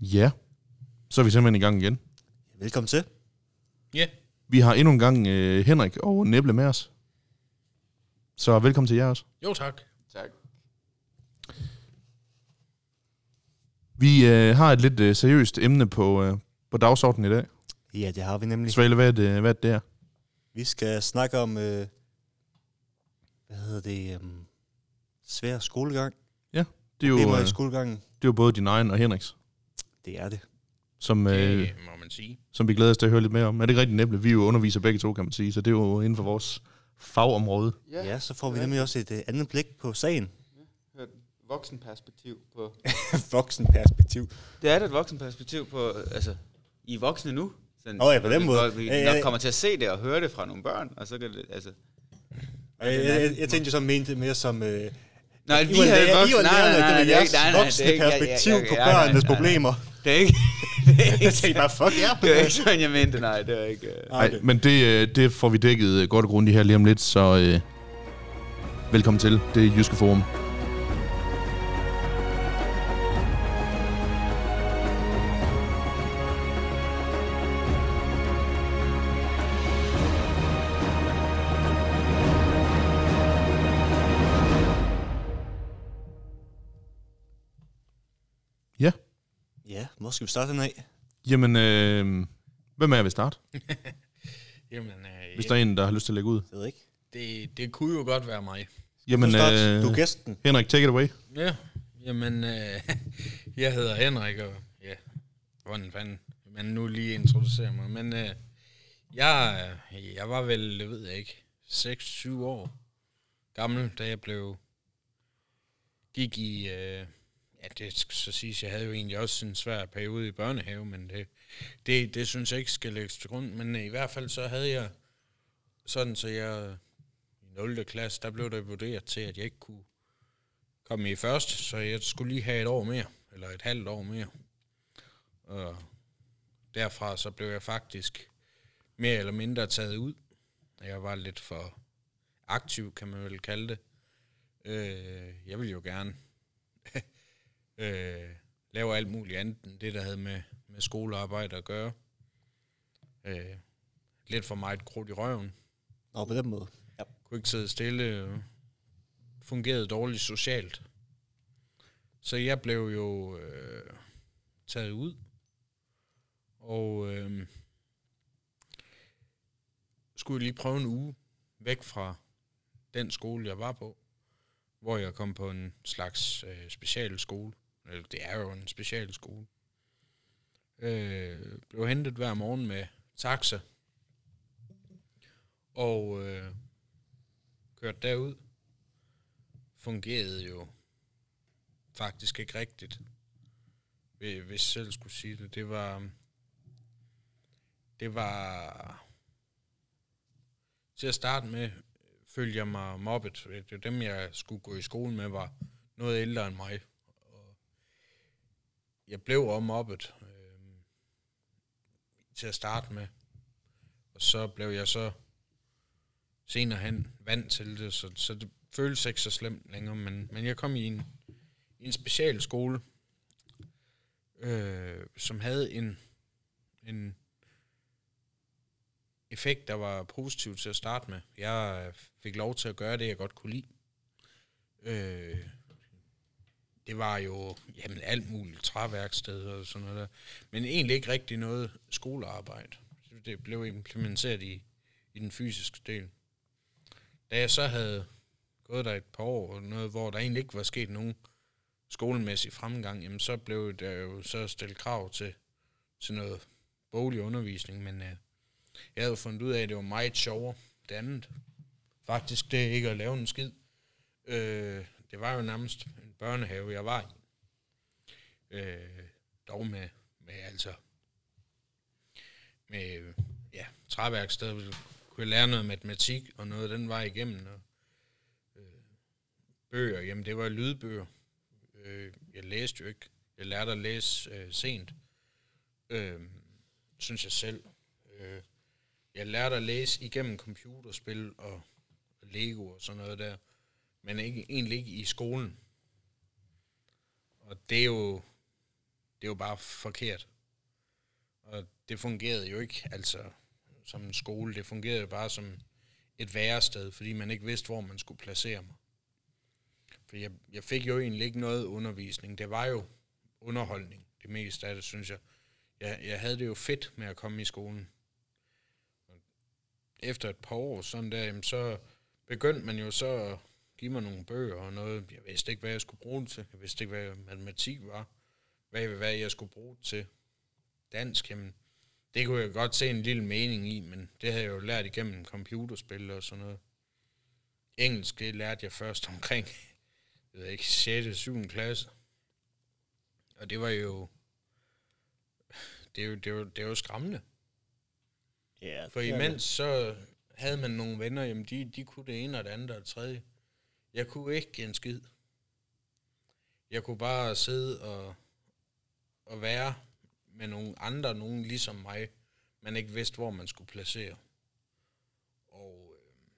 Ja, så er vi simpelthen i gang igen. Velkommen til. Ja. Vi har endnu en gang Henrik og Neble med os. Så velkommen til jer også. Jo, tak. Tak. Vi har et lidt seriøst emne på dagsordenen i dag. Ja, det har vi nemlig. Svale, hvad er det? Vi skal snakke om, svær skolegang. Ja, det er jo, Problemer i skolegangen. det er jo både din egen og Henriks, Det er det. som, Det må man sige. som vi glæder os til at høre lidt mere om. Er det ikke rigtigt, Neble? Vi er jo underviser begge to, kan man sige, så det er jo inden for vores fagområde. Ja, så får vi nemlig også et andet blik på sagen. Hørt voksenperspektiv på... Voksenperspektiv. Det er da et voksenperspektiv på, altså, I er voksne nu. Sådan, ja, på den måde. Hvor vi nok kommer til at se det og høre det fra nogle børn, og så kan det, altså... Jeg tænkte jo så mente mere som... Nej, vi havde voksne... Nej, voksne perspektiv på børnenes problemer. Det er ikke... Jeg tænkte bare, fuck ja. Det var ikke sådan, jeg mente, nej, det var ikke... Nej, men det får vi dækket godt og grundigt her lige om lidt, så velkommen til det Jyske Forum. Ja. Ja, hvor skal vi starte den af? Jamen, hvem er jeg vil starte? Jamen, Hvis der er en, der har lyst til at lægge ud. Jeg ved ikke. det kunne jo godt være mig. Jamen, Du er gæsten. Henrik, take it away. Ja, jamen, jeg hedder Henrik, og ja, hvordan fanden man nu lige introducerer mig. Men jeg var vel, det ved jeg ikke, 6-7 år gammel, da jeg gik i... Ja, det skal så siges, jeg havde jo egentlig også en svær periode i børnehave, men det synes jeg ikke skal lægges til grund. Men i hvert fald så havde jeg sådan, så jeg i 0. klasse, der blev der vurderet til, at jeg ikke kunne komme i første, så jeg skulle lige have et år mere, eller et halvt år mere. Og derfra så blev jeg faktisk mere eller mindre taget ud. Jeg var lidt for aktiv, kan man vel kalde det. Jeg ville jo gerne lave alt muligt andet end det, der havde med skolearbejde at gøre. Lidt for meget krudt i røven. Nå, på den måde. Ja. Kunne ikke sidde stille. Fungerede dårligt socialt. Så jeg blev jo taget ud. Og skulle lige prøve en uge væk fra den skole, jeg var på. Hvor jeg kom på en slags specialskole. Det er jo en specialskole. Blev hentet hver morgen med taxa. Og kørte derud. Fungerede jo faktisk ikke rigtigt. Hvis jeg selv skulle sige det. Det var til at starte med, følte jeg mig mobbet. Dem, jeg skulle gå i skole med, var noget ældre end mig. Og jeg blev også mobbet til at starte med. Og så blev jeg så senere hen vant til det, så det føltes ikke så slemt længere. Men jeg kom i en specialskole, som havde en effekt, der var positiv til at starte med. Jeg fik lov til at gøre det, jeg godt kunne lide. Det var jo alt muligt, træværksted og sådan noget der. Men egentlig ikke rigtig noget skolearbejde. Det blev implementeret i den fysiske del. Da jeg så havde gået der et par år, noget, hvor der egentlig ikke var sket nogen skolemæssig fremgang, jamen så blev der jo så stillet krav til noget boglig undervisning, men jeg havde fundet ud af, at det var meget sjovere, det andet. Faktisk det ikke at lave en skid. Det var jo nærmest en børnehave, jeg var i. Dog med træværksted. Kunne jeg lære noget matematik og noget den vej igennem. Og, bøger, jamen det var lydbøger. Jeg læste jo ikke. Jeg lærte at læse sent. Synes jeg selv. Jeg lærte at læse igennem computerspil og Lego og sådan noget der. Men egentlig ikke i skolen. Og det er det er jo bare forkert. Og det fungerede jo ikke altså som en skole. Det fungerede jo bare som et værested, fordi man ikke vidste, hvor man skulle placere mig. For jeg fik jo egentlig ikke noget undervisning. Det var jo underholdning, det meste af det, synes jeg. Jeg havde det jo fedt med at komme i skolen. Efter et par år sådan der, jamen, så begyndte man jo så at give mig nogle bøger og noget. Jeg vidste ikke, hvad jeg skulle bruge det til. Jeg vidste ikke, hvad matematik var. Hvad jeg skulle bruge det til. Dansk, jamen, det kunne jeg godt se en lille mening i, men det havde jeg jo lært igennem computerspil og sådan noget. Engelsk, det lærte jeg først omkring, jeg ved ikke, 6. og 7. klasse. Og det var jo, det er jo skræmmende. Ja, for imens så havde man nogle venner, jamen de kunne det ene og det andet og det tredje. Jeg kunne ikke en skid. Jeg kunne bare sidde og være med nogle andre, nogen ligesom mig, man ikke vidste, hvor man skulle placere. Og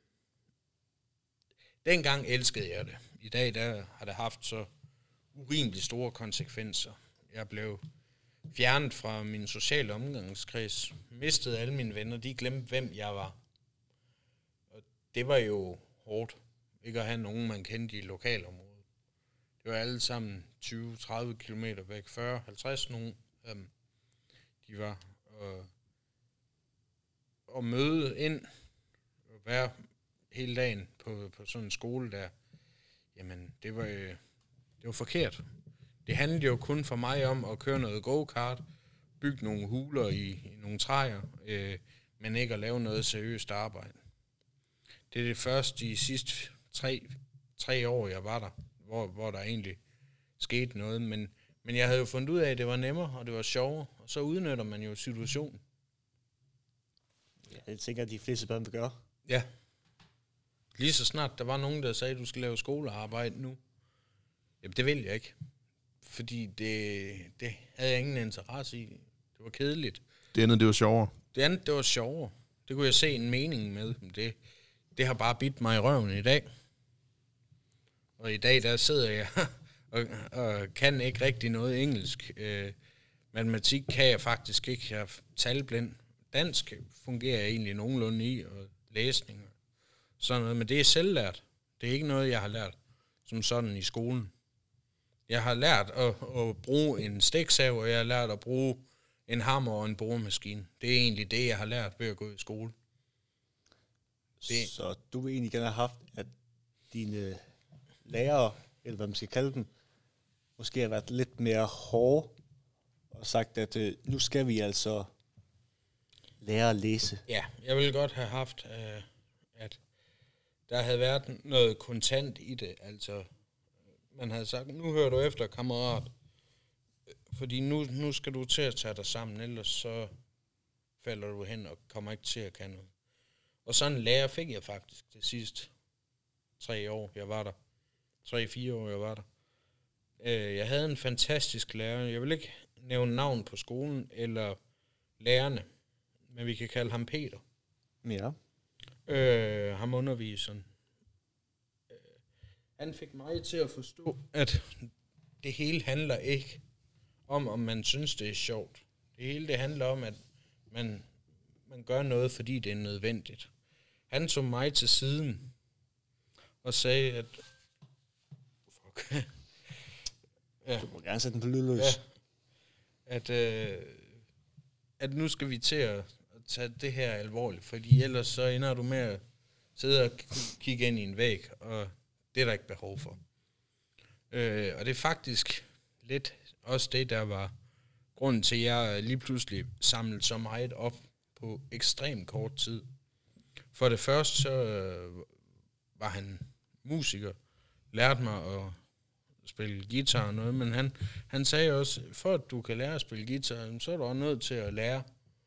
dengang elskede jeg det. I dag der har det haft så urimelig store konsekvenser. Jeg blev fjernet fra min sociale omgangskreds, mistede alle mine venner, de glemte, hvem jeg var. Og det var jo hårdt, ikke at have nogen, man kendte i lokalområdet. Det var alle sammen 20-30 kilometer væk, 40-50 nogen af dem, de var. Og møde ind og være hele dagen på sådan en skole der, jamen det var forkert. Det handlede jo kun for mig om at køre noget go-kart, bygge nogle huler i nogle træer, men ikke at lave noget seriøst arbejde. Det er det første de sidste 3 år, jeg var der, hvor der egentlig skete noget. Men jeg havde jo fundet ud af, at det var nemmere, og det var sjovere, og så udnytter man jo situationen. Ja, det tænker jeg, at de fleste børn vil gøre. Ja. Lige så snart der var nogen, der sagde, at du skal lave skolearbejde nu. Jamen, det vil jeg ikke. Fordi det havde jeg ingen interesse i. Det var kedeligt. Det andet, det var sjovere. Det andet, det var sjovere. Det kunne jeg se en mening med. Det har bare bidt mig i røven i dag. Og i dag, der sidder jeg og kan ikke rigtig noget engelsk. Matematik kan jeg faktisk ikke. Jeg er talblind. Dansk fungerer jeg egentlig nogenlunde i, og læsning og sådan noget. Men det er selvlært. Det er ikke noget, jeg har lært som sådan i skolen. Jeg har lært at bruge en stiksav, og jeg har lært at bruge en hammer og en boremaskine. Det er egentlig det, jeg har lært ved at gå i skole. Så du vil egentlig gerne have haft, at dine lærere, eller hvad man skal kalde dem, måske har været lidt mere hårde, og sagt, at nu skal vi altså lære at læse. Ja, jeg ville godt have haft, at der havde været noget kontant i det. Altså, man havde sagt, nu hører du efter, kammerat, fordi nu skal du til at tage dig sammen, ellers så falder du hen og kommer ikke til at kan noget. Og sådan en lærer fik jeg faktisk de sidste 3 år, jeg var der. 3-4 år, jeg var der. Jeg havde en fantastisk lærer. Jeg vil ikke nævne navn på skolen eller lærerne, men vi kan kalde ham Peter. Ja. Ham underviseren. Han fik mig til at forstå, at det hele handler ikke om man synes, det er sjovt. Det hele det handler om, at man gør noget, fordi det er nødvendigt. Han tog mig til siden og sagde, at ja. Du må gerne sætte den på lydløs. Ja, at nu skal vi til at tage det her alvorligt, fordi ellers så ender du med at sidde og kigge ind i en væg, og det er der ikke behov for. Og det er faktisk lidt også det, der var grunden til, at jeg lige pludselig samlede så meget op på ekstremt kort tid. For det første, så var han musiker, lærte mig at spille guitar og noget, men han sagde også, for at du kan lære at spille guitar, så er du også nødt til at lære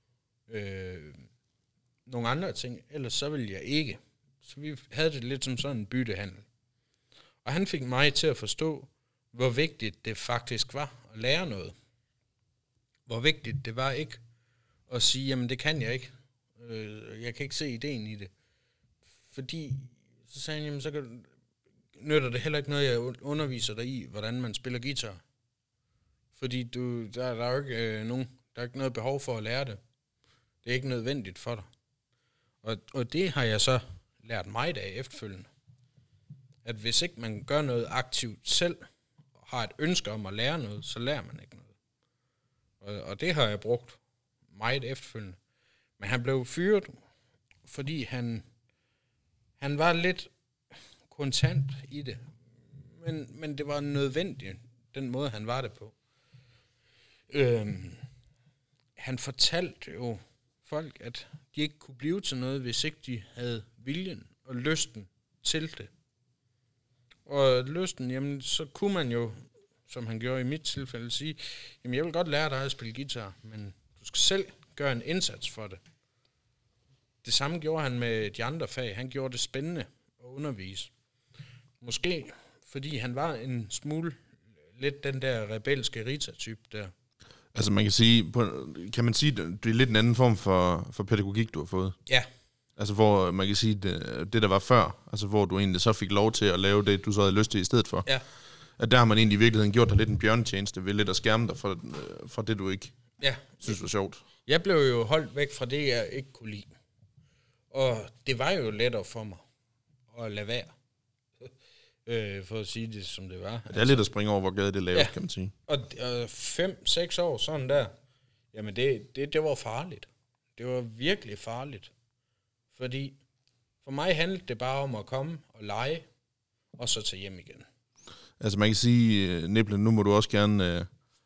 nogle andre ting, ellers så ville jeg ikke. Så vi havde det lidt som sådan en byttehandel. Og han fik mig til at forstå, hvor vigtigt det faktisk var at lære noget. Hvor vigtigt det var ikke at sige, jamen det kan jeg ikke. Jeg kan ikke se ideen i det. Fordi, så sagde han, jamen så nytter det heller ikke noget, jeg underviser dig i, hvordan man spiller guitar. Fordi der er jo ikke der er ikke noget behov for at lære det. Det er ikke nødvendigt for dig. Og det har jeg så lært mig af efterfølgende. At hvis ikke man gør noget aktivt selv, og har et ønske om at lære noget, så lærer man ikke noget. Og det har jeg brugt meget efterfølgende. Men han blev fyret, fordi han var lidt kontant i det. Men det var nødvendigt, den måde han var det på. Han fortalte jo folk, at de ikke kunne blive til noget, hvis ikke de havde viljen og lysten til det. Og lysten, jamen, så kunne man jo, som han gjorde i mit tilfælde, sige, jamen, jeg vil godt lære dig at spille guitar, men du skal selv gøre en indsats for det. Det samme gjorde han med de andre fag. Han gjorde det spændende at undervise. Måske fordi han var en smule lidt den der rebelske Rita-type der. Altså man kan sige, det er lidt en anden form for pædagogik, du har fået? Ja. Altså hvor man kan sige, det der var før, altså hvor du egentlig så fik lov til at lave det, du så havde lyst til i stedet for. Ja. At der har man egentlig i virkeligheden gjort dig lidt en bjørnetjeneste ved lidt at skærme dig for det, du ikke synes var sjovt. Jeg blev jo holdt væk fra det, jeg ikke kunne lide. Og det var jo lettere for mig at lade være. For at sige det, som det var. Det er lidt at springe over, hvor gade det laves, kan man sige. Og 5-6 år sådan der, jamen det var farligt. Det var virkelig farligt. Fordi for mig handlede det bare om at komme og lege, og så tage hjem igen. Altså man kan sige, Niblen, nu må du også gerne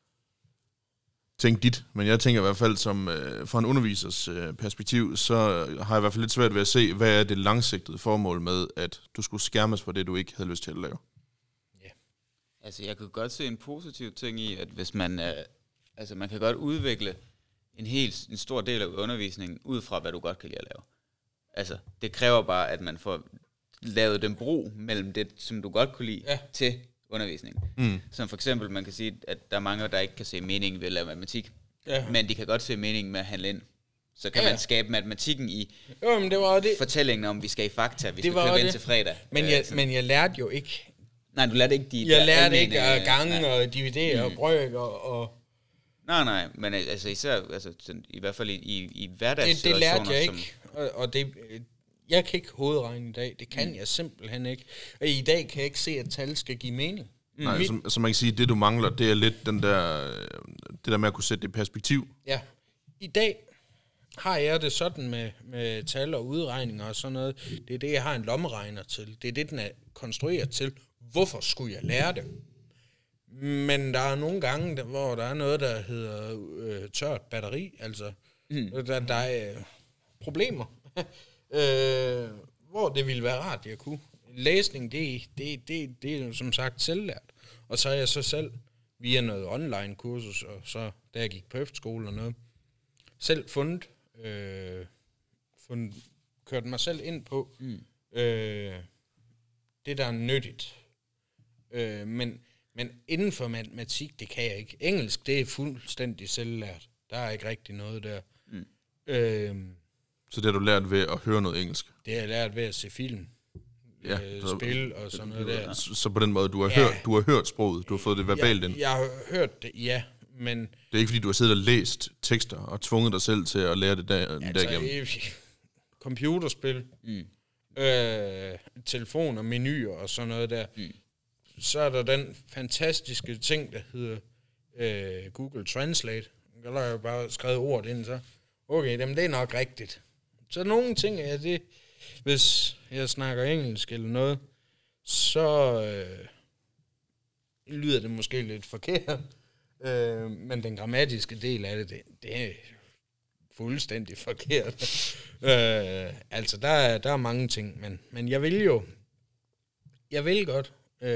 tænke dit, men jeg tænker i hvert fald som fra en undervisers perspektiv, så har jeg i hvert fald lidt svært ved at se, hvad er det langsigtede formål med, at du skulle skærmes for det, du ikke havde lyst til at lave. Ja. Altså jeg kan godt se en positiv ting i, at hvis man, altså man kan godt udvikle en stor del af undervisningen ud fra, hvad du godt kan lide at lave. Altså det kræver bare, at man får lavet den bro mellem det, som du godt kunne lide, til undervisning. Som for eksempel, man kan sige, at der er mange, der ikke kan se meningen ved at lave matematik, men de kan godt se meningen med at handle ind. Så kan man skabe matematikken i men det var det. Fortællingen om, vi skal i fakta, vi skal købe ind til fredag. Men jeg lærte jo ikke. Nej, du lærte ikke de jeg lærte ikke at gange og dividere og brøk og... Nej, men altså især, altså, i hvert fald i hverdagssituationer. Det lærte jeg ikke, og det... Jeg kan ikke hovedregne i dag. Det kan jeg simpelthen ikke. Og i dag kan jeg ikke se, at tal skal give mening. Nej, så man kan sige, at det du mangler, det er lidt det der med at kunne sætte det i perspektiv. Ja. I dag har jeg det sådan med tal og udregninger og sådan noget. Det er det, jeg har en lommeregner til. Det er det, den er konstrueret til. Hvorfor skulle jeg lære det? Men der er nogle gange, hvor der er noget, der hedder tørt batteri. Altså, der er problemer. Hvor det ville være rart, jeg kunne. Læsning, det er jo som sagt selvlært. Og så er jeg så selv via noget online kursus, og så da jeg gik på efterskole og noget, selv kørt mig selv ind på det, der er nyttigt. Men inden for matematik, det kan jeg ikke. Engelsk, det er fuldstændig selvlært. Der er ikke rigtig noget der. Så det har du lært ved at høre noget engelsk? Det har jeg lært ved at se film, spil og sådan noget der. Så på den måde, du har hørt sproget, du har fået det verbalt ind? Jeg har hørt det, ja, men... Det er ikke fordi, du har siddet og læst tekster og tvunget dig selv til at lære det derigennem? Computerspil, telefoner, menuer og sådan noget der. Så er der den fantastiske ting, der hedder Google Translate. Der har jeg bare skrevet ordet ind, så okay, det er nok rigtigt. Så nogle ting er det, hvis jeg snakker engelsk eller noget, så lyder det måske lidt forkert. Men den grammatiske del af det er fuldstændig forkert. Altså, der er mange ting, men jeg vil godt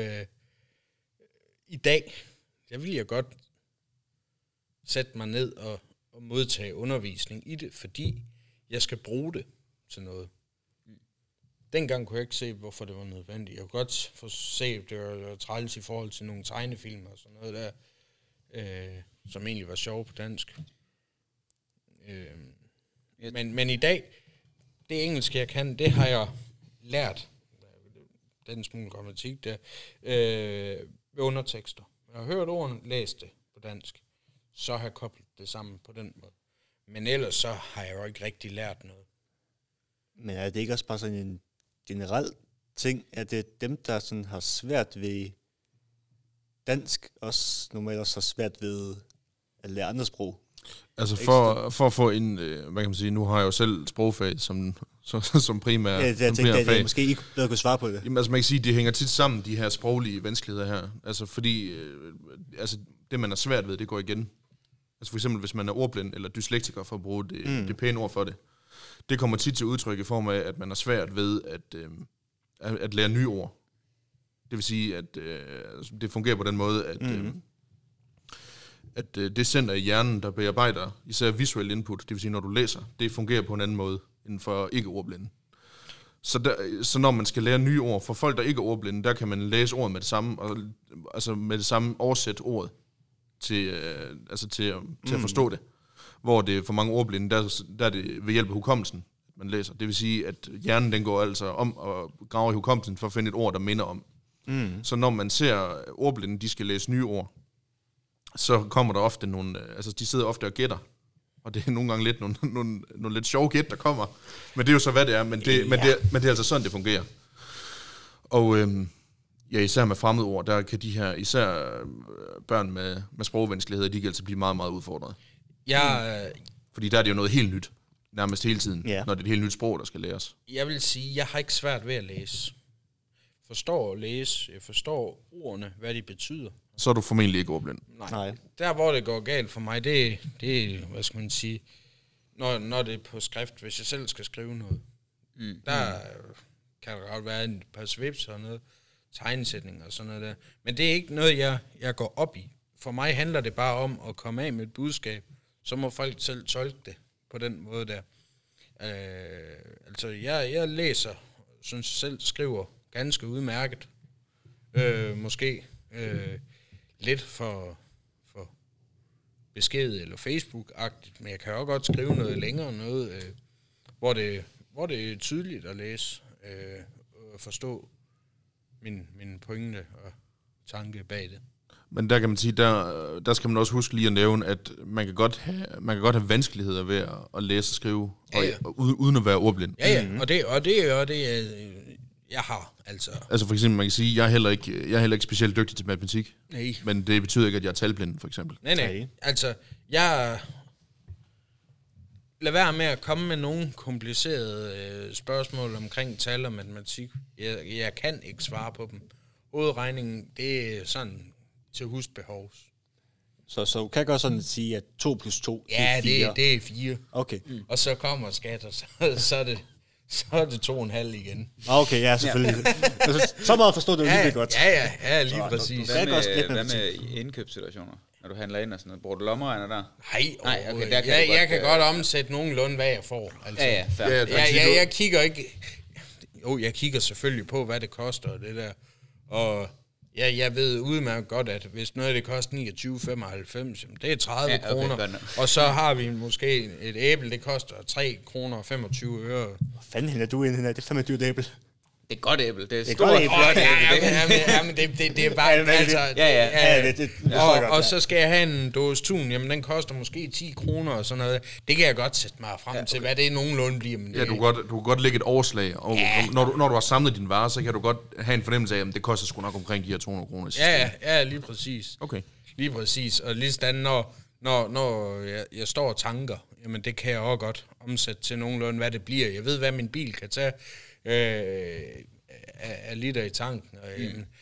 i dag, jeg vil godt sætte mig ned og modtage undervisning i det, fordi jeg skal bruge det til noget. Dengang kunne jeg ikke se, hvorfor det var nødvendigt. Jeg kunne godt få se, at det var træls i forhold til nogle tegnefilmer og sådan noget der, som egentlig var sjov på dansk. Men i dag, det engelske jeg kan, det har jeg lært, den smule grammatik der, ved undertekster. Jeg har hørt ordene, læst det på dansk, så har jeg koblet det sammen på den måde. Men ellers så har jeg jo ikke rigtig lært noget. Men er det ikke også bare sådan en generel ting, at det er dem, der sådan har svært ved dansk, også normalt også har svært ved at lære andre sprog? Altså for at få en, hvad kan man sige, nu har jeg jo selv sprogfag som primær Ja, jeg tænkte, at fag. jeg måske ikke bedre kunne svare på det. Jamen, altså man kan sige, at de hænger tit sammen, de her sproglige vanskeligheder her. Altså fordi, altså det man er svært ved, det går igen. Altså for eksempel, hvis man er ordblind eller dyslektiker, for at bruge det pæne ord for det. Det kommer tit til udtryk i form af, at man er svært ved at lære nye ord. Det vil sige, at det fungerer på den måde, at det center i hjernen, der bearbejder især visuel input, det vil sige, når du læser, det fungerer på en anden måde end for ikke-ordblinde. Så når man skal lære nye ord, for folk, der ikke er ordblinde, der kan man læse ordet med det samme, og, altså med det samme oversætte ordet til at forstå det. Hvor det for mange ordblinde, der er det ved hjælp af hukommelsen, man læser. Det vil sige, at hjernen den går altså om og graver i hukommelsen for at finde et ord, der minder om. Så når man ser ordblinde, de skal læse nye ord, så kommer der ofte nogle, altså de sidder ofte og gætter, og det er nogle gange lidt nogle lidt sjove gæt, der kommer, men det er jo så, hvad det er, men det er altså sådan, det fungerer. Og især med fremmedord, der kan de her, især børn med sprogvanskeligheder, de kan altså blive meget, meget udfordret. Fordi der er det jo noget helt nyt, nærmest hele tiden, når det er et helt nyt sprog, der skal læres. Jeg vil sige, jeg har ikke svært ved at læse. Forstår at læse, jeg forstår ordene, hvad de betyder. Så er du formentlig ikke ordblind. Nej. Der, hvor det går galt for mig, det er, hvad skal man sige, når det er på skrift, hvis jeg selv skal skrive noget. Der kan der godt være et par svips og noget, tegnesætninger og sådan noget der. Men det er ikke noget, jeg går op i. For mig handler det bare om at komme af med et budskab. Så må folk selv tolke det på den måde der. Altså, jeg læser, synes selv skriver ganske udmærket. Måske lidt for besked eller Facebook-agtigt, men jeg kan jo godt skrive noget længere, noget, hvor det er tydeligt at læse og forstå min pointe og tanke bag det. Men der kan man sige, der skal man også huske lige at nævne, at man kan godt have vanskeligheder ved at læse og skrive, uden at være ordblind. Ja, og det er jo det, jeg har, altså. Altså for eksempel, man kan sige, jeg er heller ikke specielt dygtig til matematik. Nej. Men det betyder ikke, at jeg er talblind, for eksempel. Nej. Altså, lad være med at komme med nogle komplicerede spørgsmål omkring tal og matematik. Jeg kan ikke svare på dem. Hovedregningen, det er sådan til husbehovs. Så du kan godt sådan sige, at 2 plus 2 er 4? Ja, det er 4. Okay. Og så kommer skat, og så er det 2,5 igen. Okay, ja, selvfølgelig. Så meget forstår du lige godt. Ja, lige præcis. Hvad med indkøbssituationer? Når du handler ind og sådan noget, bruger du lommeregner der? Nej, okay, jeg kan godt omsætte nogenlunde, hvad jeg får. Altså. Ja, fair. Jeg kigger ikke. Jo, jeg kigger selvfølgelig på, hvad det koster og det der. Og jeg ved udmærket godt, at hvis noget af det koster 29,95, det er 30 kroner. Og så har vi måske et æble, det koster 3 kroner og 25 øre. Hvad fanden hælder du ind her? Det er fandme dyrt æble. Det er godt æble. Det er stort æble. Jamen, det er bare... Altså, og så skal jeg have en dåse tun, jamen den koster måske 10 kroner og sådan noget. Det kan jeg godt sætte mig frem til, hvad det nogenlunde bliver. Men det, du kan godt lægge et overslag, og når du har samlet dine varer, så kan du godt have en fornemmelse af, at det koster sgu nok omkring de her 200 kroner. Ja, lige præcis. Okay. Lige præcis, og lige sådan, når jeg står og tanker, jamen det kan jeg også godt omsætte til nogenlunde, hvad det bliver. Jeg ved, hvad min bil kan tage af liter i tanken. Og,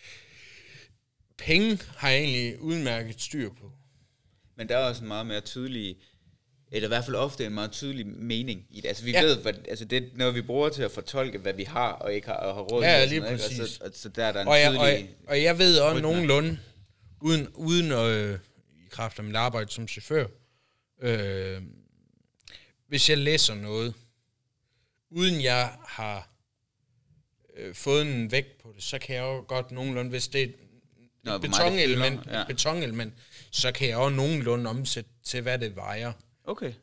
penge har jeg egentlig udmærket styr på. Men der er også en meget mere tydelig, eller i hvert fald ofte en meget tydelig mening i det. Altså vi ved, altså det er noget, vi bruger til at fortolke, hvad vi har og ikke har, og har råd til. Ja, lige præcis. Altså der er der en tydelig... Og jeg ved også nogenlunde, uden i kraft af mit arbejde som chauffør, hvis jeg læser noget, uden jeg har fået en vægt på det, så kan jeg jo godt nogenlunde, hvis det er et betonelement, så kan jeg også nogenlunde omsætte til, hvad det vejer. Okay.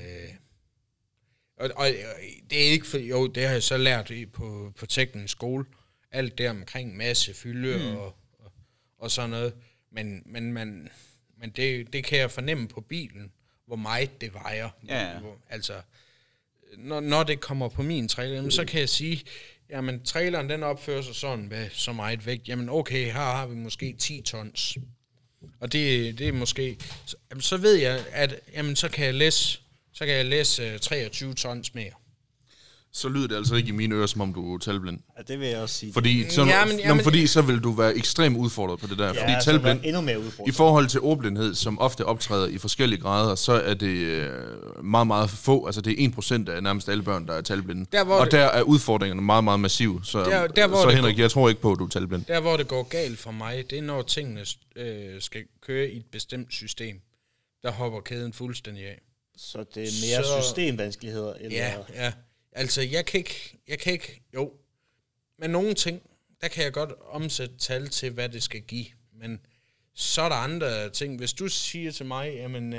Og det er ikke for, jo, det har jeg så lært på teknisk skole, alt det omkring masse fylde og sådan noget, men men det kan jeg fornemme på bilen, hvor meget det vejer. Ja. Altså, når det kommer på min trailer, så kan jeg sige, jamen traileren den opfører sig sådan med så meget vægt. Jamen okay, her har vi måske 10 tons. Og det er måske... Så ved jeg, at jamen, så kan jeg læse 23 tons mere. Så lyder det altså ikke i mine ører, som om du er talblind. Ja, det vil jeg også sige. Fordi så vil du være ekstremt udfordret på det der. Ja, fordi talblind, endnu mere udfordret. i forhold til ordblindhed, som ofte optræder i forskellige grader, så er det meget, meget få. Altså det er 1% af nærmest alle børn, der er talblinde. Der er udfordringerne meget, meget massive. Så Henrik, jeg tror ikke på, at du er talblind. Der, hvor det går galt for mig, det er, når tingene skal køre i et bestemt system. Der hopper kæden fuldstændig af. Så det er mere systemvanskeligheder? Eller? Ja. Altså, jeg kan ikke, jo. Men nogle ting, der kan jeg godt omsætte tal til, hvad det skal give. Men så er der andre ting. Hvis du siger til mig, jamen,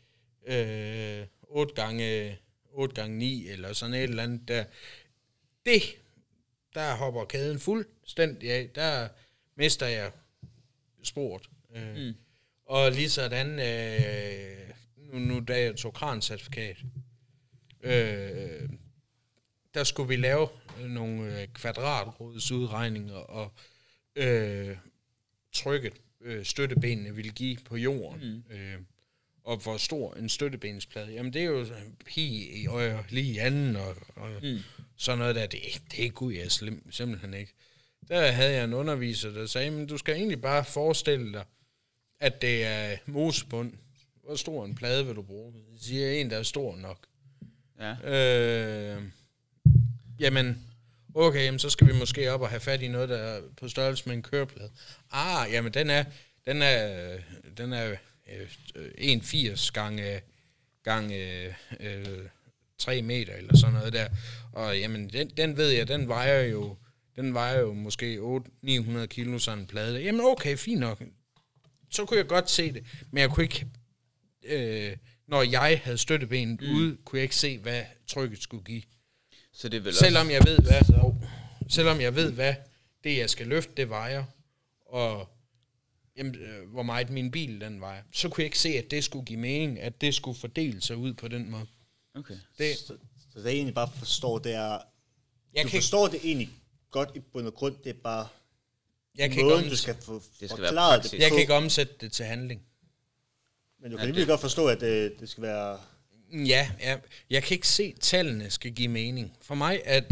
8 gange 9, eller sådan et eller andet, der hopper kæden fuldstændig af. Der mister jeg sporet. Og lige sådan, nu da jeg tog krancertifikat, der skulle vi lave nogle kvadratrodsudregninger og trykke støttebenene ville give på jorden. Og hvor stor en støttebensplade. Jamen det er jo pige i øje, lige i anden og sådan noget der. Det kunne jeg simpelthen ikke. Der havde jeg en underviser, der sagde, men du skal egentlig bare forestille dig, at det er mosebund. Hvor stor en plade vil du bruge? Jeg siger en, der er stor nok. Ja. Jamen, okay, jamen, så skal vi måske op og have fat i noget, der er på størrelse med en køreplade. Jamen, den er 1,80 gange 3 meter, eller sådan noget der. Og jamen, den ved jeg, den vejer jo måske 800-900 kilo, sådan en plade. Jamen, okay, fint nok. Så kunne jeg godt se det, men jeg kunne ikke... når jeg havde støttebenet ude, kunne jeg ikke se, hvad trykket skulle give. Så det vil selvom jeg ved, hvad det, jeg skal løfte, det vejer, og hvor meget min bil, den vejer, så kunne jeg ikke se, at det skulle give mening, at det skulle fordele sig ud på den måde. Okay. Så det jeg egentlig bare forstår, det er... forstår det egentlig godt i bund og grund, det er bare... du skal få forklaret det på. Jeg kan ikke omsætte det til handling. Men du kan virkelig godt forstå, at det skal være... Ja, jeg kan ikke se, at tallene skal give mening. For mig er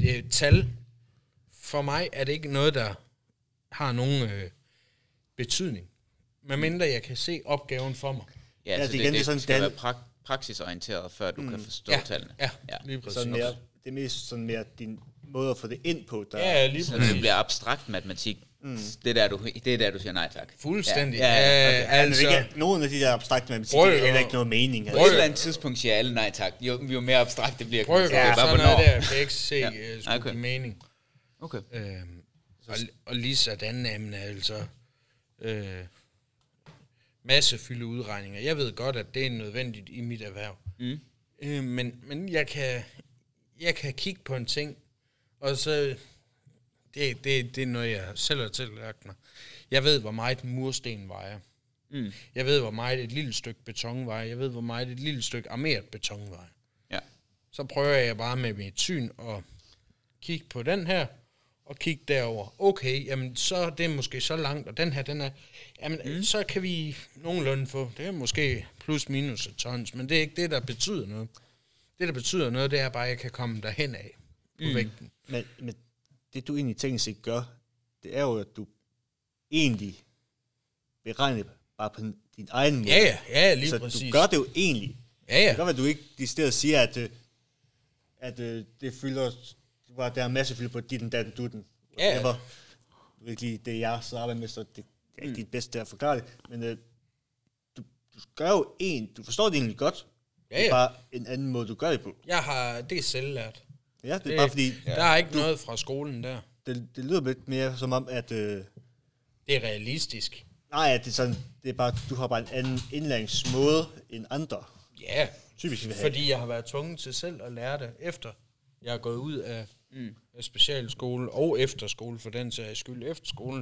det ikke noget, der har nogen betydning. Medmindre jeg kan se opgaven for mig. Ja, så det skal være praksisorienteret, før du kan forstå tallene. Ja, lige præcis. Det er mest sådan mere din måde at få det ind på. Der lige så det bliver abstrakt matematik. Det er der, du siger nej tak. Fuldstændig. Altså, nogle af de der abstrakte matematik er heller ikke noget mening. På et eller andet tidspunkt siger alle nej tak. Jo mere abstrakt det bliver. Prøv at gøre sådan noget der, kan ikke se skulle give mening. Okay. Og lige sådan emne, altså massefylde udregninger. Jeg ved godt, at det er nødvendigt i mit erhverv. Men jeg kan kigge på en ting, og så... Det er noget, jeg selv har tillagt mig. Jeg ved, hvor meget en mursten vejer. Jeg ved, hvor meget et lille stykke beton vejer. Jeg ved, hvor meget et lille stykke armeret beton vejer. Ja. Så prøver jeg bare med mit syn at kigge på den her, og kigge derover. Okay, jamen så er det måske så langt, og den her, den er... Jamen, så kan vi nogenlunde få... Det er måske plus minus et tons, men det er ikke det, der betyder noget. Det, der betyder noget, det er bare, at jeg kan komme derhen af på vægten. Men det du egentlig teknisk set gør, det er jo, at du egentlig beregner bare på din egen måde. Ja, lige så præcis. Du gør det jo egentlig. Ja. Det kan godt være, at du ikke i stedet siger, at det fylder, der er en masse fylder på dit, datten, dutten. Ja. Du ved ikke lige, det jeg så arbejder med, så det er ikke dit bedste til at forklare det. Men du gør jo du forstår det egentlig godt. Det er bare en anden måde, du gør det på. Det er selvlært. Ja, det er bare fordi... Der er ikke noget fra skolen der. Det lyder lidt mere som om, at... det er realistisk. Nej, at det er bare, du har bare en anden indlæringsmåde end andre. Ja, typisk fordi jeg har været tvunget til selv at lære det, efter jeg er gået ud af specialskole og efterskole, for den sags skyld. Efterskolen,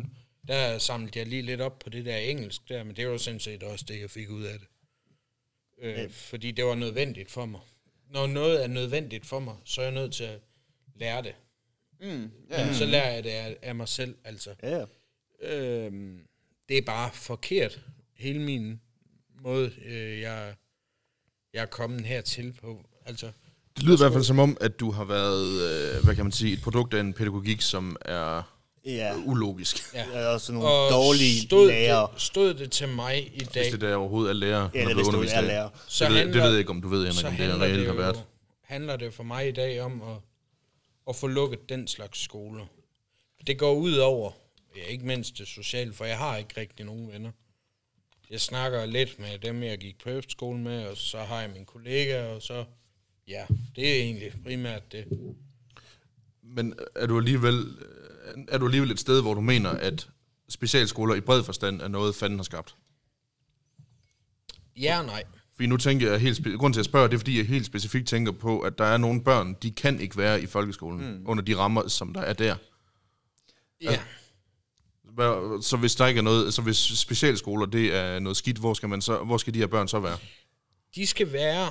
der samlede jeg lige lidt op på det der engelsk der, men det var sådan set også det, jeg fik ud af det. Fordi det var nødvendigt for mig. Når noget er nødvendigt for mig, så er jeg nødt til at lære det. Men så lærer jeg det af mig selv, altså. Ja. Det er bare forkert, hele min måde, jeg er kommet hertil på. Altså, Det lyder i hvert fald som om, at du har været, hvad kan man sige, et produkt af en pædagogik, som er ulogisk. Ja. Der er også nogle dårlige lærere. Stod det til mig i dag... Hvis det der overhovedet er lærer, Ja, det stod er lærer. Det ved jeg ikke, om du ved, Henrik, om det reelt har været. Handler det for mig i dag om at få lukket den slags skoler. Det går ud over, ikke mindst det sociale, for jeg har ikke rigtig nogen venner. Jeg snakker lidt med dem, jeg gik på efterskole med, og så har jeg mine kollegaer, og så... Ja, det er egentlig primært det. Men er du alligevel et sted, hvor du mener, at specialskoler i bred forstand er noget, fanden har skabt? Ja og nej. Fordi nu tænker jeg grunden til at spørge, det er, fordi jeg helt specifikt tænker på, at der er nogle børn, de kan ikke være i folkeskolen, under de rammer, som der er der. Ja. Så hvis der ikke er noget, så hvis specialskoler, det er noget skidt, hvor skal de her børn så være? De skal være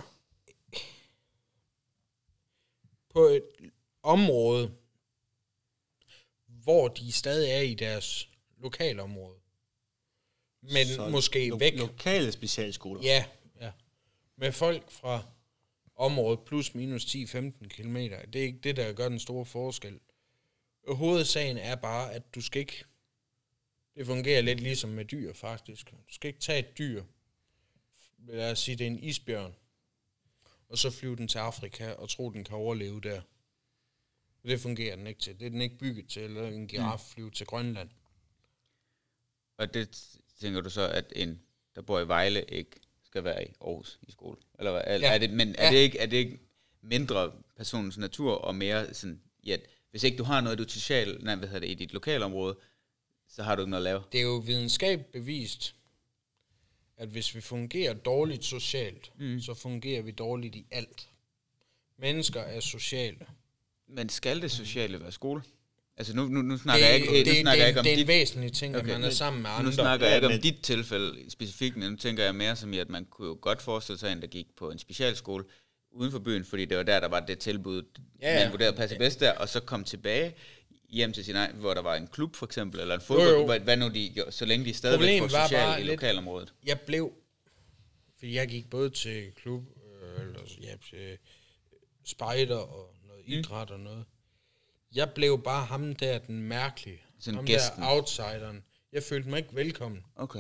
på et område, hvor de stadig er i deres lokalområde. Men så måske væk. Lokale specialskoler? Ja. Med folk fra området plus minus 10-15 kilometer. Det er ikke det, der gør den store forskel. Hovedsagen er bare, at du skal ikke... Det fungerer lidt ligesom med dyr, faktisk. Du skal ikke tage et dyr. Lad os sige, det er en isbjørn. Og så flyve den til Afrika og tro, den kan overleve der. Det fungerer den ikke til. Det er den ikke bygget til. Eller en giraf flyve til Grønland. Og det tænker du så, at en, der bor i Vejle, ikke skal være i Aarhus i skole? Eller hvad? Er det ikke mindre personens natur, og mere sådan, at hvis ikke du har noget, du i dit lokalområde, så har du ikke noget at lave? Det er jo videnskabeligt bevist, at hvis vi fungerer dårligt socialt, så fungerer vi dårligt i alt. Mennesker er sociale. Men skal det sociale være skole? Altså nu snakker jeg ikke om det er en væsentlig ting, at man er sammen med andre. Nu snakker jeg ikke om dit tilfælde specifikt, men nu tænker jeg mere som i, at man kunne jo godt forestille sig en, der gik på en specialskole uden for byen, fordi det var der var det tilbud, man vurderede passe bedst der, og så kom tilbage hjem til sin egen, hvor der var en klub for eksempel, eller en fodbold, hvad nu de gjorde, så længe de stadigvæk får socialt i lokalområdet. Fordi jeg gik både til klub, til spejder og noget idræt og noget. Jeg blev bare ham der, den mærkelige. Sådan ham gæsten. der outsideren. Jeg følte mig ikke velkommen. Okay.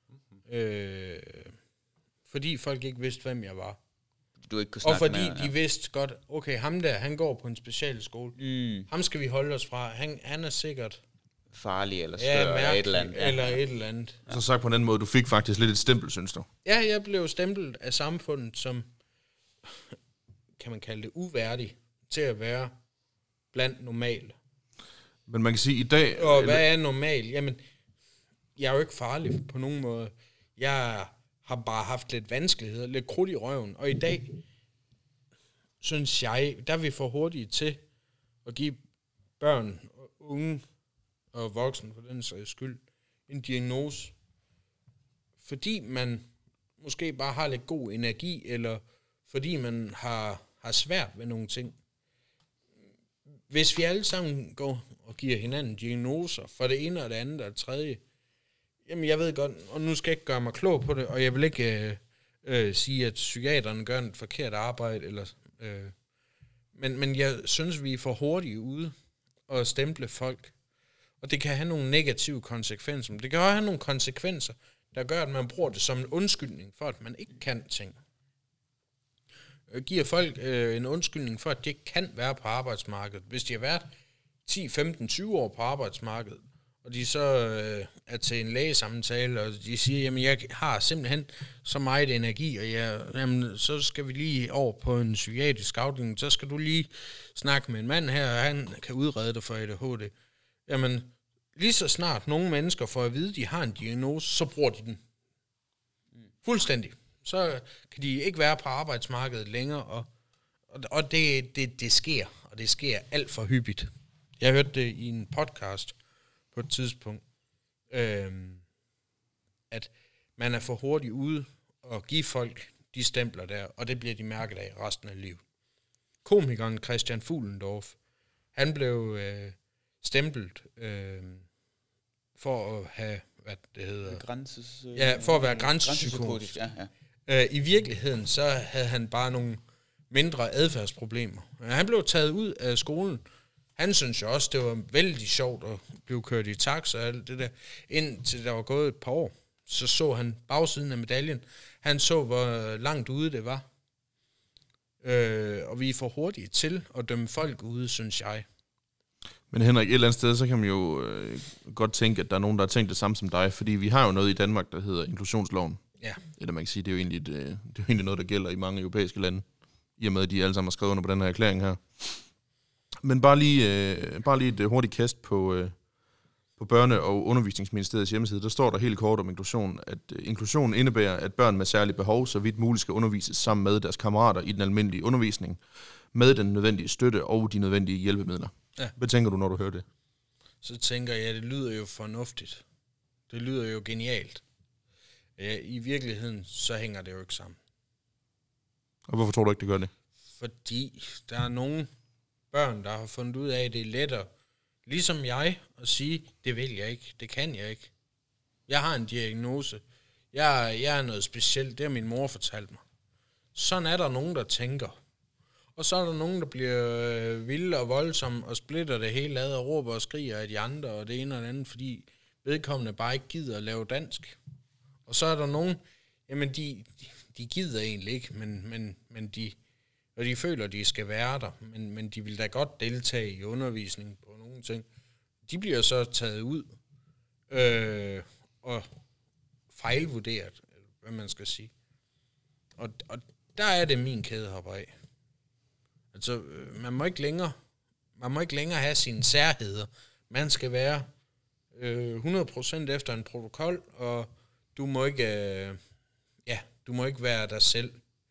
Fordi folk ikke vidste, hvem jeg var. Du ikke kunne snakke og fordi de vidste godt, okay, ham der, han går på en specialskole. Ham skal vi holde os fra. Han er sikkert farlig eller skør eller et eller andet. Eller et eller andet. Så sagt på en anden måde, du fik faktisk lidt et stempel, synes du? Ja, jeg blev stemplet af samfundet som, kan man kalde det, uværdig til at være blandt normale. Men man kan sige i dag... Og hvad er normal? Jamen, jeg er jo ikke farlig på nogen måde. Jeg har bare haft lidt vanskeligheder, lidt krudt i røven. Og i dag, synes jeg, der er vi for hurtige til at give børn, unge og voksne for den sags skyld, en diagnose. Fordi man måske bare har lidt god energi, eller fordi man har svært ved nogle ting. Hvis vi alle sammen går og giver hinanden diagnoser for det ene og det andet og det tredje, jamen jeg ved godt, og nu skal jeg ikke gøre mig klog på det, og jeg vil ikke sige, at psykiaterne gør et forkert arbejde, eller, men jeg synes, vi er for hurtige ude og stemple folk. Og det kan have nogle negative konsekvenser. Det kan også have nogle konsekvenser, der gør, at man bruger det som en undskyldning for, at man ikke kan ting. Giver folk en undskyldning for, at de ikke kan være på arbejdsmarkedet. Hvis de har været 10, 15, 20 år på arbejdsmarkedet, og de så er til en lægesamtale, og de siger, jamen jeg har simpelthen så meget energi, og jamen, så skal vi lige over på en psykiatrisk afdeling, så skal du lige snakke med en mand her, og han kan udrede dig for ADHD. Jamen, lige så snart nogle mennesker får at vide, at de har en diagnose, så bruger de den. Fuldstændig. Så kan de ikke være på arbejdsmarkedet længere, og det sker, og det sker alt for hyppigt. Jeg hørte det i en podcast på et tidspunkt, at man er for hurtigt ude og give folk de stempler der, og det bliver de mærket af resten af livet. Komikeren Christian Fuhlendorf, han blev stemplet for at have, hvad det hedder... for at være grænsepsykotisk. Ja. I virkeligheden, så havde han bare nogle mindre adfærdsproblemer. Han blev taget ud af skolen. Han synes jo også, det var vældig sjovt at blive kørt i taxa og alt det der. Indtil der var gået et par år, så han bagsiden af medaljen. Han så, hvor langt ude det var. Og vi er for hurtige til at dømme folk ude, synes jeg. Men Henrik, et eller andet sted, så kan man jo godt tænke, at der er nogen, der har tænkt det samme som dig, fordi vi har jo noget i Danmark, der hedder inklusionsloven. Ja. Eller man kan sige, det er jo egentlig noget, der gælder i mange europæiske lande, i og med, at de alle sammen har skrevet under på den her erklæring her. Men bare lige et hurtigt kast på Børne- og Undervisningsministeriets hjemmeside, der står der helt kort om inklusion, at inklusion indebærer, at børn med særlige behov så vidt muligt skal undervises sammen med deres kammerater i den almindelige undervisning, med den nødvendige støtte og de nødvendige hjælpemidler. Ja. Hvad tænker du, når du hører det? Så tænker jeg, at det lyder jo fornuftigt. Det lyder jo genialt. Ja, i virkeligheden, så hænger det jo ikke sammen. Og hvorfor tror du ikke, det gør det? Fordi der er nogle børn, der har fundet ud af, at det er lettere, ligesom jeg, at sige, det vil jeg ikke, det kan jeg ikke. Jeg har en diagnose. Jeg er noget specielt, det har min mor fortalt mig. Sådan er der nogen, der tænker. Og så er der nogen, der bliver vilde og voldsomme og splitter det hele ad og råber og skriger af de andre og det ene og det andet, fordi vedkommende bare ikke gider at lave dansk. Og så er der nogen, jamen de gider egentlig ikke, men de føler, de skal være der, men de vil da godt deltage i undervisningen på nogle ting. De bliver så taget ud og fejlvurderet, hvad man skal sige. Og der er det min kæde hopper af. Altså, man må ikke længere have sine særheder. Man skal være 100% efter en protokol, og du må ikke være dig selv.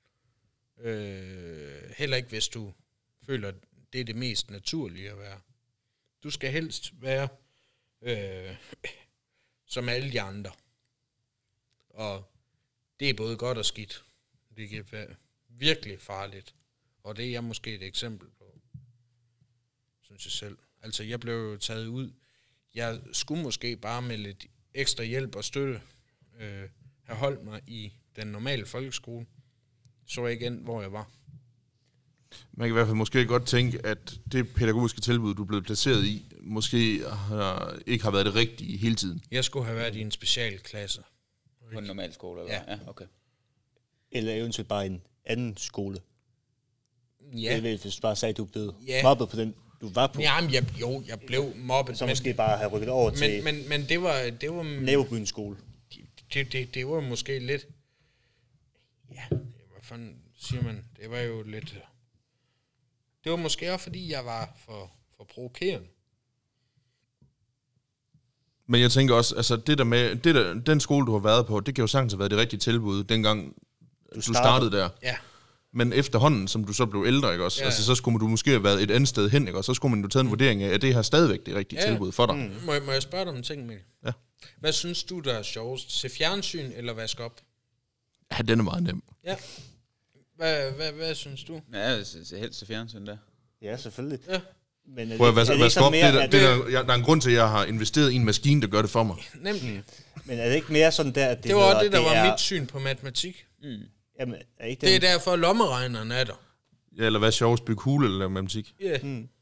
Heller ikke, hvis du føler, at det er det mest naturlige at være. Du skal helst være som alle de andre. Og det er både godt og skidt. Det kan være virkelig farligt. Og det er jeg måske et eksempel på, synes jeg selv. Altså, jeg blev jo taget ud. Jeg skulle måske bare med lidt ekstra hjælp og støtte have holdt mig i den normale folkeskole. Så jeg igen, hvor jeg var. Man kan i hvert fald måske godt tænke, at det pædagogiske tilbud, du er blevet placeret i, måske ikke har været det rigtige hele tiden. Jeg skulle have været i en specialklasse. På en normal skole, eller ja. Ja, okay. Eller eventuelt bare en anden skole. Ja. Hvis du bare sagde, at du blev mobbet på den, du var på. Jamen, jeg blev mobbet. Så måske bare have rykket over til men det var nabobyens skole. Det var måske lidt... Ja, hvad fanden siger man? Det var jo lidt... Det var måske også, fordi jeg var for provokerende. Men jeg tænker også, altså den skole, du har været på, det kan jo sagtens have været det rigtige tilbud, dengang du startede der. Ja. Men efterhånden, som du så blev ældre, ikke også? Ja. Altså, så skulle du måske have været et andet sted hen, ikke også? Så skulle man jo tage en vurdering af, at det her stadigvæk det rigtige tilbud for dig. Må jeg spørge dig om en ting, Mikkel? Ja. Hvad synes du, der er sjovest? Se fjernsyn eller vaske op? Ja, den er meget nem. Ja. Hvad synes du? Ja, helst til fjernsyn der. Ja, selvfølgelig. Ja. Men der er en grund til, at jeg har investeret i en maskine, der gør det for mig. Nemlig. Men er det ikke mere sådan der, at det var det, der var mit syn på matematik. Jamen, er ikke det er derfor, lommeregneren er der. Ja, eller hvad sjovest, bygge hule eller lave matematik. Ja.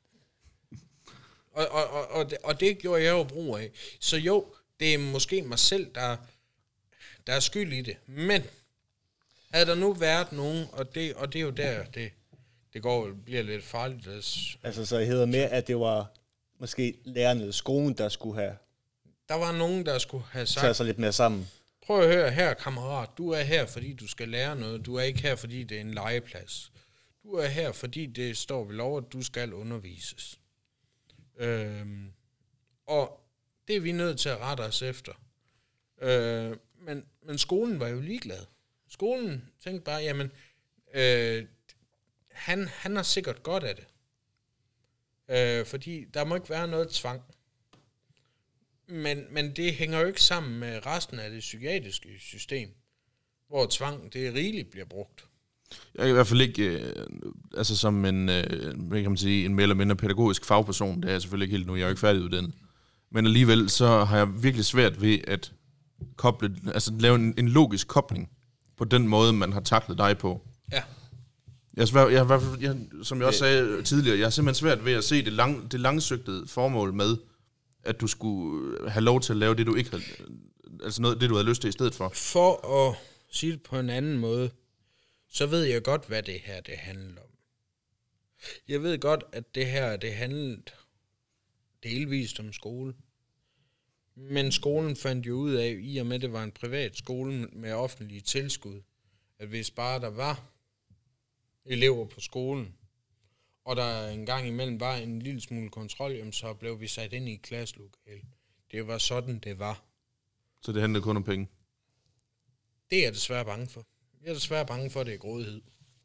Og det gjorde jeg jo brug af. Så jo, det er måske mig selv, der er skyld i det. Men havde der nu været nogen, og det er jo der, det bliver lidt farligt. Altså, så hedder mere, at det var måske lærerne eller skolen, der skulle have... Der var nogen, der skulle have sagt... Taget sig lidt mere sammen. Prøv at høre her, kammerat. Du er her, fordi du skal lære noget. Du er ikke her, fordi det er en legeplads. Du er her, fordi det står ved lov, at du skal undervises. Og det er vi nødt til at rette os efter. Men skolen var jo ligeglad. Skolen tænkte bare, jamen, han har sikkert godt af det. Fordi der må ikke være noget tvang. Men det hænger jo ikke sammen med resten af det psykiatriske system, hvor tvang, det rigeligt bliver brugt. Jeg er i hvert fald ikke, altså som en, hvad kan man sige, en mere eller mindre pædagogisk fagperson, det er jeg selvfølgelig ikke helt nu, jeg er jo ikke færdiguddannet. Men alligevel så har jeg virkelig svært ved at koble, altså lave en logisk kobling på den måde, man har taklet dig på. Ja. Som jeg også sagde tidligere, jeg har simpelthen svært ved at se det langsøgtede formål med, at du skulle have lov til at lave det, du ikke havde, altså noget, det, du havde lyst til i stedet for. For at sige det på en anden måde, så ved jeg godt, hvad det her det handler om. Jeg ved godt, at det her det handlede delvist om skole. Men skolen fandt jo ud af, i og med det var en privat skole med offentlige tilskud, at hvis bare der var elever på skolen, og der en gang imellem var en lille smule kontrol, jamen så blev vi sat ind i et klasselokale. Det var sådan, det var. Så det handlede kun om penge? Det er jeg desværre bange for. Jeg er desværre bange for, at det er grådighed.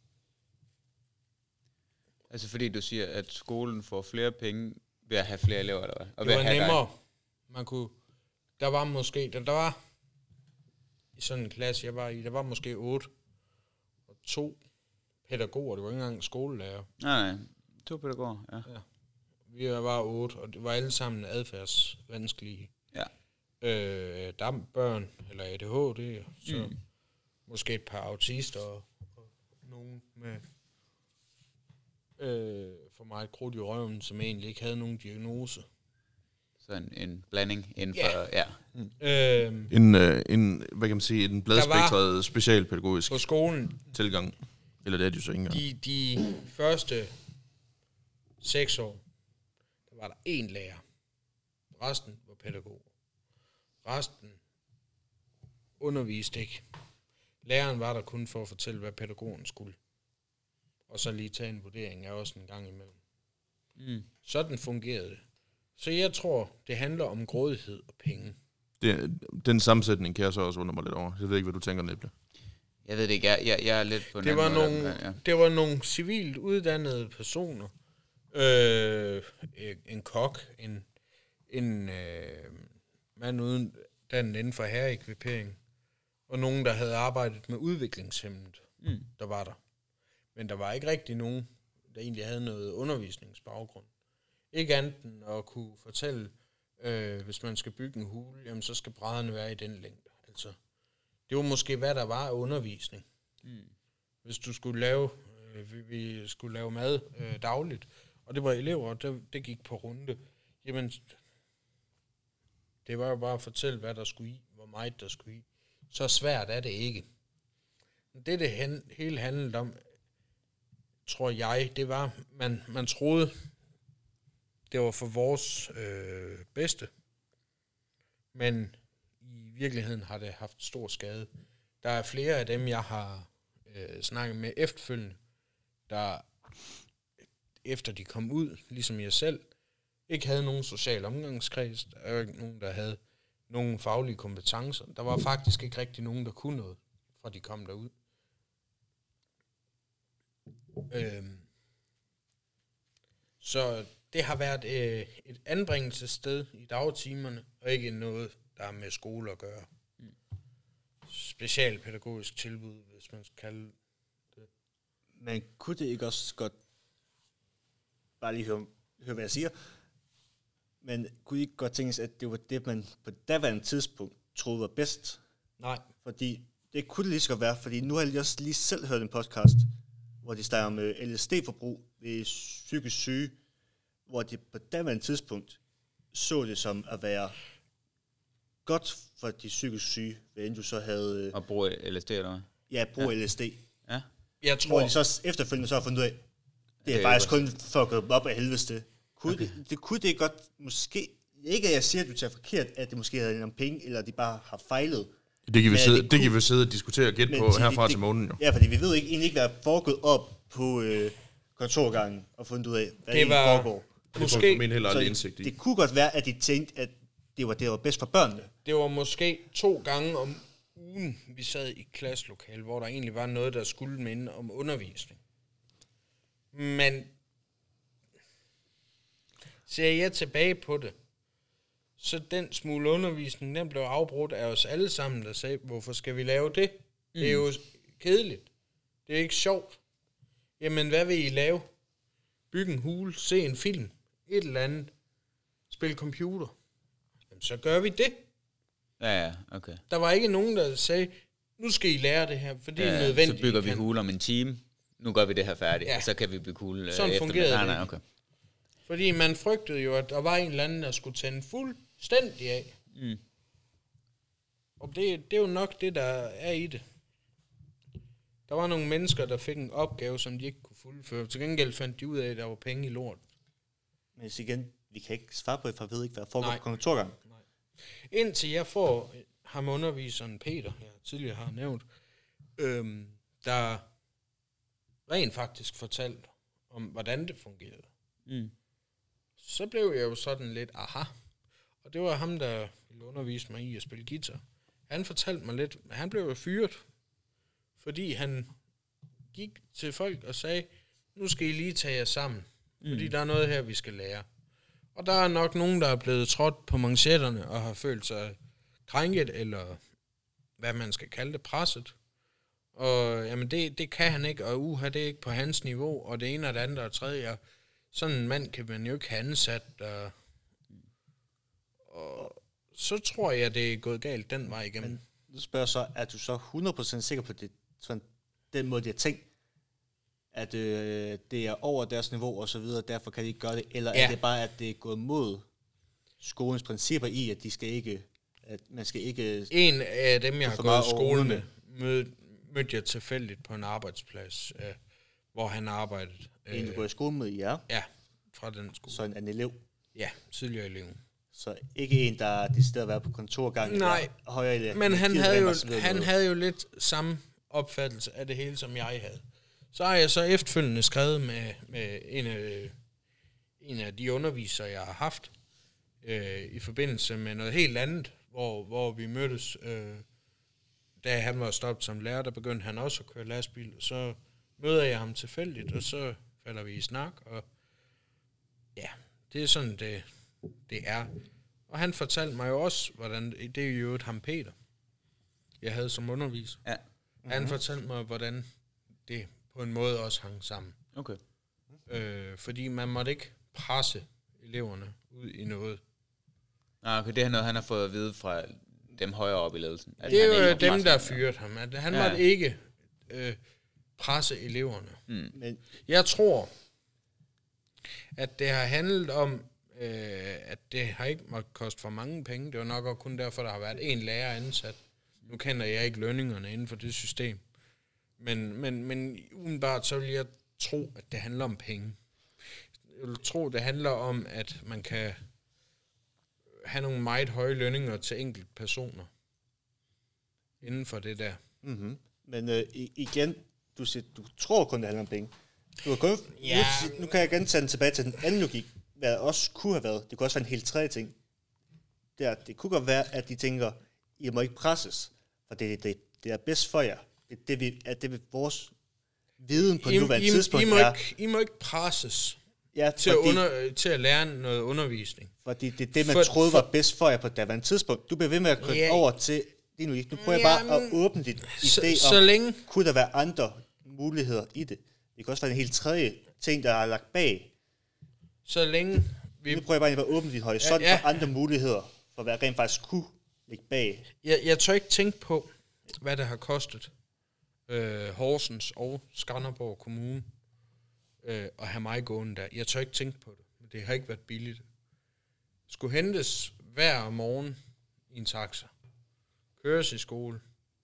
Altså fordi du siger, at skolen får flere penge ved at have flere elever, eller hvad? Og det var nemmere. Man kunne, der var måske, der var i sådan en klasse, jeg var i, der var måske 8 og 2 pædagoger. Det var ikke engang skolelærer. Nej, 2 pædagoger, ja. Vi var 8, og det var alle sammen adfærdsvanskelige. Ja. Børn, eller ADHD, så måske et par autister, og nogen med for meget krudt i røven, som egentlig ikke havde nogen diagnose. Så en blanding inden for, En hvad kan man sige, en bladspektret specialpædagogisk på skolen tilgang. Eller det er det jo så ikke engang. De første 6 år, der var der 1 lærer. Resten var pædagoger. Resten underviste ikke. Læreren var der kun for at fortælle, hvad pædagogen skulle. Og så lige tage en vurdering af også en gang imellem. Sådan fungerede det. Så jeg tror, det handler om grådighed og penge. Den sammensætning kan jeg så også undre mig lidt over. Jeg ved ikke, hvad du tænker, Neble. Jeg ved det ikke. Jeg er lidt på en anden måde. Det var nogle civilt uddannede personer. En kok, en mand uden den inden for herreekvipering, og nogen, der havde arbejdet med udviklingshæmmet, der var der. Men der var ikke rigtig nogen, der egentlig havde noget undervisningsbaggrund. Ikke andet end at kunne fortælle, hvis man skal bygge en hule, jamen så skal brædderne være i den længde. Altså, det var måske, hvad der var af undervisning. Hvis du skulle lave, vi skulle lave mad dagligt, og det var elever, det gik på runde, jamen, det var jo bare at fortælle, hvad der skulle i, hvor meget der skulle i. Så svært er det ikke. Det hele handlede om, tror jeg, det var, man troede, det var for vores bedste. Men i virkeligheden har det haft stor skade. Der er flere af dem, jeg har snakket med efterfølgende, der efter de kom ud, ligesom jeg selv, ikke havde nogen social omgangskreds. Der er jo ikke nogen, der havde nogen faglige kompetencer. Der var faktisk ikke rigtig nogen, der kunne noget, fra de kom derud. Så det har været et anbringelsessted i dagtimerne, og ikke noget, der er med skole at gøre. Specialpædagogisk tilbud, hvis man skal kalde det. Men kunne det ikke også godt, bare lige høre hvad jeg siger, men kunne I ikke godt tænkes, at det var det, man på daværende tidspunkt troede var bedst? Nej. Fordi det kunne det lige så godt være, fordi nu har jeg også lige selv hørt en podcast, hvor de snakker om LSD-forbrug ved psykisk syge, hvor de på daværende tidspunkt så det som at være godt for de psykisk syge, hvad end du så havde... Og bruge LSD, eller hvad? Ja, bruge LSD. Ja. Jeg tror... Hvor de så efterfølgende så har fundet ud af, det er faktisk kun for at gå op af helvede. Kunne det godt måske... Ikke at jeg siger, at du tager forkert, at det måske havde om penge, eller de bare har fejlet. Det kan vi sidde og diskutere og gætte på herfra til månen, jo. Ja, fordi vi ved egentlig ikke, hvad der er foregået op på kontorgangen og fundet ud af, hvad det foregår. Måske, det kunne godt være, at de tænkte, at det var bedst for børnene. Det var måske 2 gange om ugen, vi sad i klasselokale, hvor der egentlig var noget, der skulle minde om undervisning. Men ser jeg tilbage på det, Så den smule undervisning, den blev afbrudt af os alle sammen, der sagde, hvorfor skal vi lave det? Det er jo kedeligt. Det er ikke sjovt. Jamen, hvad vil I lave? Bygge en hule, se en film, et eller andet, spille computer. Jamen, så gør vi det. Ja, okay. Der var ikke nogen, der sagde, nu skal I lære det her, for det er nødvendigt. Så bygger vi hule om en time. Nu gør vi det her færdigt, og så kan vi bygge hule sådan fungerede det. Nej, okay. Fordi man frygtede jo, at der var en eller anden, der skulle tænde fuldstændig af. Og det er jo nok det, der er i det. Der var nogle mennesker, der fik en opgave, som de ikke kunne fuldføre. Til gengæld fandt de ud af, at der var penge i lort. Men igen, vi kan ikke svare på det, for jeg ved ikke, hvad der foregår på konjunkturgang. Indtil jeg får ham underviseren Peter, jeg tidligere har nævnt, der rent faktisk fortalte om, hvordan det fungerede. Så blev jeg jo sådan lidt, aha. Og det var ham, der ville undervise mig i at spille guitar. Han fortalte mig lidt, at han blev jo fyret, fordi han gik til folk og sagde, nu skal I lige tage jer sammen, fordi der er noget her, vi skal lære. Og der er nok nogen, der er blevet trådt på manchetterne og har følt sig krænket, eller hvad man skal kalde det, presset. Og jamen det kan han ikke, og det er ikke på hans niveau, og det ene og det andet og tredje. Sådan en mand kan man jo ikke have ansat. Og så tror jeg, det er gået galt den vej igennem. Men nu spørger så, er du så 100% sikker på det, sådan, den måde, de har tænkt, at det er over deres niveau og så videre, derfor kan de ikke gøre det, eller er det bare, at det er gået mod skolens principper i, at de skal ikke, at man skal ikke... En af dem, jeg har gået i skole med, mødte jeg tilfældigt på en arbejdsplads, hvor han arbejdede. En, du går i skole med, ja? Ja, fra den skole. Så en elev? Ja, tidligere elev. Så ikke en, der decideret at være på kontorgang? Nej, højere, men han havde jo lidt samme opfattelse af det hele, som jeg havde. Så har jeg så efterfølgende skrevet med en af de undervisere, jeg har haft, i forbindelse med noget helt andet, hvor vi mødtes. Da han var stoppet som lærer, der begyndte han også at køre lastbil. Så møder jeg ham tilfældigt, og så falder vi i snak. Og ja, det er sådan, det er. Og han fortalte mig jo også, hvordan, det er jo et ham Peter, jeg havde som underviser. Ja. Han fortalte mig, hvordan det på en måde også hang sammen. Okay. Fordi man måtte ikke presse eleverne ud i noget. Okay, det er noget, han har fået at vide fra dem højere op i ledelsen. Det er jo dem, der fyrede ham. At han måtte ikke presse eleverne. Men jeg tror, at det har handlet om, at det har ikke måttet koste for mange penge. Det var nok også kun derfor, der har været en lærer ansat. Nu kender jeg ikke lønningerne inden for det system. Men umiddelbart så vil jeg tro, at det handler om penge. Jeg vil tro, det handler om, at man kan have nogle meget høje lønninger til enkelte personer inden for det der. Mm-hmm. Men igen, du siger, du tror kun, det handler om penge. Nu kan jeg igen tage den tilbage til den anden logik, hvad det også kunne have været. Det kunne også være en helt tredje ting. Det kunne godt være, at de tænker, I må ikke presses, for det er bedst for jer. Det er vores viden på nuværende tidspunkt. I må ikke presses til at lære noget undervisning. Fordi det er det, man troede var bedst for jer på daværende tidspunkt. Du bliver ved med at køre over til... Nu prøver jeg bare at åbne dit idé om, længe, kunne der være andre muligheder i det? Det kan også være en helt tredje ting, der er lagt bag. Så længe nu prøver jeg bare at åbne dit horisont for andre muligheder, for hvad rent faktisk kunne ligge bag. Jeg tør ikke tænke på, hvad det har kostet Horsens og Skanderborg Kommune at have mig gående der. Jeg tør ikke tænke på det, men det har ikke været billigt. Skulle hentes hver morgen i en taxa, køres i skole,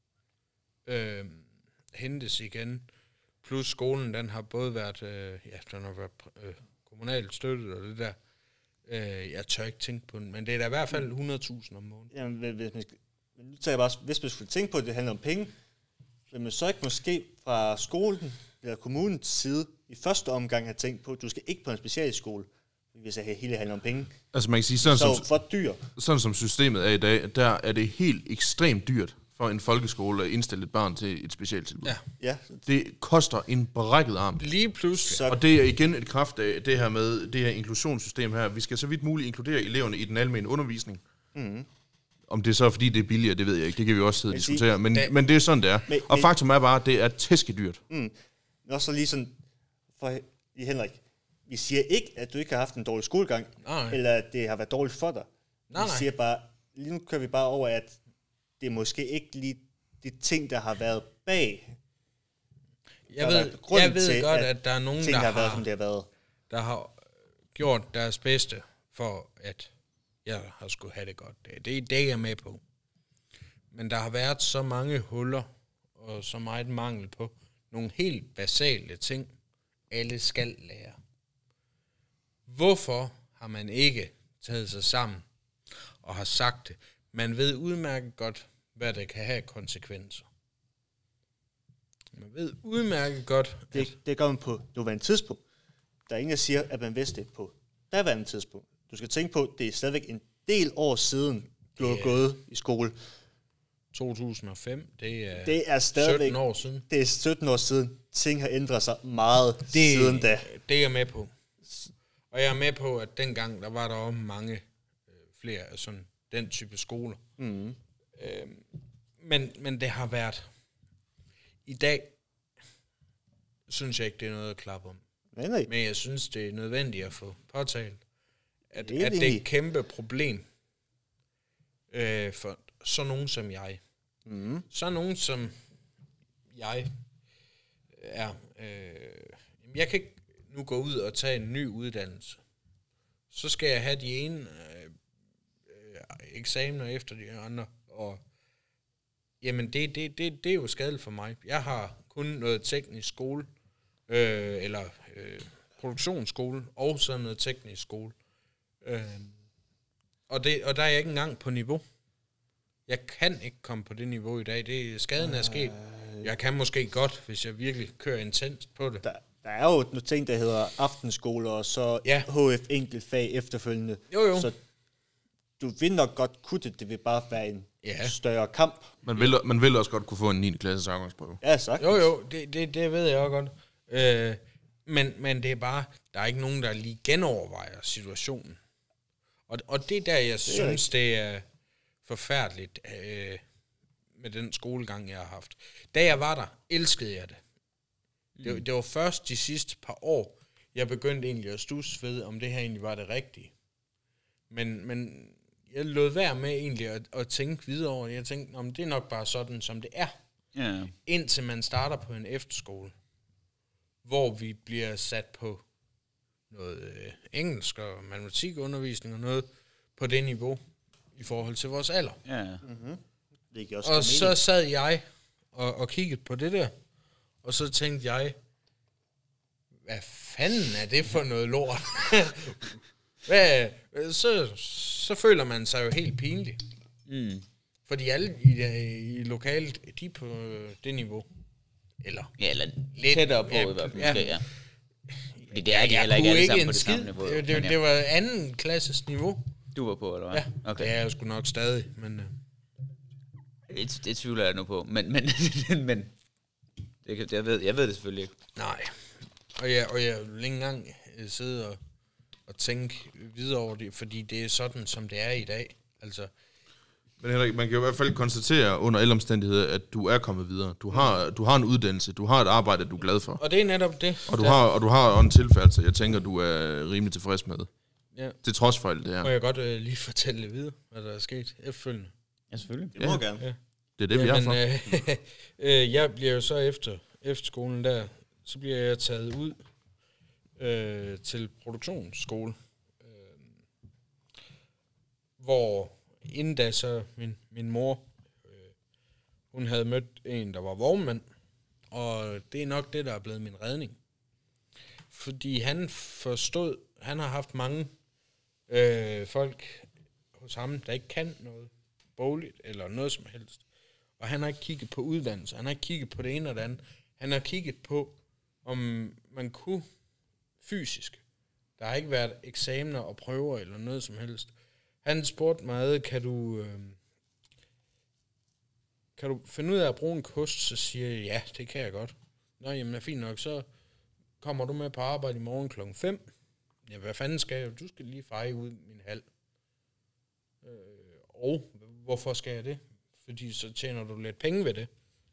hentes igen, plus skolen, den har både været, den har været kommunalt støttet og det der. Jeg tør ikke tænke på den, men det er da i hvert fald 100.000 om måneden. Jamen, nu tager jeg bare, hvis man skulle tænke på, at det handler om penge, vil man så ikke måske fra skolen eller kommunens side i første omgang have tænkt på, at du skal ikke på en specialskole, hvis det hele handler om penge. Altså man kan sige, sådan som systemet er i dag, der er det helt ekstremt dyrt for en folkeskole at indstille et barn til et specialtilbud. Ja. Det koster en brækket arm. Lige pludselig. Og det er igen et kraft af det her med det her inklusionssystem her. Vi skal så vidt muligt inkludere eleverne i den almene undervisning. Mm. Om det så er, fordi det er billigere, det ved jeg ikke. Det kan vi også sidde og Men diskutere. Men det er sådan, det er. Og faktum er bare, at det er tæskedyrt. Men også lige sådan, for i Henrik, vi siger ikke, at du ikke har haft en dårlig skolegang, eller at det har været dårligt for dig. Vi siger bare, lige nu kører vi bare over, at det er måske ikke lige de ting, der har været bag. Jeg ved godt, at der er nogen, der har været, som det har været. Der har gjort deres bedste for, at jeg har skulle have det godt. Det er jeg med på. Men der har været så mange huller, og så meget mangel på nogle helt basale ting, alle skal lære. Hvorfor har man ikke taget sig sammen og har sagt det? Man ved udmærket godt, hvad det kan have konsekvenser. Man ved udmærket godt... Det gør man på nuværende tidspunkt. Der er ingen, der siger, at man vidste det på daværende tidspunkt. Du skal tænke på, at det er stadigvæk en del år siden, du har gået i skole. 2005, det er stadigvæk 17 år siden. Det er 17 år siden. Ting har ændret sig meget siden da. Det er jeg med på. Og jeg er med på, at dengang, der var der også mange flere af sådan den type skoler. Mm. Men det har været... I dag synes jeg ikke, det er noget at klappe om. Nej. Men jeg synes, det er nødvendigt at få påtalt, at det er et kæmpe problem for så nogen som jeg. Mm. Så nogen som jeg er... jeg kan ikke nu gå ud og tage en ny uddannelse. Så skal jeg have de ene eksamener efter de andre, og jamen det er jo skadeligt for mig. Jeg har kun noget teknisk skole, eller produktionsskole, og så noget teknisk skole. Og der er jeg ikke engang på niveau. Jeg kan ikke komme på det niveau i dag. Skaden er sket. Jeg kan måske godt, hvis jeg virkelig kører intenst på det. Der er jo nogle ting, der hedder aftenskole, og så HF enkeltfag efterfølgende. Jo. Så du vil nok godt kunne det. Det vil bare være en større kamp. Man vil også godt kunne få en 9. klasses afgangsprøve. Ja, sagt. Jo, det ved jeg også godt. Men det er bare, der er ikke nogen, der lige genovervejer situationen. Og det der, jeg synes, det er forfærdeligt med den skolegang, jeg har haft. Da jeg var der, elskede jeg det. Det var først de sidste par år, jeg begyndte egentlig at studse ved, om det her egentlig var det rigtige. Men jeg lod være med egentlig at tænke videre over det. Jeg tænkte, det er nok bare sådan, som det er. Yeah. Indtil man starter på en efterskole, hvor vi bliver sat på noget engelsk og matematikundervisning og noget på det niveau i forhold til vores alder. Yeah. Mm-hmm. Og så sad jeg og kiggede på det der, og så tænkte jeg, hvad fanden er det for noget lort? Så føler man sig jo helt pinlig. Mm. Fordi alle i lokalet, de er på det niveau. Eller lidt tættere på i hvert fald, måske, ja. Fordi det er de heller ikke alle sammen på det samme niveau. Det var anden klasses niveau. Du var på, eller hvad? Ja, okay. Det er jeg sgu nok stadig, men... Det tvivler jeg nu på, men jeg ved det selvfølgelig ikke. Nej, og jeg vil ikke engang sidde og tænke videre over det, fordi det er sådan, som det er i dag. Altså... Men Henrik, man kan jo i hvert fald konstatere under alle omstændigheder, at du er kommet videre. Du har en uddannelse, du har et arbejde, du er glad for. Og det er netop det. Og du har en tilfærdelse, jeg tænker, du er rimelig tilfreds med. Ja. Til trods for alt det her. Må jeg godt lige fortælle lidt videre, hvad der er sket efterfølgende? Ja, selvfølgelig. Det må gerne. Ja. Det er det, vi er for. Jeg bliver jo så efter skolen der, så bliver jeg taget ud til produktionsskole, hvor inden da så min mor, hun havde mødt en, der var vognmand, og det er nok det, der er blevet min redning. Fordi han forstod, han har haft mange folk hos ham, der ikke kan noget bogligt eller noget som helst. Og han har ikke kigget på uddannelse, han har ikke kigget på det ene og det andet. Han har kigget på, om man kunne fysisk. Der har ikke været eksamener og prøver eller noget som helst. Han spurgte mig, kan du finde ud af at bruge en kost? Så siger jeg, ja, det kan jeg godt. Nå, jamen, er fint nok, så kommer du med på arbejde i morgen 5:00. Ja, hvad fanden skal jeg? Du skal lige feje ud min hal. Og hvorfor skal jeg det? Fordi så tjener du lidt penge ved det.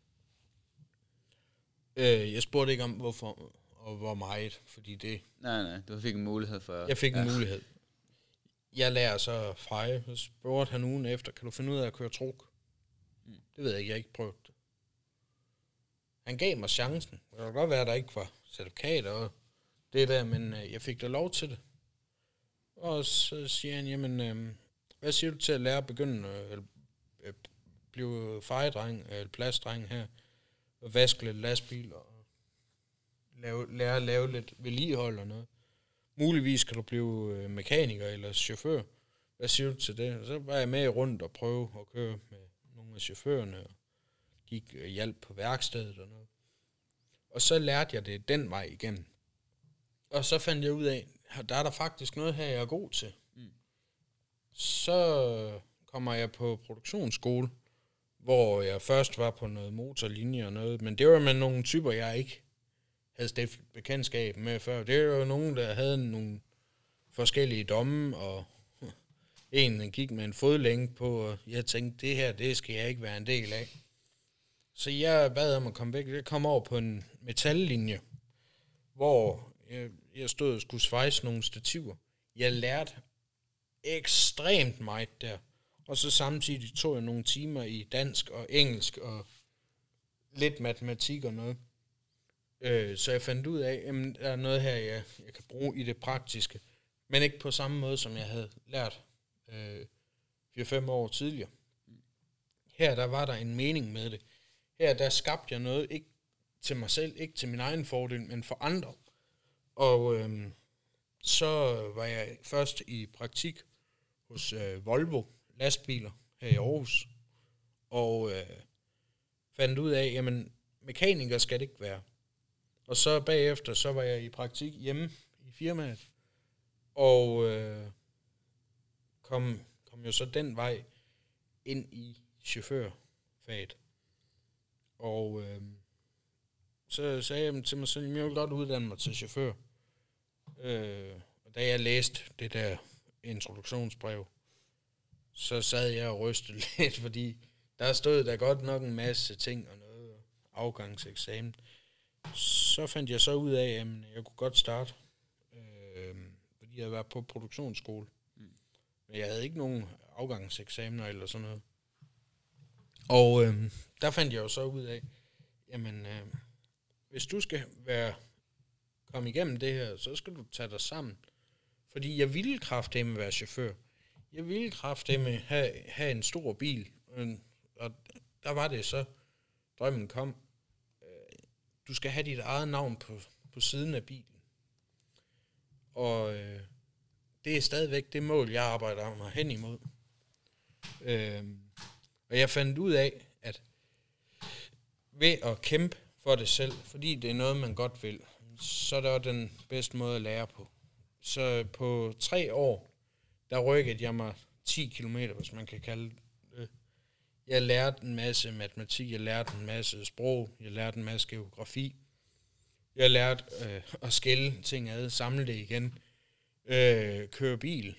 Jeg spurgte ikke om, hvorfor og hvor meget, fordi det... Nej, du fik en mulighed for... Jeg fik en mulighed. Jeg lærer så feje. Så spurgte han ugen efter, kan du finde ud af at køre truk? Det ved jeg ikke, jeg har ikke prøvet det. Han gav mig chancen. Det kan godt være, at der ikke var certifikat og det der, men jeg fik da lov til det. Og så siger han, jamen, hvad siger du til at lære at begynde at blive fejedreng, eller pladsdreng her, og vaske lidt lastbil, og lære at lave lidt vedligehold og noget. Muligvis kan du blive mekaniker eller chauffør. Hvad siger du til det? Og så var jeg med rundt og prøve at køre med nogle af chaufførerne, og gik hjælp på værkstedet og noget. Og så lærte jeg det den vej igen. Og så fandt jeg ud af, der er der faktisk noget her, jeg er god til. Så kommer jeg på produktionsskole, hvor jeg først var på noget motorlinje og noget, men det var med nogle typer, jeg ikke havde stiftet bekendtskab med før. Det var jo nogen, der havde nogle forskellige domme, og en gik med en fodlænke på, og jeg tænkte, det her, det skal jeg ikke være en del af. Så jeg bad om at komme væk. Jeg kom over på en metallinje, hvor jeg stod og skulle svejse nogle stativer. Jeg lærte ekstremt meget der. Og så samtidig tog jeg nogle timer i dansk og engelsk og lidt matematik og noget. Så jeg fandt ud af, at der er noget her, jeg kan bruge i det praktiske. Men ikke på samme måde, som jeg havde lært 4-5 år tidligere. Her der var der en mening med det. Her der skabte jeg noget, ikke til mig selv, ikke til min egen fordel, men for andre. Og så var jeg først i praktik hos Volvo lastbiler her i Aarhus. Og fandt ud af, jamen mekaniker skal det ikke være. Og så bagefter, så var jeg i praktik hjemme i firmaet. Og kom jo så den vej ind i chaufførfaget. Og så sagde jeg til mig selv, at jeg vil godt uddanne mig til chauffør. Og da jeg læste det der introduktionsbrev, så sad jeg og rystede lidt, fordi der stod der godt nok en masse ting og noget afgangseksamen. Så fandt jeg så ud af, at jeg kunne godt starte, fordi jeg havde været på produktionsskole. Men jeg havde ikke nogen afgangseksamener eller sådan noget. Og der fandt jeg jo så ud af, jamen, hvis du skal komme igennem det her, så skal du tage dig sammen. Fordi jeg ville kraftedeme være chauffør. Jeg ville kraftedeme have en stor bil. Og der var det så, drømmen kom. Du skal have dit eget navn på siden af bilen. Og det er stadigvæk det mål, jeg arbejder mig hen imod. Og jeg fandt ud af, at ved at kæmpe for det selv, fordi det er noget, man godt vil, så er det også den bedste måde at lære på. Så på 3 år, der rykkede jeg mig 10 kilometer, hvis man kan kalde det. Jeg lærte en masse matematik, jeg lærte en masse sprog, jeg lærte en masse geografi. Jeg lærte at skille ting ad, samle det igen, køre bil,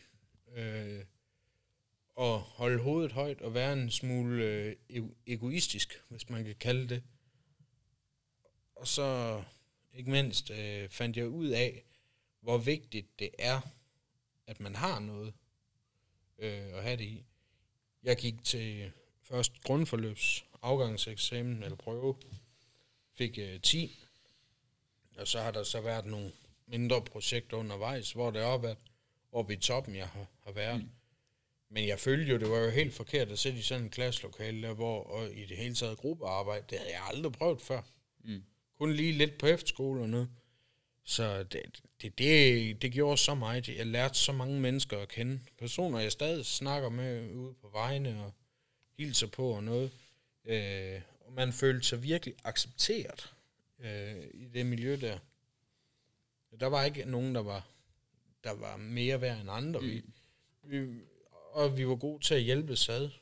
og holde hovedet højt og være en smule egoistisk, hvis man kan kalde det. Og så ikke mindst fandt jeg ud af, hvor vigtigt det er, at man har noget at have det i. Jeg gik til først grundforløbs afgangseksamen eller prøve, fik 10, og så har der så været nogle mindre projekter undervejs, hvor det har været oppe i toppen, jeg har været. Men jeg følte jo, det var jo helt forkert at sidde i sådan en klasselokale der, og i det hele taget gruppearbejde, det havde jeg aldrig prøvet før. Kun lige lidt på efterskole og noget. Så det gjorde så meget. Jeg lærte så mange mennesker at kende. Personer, jeg stadig snakker med ude på vejene og hilser på og noget. Og man følte sig virkelig accepteret i det miljø der. Der var ikke nogen, der var mere værd end andre. Og vi var gode til at hjælpe sad.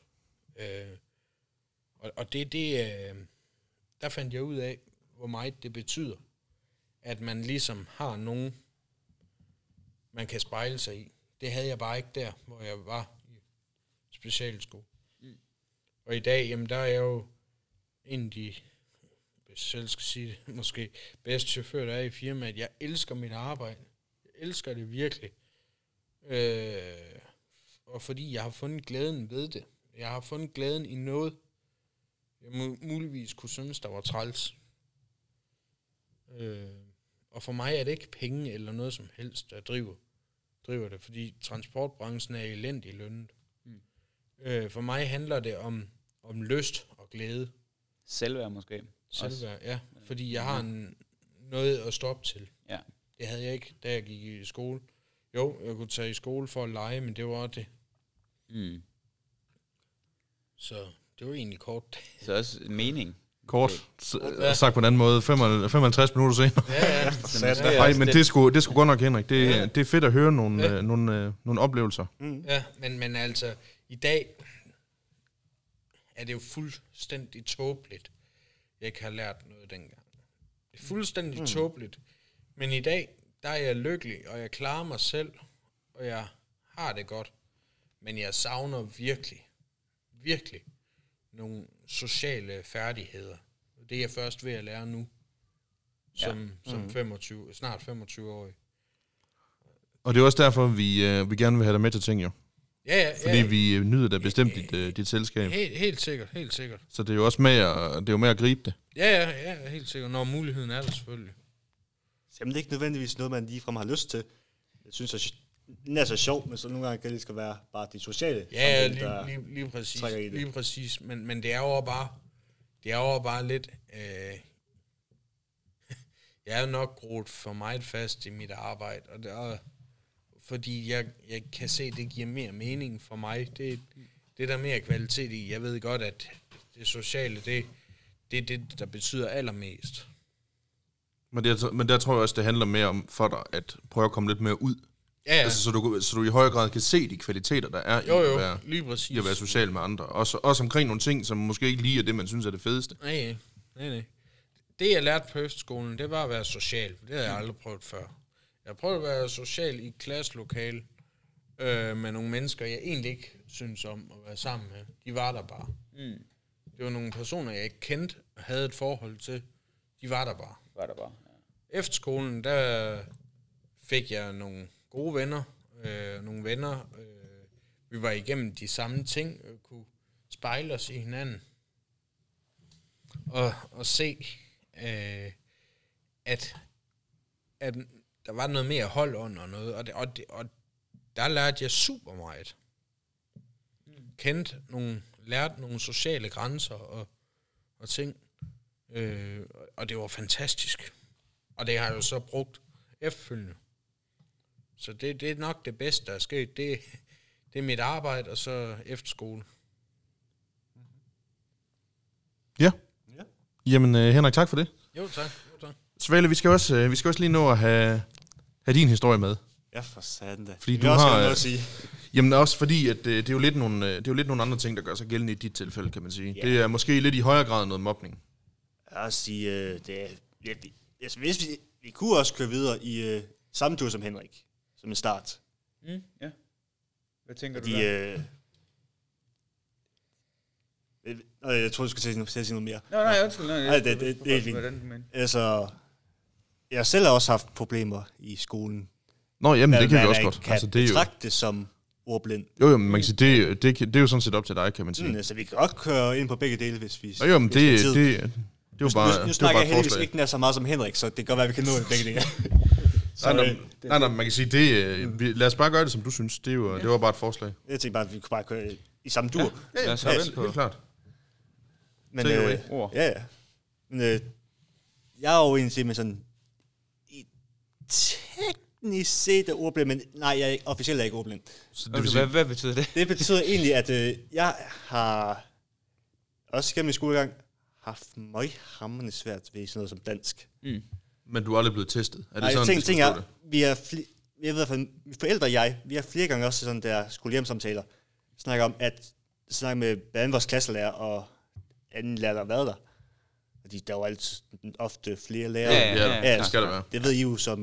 Og der fandt jeg ud af, hvor meget det betyder, at man ligesom har nogen, man kan spejle sig i. Det havde jeg bare ikke der, hvor jeg var specialskole. Og i dag, jamen der er jeg jo en af de, hvis jeg selv skal sige det, måske bedste chauffør, der er i firmaet. Jeg elsker mit arbejde. Jeg elsker det virkelig. Og fordi jeg har fundet glæden ved det. Jeg har fundet glæden i noget, jeg muligvis kunne synes, der var træls. Og for mig er det ikke penge eller noget som helst, der driver det, fordi transportbranchen er elendig lønnet. For mig handler det om lyst og glæde. Selvværd måske. Selvværd, ja. Fordi jeg har noget at stoppe til. Ja. Det havde jeg ikke, da jeg gik i skole. Jo, jeg kunne tage i skole for at lege, men det var det. Så det var egentlig kort. Så også mening. Kort, sagt på en anden måde, 55 minutter senere. Ja. Nej, men det skulle godt nok, Henrik. Det er fedt at høre nogle oplevelser. Ja, men altså, i dag er det jo fuldstændig tåbeligt, jeg ikke har lært noget dengang. Det er fuldstændig tåbeligt. Men i dag, der er jeg lykkelig, og jeg klarer mig selv, og jeg har det godt. Men jeg savner virkelig nogle sociale færdigheder. Det er jeg først ved at lære nu, som snart 25-årig. Og det er også derfor, vi gerne vil have dig med til ting, jo. Ja. Fordi vi nyder da bestemt dit selskab. Helt sikkert. Så det er jo også med at gribe det. Ja, helt sikkert. Når muligheden er der selvfølgelig. Jamen, det er ikke nødvendigvis noget, man ligefrem har lyst til. Jeg synes, at den er så sjov, men så nogle gange kan det skal være bare de sociale. Ja, lige præcis. Men det er jo bare lidt... jeg er jo nok groet for meget fast i mit arbejde, og fordi jeg kan se, at det giver mere mening for mig. Det er der mere kvalitet i. Jeg ved godt, at det sociale, det er det, der betyder allermest. Men der tror jeg også, det handler mere om for dig, at prøve at komme lidt mere ud. Ja. Altså, så du i højere grad kan se de kvaliteter, der er lige præcis. i at være social med andre. Også omkring nogle ting, som måske ikke lige er det, man synes er det fedeste. Nej. Det, jeg lærte på efterskolen, det var at være social. Det havde jeg aldrig prøvet før. Jeg prøvede at være social i et klasselokale med nogle mennesker, jeg egentlig ikke synes om at være sammen med. De var der bare. Det var nogle personer, jeg ikke kendte og havde et forhold til. De var der bare. Ja. Efter skolen, der fik jeg nogle gode venner. Nogle venner. Vi var igennem de samme ting. Kunne spejle os i hinanden. Og se, at der var noget mere hold under noget. Og der lærte jeg super meget. Lærte nogle sociale grænser og ting. Og det var fantastisk. Og det har jeg jo så brugt efterfølgende. Så det er nok det bedste, der er sket. Det er mit arbejde, og så efterskole. Ja. Jamen, Henrik, tak for det. Jo, tak. Svale, vi skal også lige nå at have din historie med. Ja, for satan da. Fordi du har også noget at sige. Jamen også fordi, at det er jo lidt nogle andre ting, der gør sig gældende i dit tilfælde, kan man sige. Ja. Det er måske lidt i højere grad noget mobning. Jeg vil sige, det er, hvis vi kunne også køre videre i samme tur som Henrik, som en start. Ja. Hvad tænker du der? Jeg tror, du skulle sige noget mere. Nej, undskyld. Det er fint. Altså, jeg selv har også haft problemer i skolen. Nå, jamen, det kan vi også godt. Kan det betragte det som ordblind. Jo, men man kan sige, det er jo sådan set op til dig, kan man sige. Så vi kan godt køre ind på begge dele, hvis vi... Jo, men det er jo bare... Nu snakker jeg heldigvis ikke nær så meget som Henrik, så det kan godt være, vi kan nå begge dele. Nej, man kan sige, lad os bare gøre det, som du synes. Det var bare et forslag. Jeg tænkte bare, at vi kunne bare køre i samme dur. Ja, helt klart. Men, ja. Men jeg er jo egentlig med sådan... Teknisk set er ordblind, men nej, jeg er officielt ikke ordblind. Hvad betyder det? Det betyder egentlig, at jeg har også gennem min skolegang haft møghamrende svært ved sådan noget som dansk. Men du er aldrig blevet testet? Er det nej, sådan, ting er, jeg ved, mine forældre og jeg, vi har flere gange også sådan der skolehjemsamtaler, snakker med blandt andet vores klasselærer og anden lærer, der har været der. Fordi der er jo altid ofte flere lærere. Ja, det skal det være. Det ved I jo som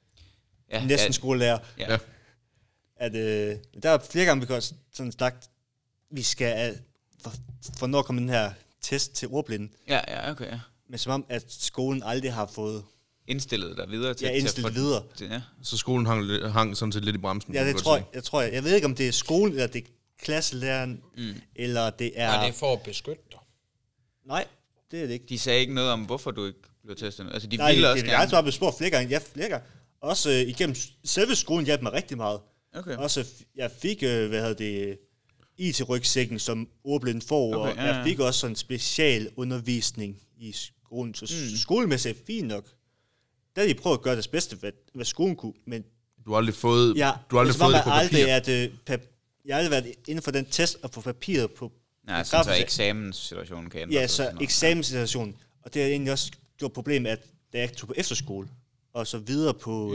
næsten skolelærer. Ja. At der er flere gange, vi kan også sådan snakket, vi skal... For når kommer den her test til ordblinde? Ja, okay, ja. Men som om, at skolen aldrig har fået... Indstillet dig videre til... Ja, indstillet videre. Ja. Så skolen hang sådan set lidt i bremsen. Ja, det tror jeg. Jeg ved ikke, om det er skolen, eller det er klasselæreren, eller det er... Nej, det er for at beskytte dig. Nej, det er det ikke. De sagde ikke noget om, hvorfor du ikke blev testet. Altså, de Nej, ville også gerne. Jeg har blevet spurgt flere gange. Ja, flere gange. Også igennem selve skolen hjalp mig rigtig meget. Okay. Også, jeg fik, IT-rygsækken, som ordblinde får, Okay, og jeg fik også sådan en special undervisning i skolen. Så skolemæssigt er fint nok. Der har de prøvet at gøre det bedste, hvad skolen kunne, men... Du har aldrig fået, Ja, du har aldrig fået det på papir. Jeg har aldrig været inden for den test og få papiret på... Nej, så eksamenssituationen kan ændre. Ja, så eksamenssituationen. Og det har egentlig også gjort problem, at da jeg tog på efterskole, og så videre på,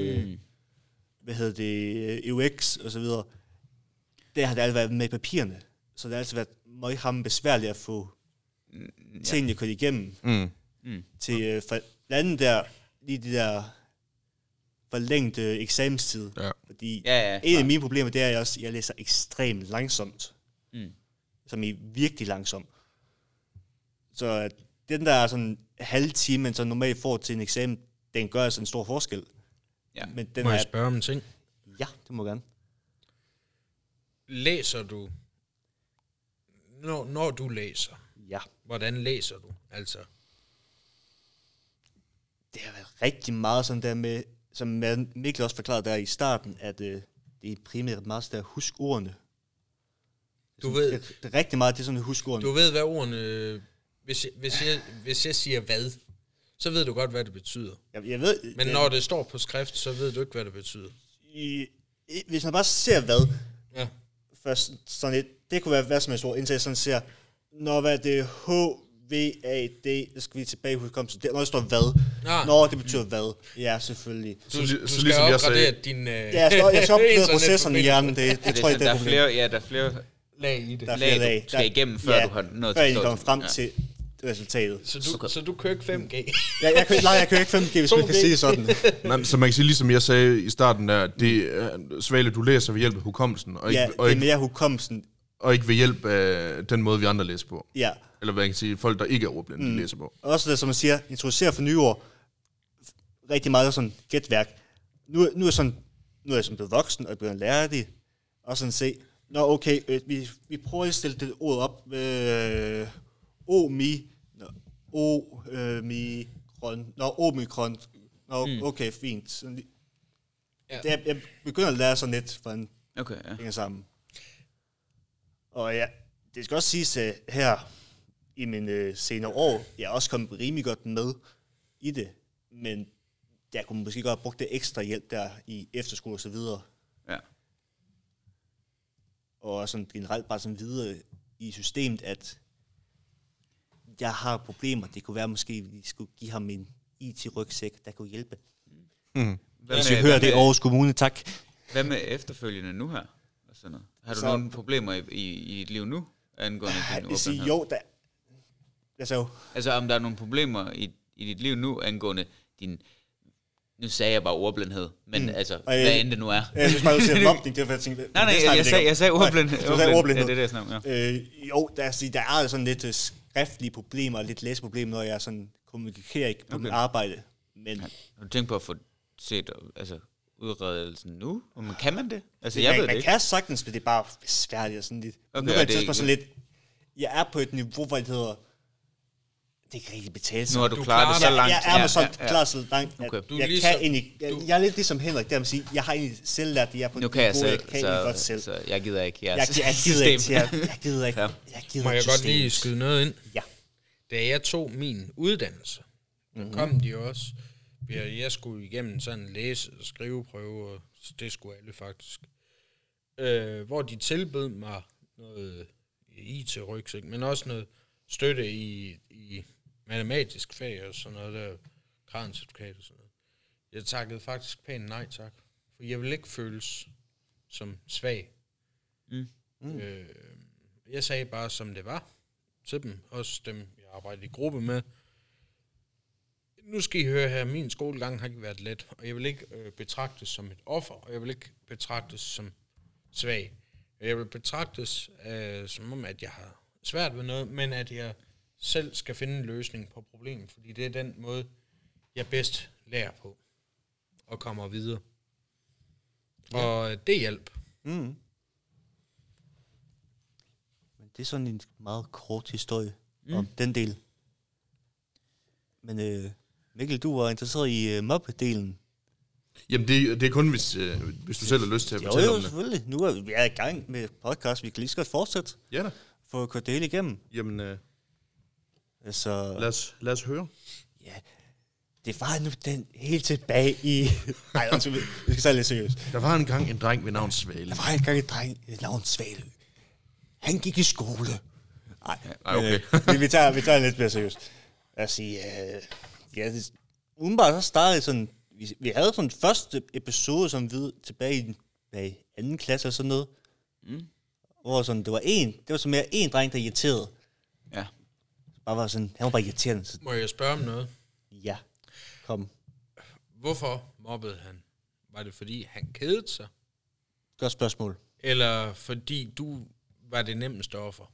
EUX og så videre, der har det altid været med papirerne. Så det har altid været meget besværligt at få tingene kørt igennem. Til blandt andet der, lige de der forlængte eksamenstid. Ja. Fordi en af mine problemer, det er også, at jeg læser ekstremt langsomt. Som i virkelig langsomt. Så den der sådan halve time, man så normalt får til en eksamen, den gør altså en stor forskel. Ja. Men den Må jeg spørge om en ting? Ja, det må gerne. Læser du, når du læser, ja. Hvordan læser du? Altså. Det har været rigtig meget sådan der med, som Mikkel også forklarede der i starten, at det er primært meget der husk ordene. Du ved, det er rigtig meget, det er sådan husk ordene. Du ved, hvad ordene... Hvis jeg siger hvad, så ved du godt, hvad det betyder. Jeg ved, men når det står på skrift, så ved du ikke, hvad det betyder. Hvis man bare ser hvad, ja. Først sådan et, det kunne være hvad som helst ord, indtil jeg sådan ser, når hvad det er HVAD, så skal vi tilbage i hukommelsen. Når det står hvad, når det betyder hvad, ja selvfølgelig. Du skal opgradere din... jeg skal opgradere processoren i hjernen, det tror jeg, det er flere. Ja, der er flere lag i det. Der er flere lag. Du skal igennem, før du har nået til kommer frem til resultatet. Så du kører ikke 5G? jeg kører ikke 5G, hvis man kan sige sådan. Nej, så man kan sige, ligesom jeg sagde i starten der, Svale, du læser ved hjælp af hukommelsen. Og det er mere hukommelsen. Og ikke ved hjælp af den måde, vi andre læser på. Ja. Eller hvad jeg kan sige, folk, der ikke er ordblinde, læser på. Også det, som man siger, introducere for nye ord. Rigtig meget sådan gætværk. Nu er jeg sådan blevet voksen, og jeg blevet lærer det. Og sådan se, okay, vi prøver at stille det ord op. Omikron. Okay, fint. Jeg begynder at lære sådan lidt, for en hænger sammen. Og ja, det skal også siges her i mine senere år, jeg er også kommet rimelig godt med i det, men jeg kunne måske godt have brugt det ekstra hjælp der i efterskole og så videre. Ja. Og sådan generelt bare sådan videre i systemet, at jeg har problemer. Det kunne være måske, at vi skulle give ham en IT-rygsæk, der kunne hjælpe. Hvis vi hører det i Aarhus Kommune, tak. Hvad med efterfølgende nu her? Har du nogle problemer i dit liv nu, angående din ordblindhed? Jo, altså, om der er nogle problemer i dit liv nu, angående din... Nu sagde jeg bare ordblindhed, men altså, hvad end det nu er. Hvis man siger mobning, det er for at tænke... Nej, jeg sagde ordblindhed. Du sagde ordblindhed. Ja, det er det, jeg snakker om. Jo, der er sådan lidt skriftlige problemer, og lidt læseproblemer, når jeg sådan kommunikerer ikke på mit arbejde. Men har du tænkt på at få set udredelsen nu? Kan man det? Altså, man kan sagtens, men det er bare svært og sådan lidt. Okay, nu er det sådan lidt... Jeg er på et niveau, hvor det hedder... Det kan ikke betale sig. Nu har du klaret det så langt. Jeg er sådan klaret så langt, at okay. jeg er lidt ligesom Henrik, der vil sige, jeg har egentlig selv lært det, jeg er på nu kan jeg selv, jeg kan godt selv. Så jeg gider ikke jeg gider ikke. Må jeg godt lige skyde noget ind? Ja. Da jeg tog min uddannelse, kom de også. Jeg skulle igennem sådan en læse- og skriveprøve, og det skulle alle faktisk. Hvor de tilbød mig noget IT-rygsæk, men også noget støtte i matematisk fag og sådan noget der, gradencertifikat og sådan noget. Jeg takkede faktisk pænt nej tak, for jeg vil ikke føles som svag. Jeg sagde bare, som det var til dem, også dem, jeg arbejdede i gruppe med. Nu skal I høre her, min skolegang har ikke været let, og jeg vil ikke betragtes som et offer, og jeg vil ikke betragtes som svag. Og jeg vil betragtes som om, at jeg har svært ved noget, men at jeg selv skal finde en løsning på problemet, fordi det er den måde, jeg bedst lærer på og kommer videre. Ja. Og det hjælp. Men det er sådan en meget kort historie om den del. Men Mikkel, du var interesseret i mobbe-delen. Jamen, det er kun, hvis du selv har lyst til at fortælle om det. Selvfølgelig. Nu er vi i gang med podcast. Vi kan lige så godt fortsætte. Ja da. For at køre det hele igennem. Jamen, Altså, lad os høre. ja, det var nu den helt tilbage i... Nej, vi skal sige lidt seriøst. Der var engang en dreng ved navn Svale. Der var engang en dreng ved navn Svale. Han gik i skole. Nej, okay. vi tager lidt mere seriøst. Altså, umiddelbart så startede sådan... Vi havde sådan første episode, som vi tilbage i anden klasse og sådan noget. Hvor sådan, det var så mere en dreng, der irriterede. Ja. Bare var sådan, han var bare irriterende. Så, Må jeg spørge om noget? ja, kom. Hvorfor mobbede han? Var det fordi, han kedede sig? Godt spørgsmål. Eller fordi du var det nemmeste offer?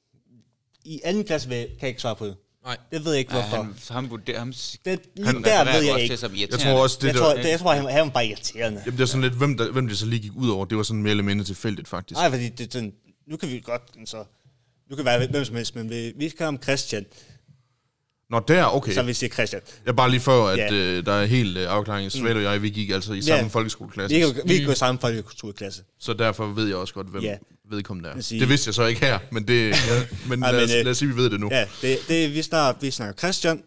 I anden klasse kan jeg ikke svare på det. Nej. Det ved jeg ikke, hvorfor. Han Der ved refererer jeg ikke. som Jeg tror også, Jeg tror, han var bare irriterende. Jamen, det er sådan lidt, hvem det så lige gik ud over. Det var sådan mere eller mindre tilfældigt, faktisk. Nej, fordi det sådan, nu kan vi godt, så nu kan være hvem som helst, men vi skal om Christian, Nå, der, okay. så vi siger Christian. Jeg bare lige for, at der er helt afklaring. Svend og jeg, vi gik altså i samme folkeskoleklasse. Vi går i samme folkekulturklasse. Så derfor ved jeg også godt, hvem vedkommende er. Sige- Det vidste jeg så ikke her, men lad os sige, vi ved det nu. Ja, vi snakker Christian.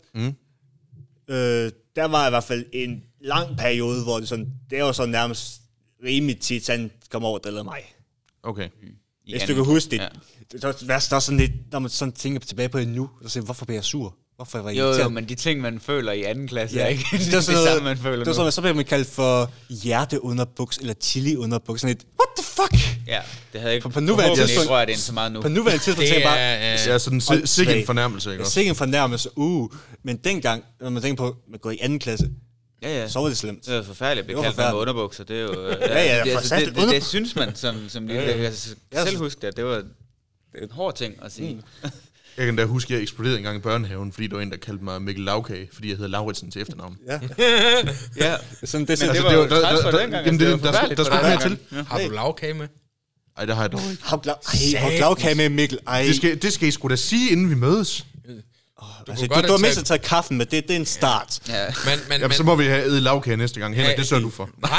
Der var i hvert fald en lang periode, hvor det var sådan nærmest rimelig tit, han kom over det eller mig. Okay. Hvis du kan huske det. Der er sådan lidt, når man sådan tænker tilbage på det nu, så siger hvorfor bliver jeg sur? Hvorfor var jeg irriterende? Jo, men de ting, man føler i anden klasse, er ikke det er det samme, man føler det er sådan, så bliver man kaldt for hjerteunderbuks eller chili-underbuks. Sådan et, what the fuck? Ja, det havde ikke På nuværende tidspunkt rørt ind så meget nu. På nuværende tidspunkt tænker jeg bare, Ja, sådan sikke en fornærmelse, ikke også? sikke en fornærmelse, men dengang, når man tænker på, at man går i anden klasse, Ja. så var det slemt. Det er forfærdeligt at blive Det var kaldt med forfærdeligt. underbukser. Det er jo... Ja, det synes man som lille. Jeg kan selv huske det. Det var en hård ting at sige. Jeg kan da huske, at jeg eksploderede en gang i børnehaven, fordi der var en, der kaldte mig Mikkel Lavkage, fordi jeg hedder Lauritsen til efternavn. Ja. Ja. Sådan, Men det var jo træls for dengang. Jamen, der skulle mere til. Har du lavkage med? Ej, det har jeg dog ikke. Har lavkage med, Mikkel? Ej. Det skal I sgu da sige, inden vi mødes. Altså, du har mindst at tage kaffen med, det er en start. Ja. Jamen, så må vi have ædet lavkage næste gang. Henrik, det sørger du for. Nej!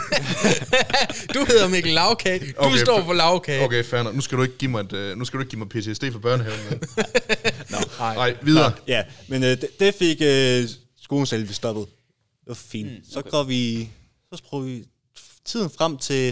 Du hedder Mikkel Lavkage. Du står for lavkage. Okay, fair nok. Nu skal du ikke give mig PTSD for børnehaven. Nej. Nej, videre. Ja, men det fik skolen selv stoppet. Det var fint. Så går vi... Så prøver vi tiden frem til...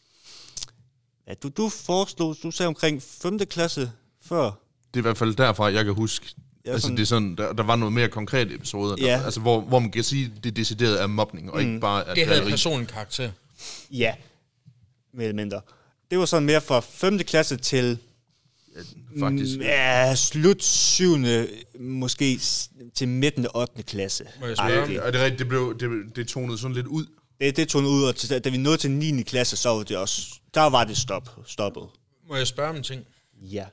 Ja, du sagde omkring 5. klasse før. Det er i hvert fald derfra, jeg kan huske. Ja, Altså, sådan- det er sådan, der var noget mere konkrete episoder, Ja. altså, hvor man kan sige, det er decideret af mobning, og ikke bare af Det havde drilleri. personlig karakter. Ja, mere eller mindre. Det var sådan mere fra 5. klasse til... Faktisk. Ja, slut 7. Måske til midten af 8. klasse. Må jeg spørge om Ej, Og det er rigtigt, det tonede sådan lidt ud. det tog ud, og da vi nåede til 9. klasse, så var det også... Der var det stoppet. Må jeg spørge om en ting? Ja.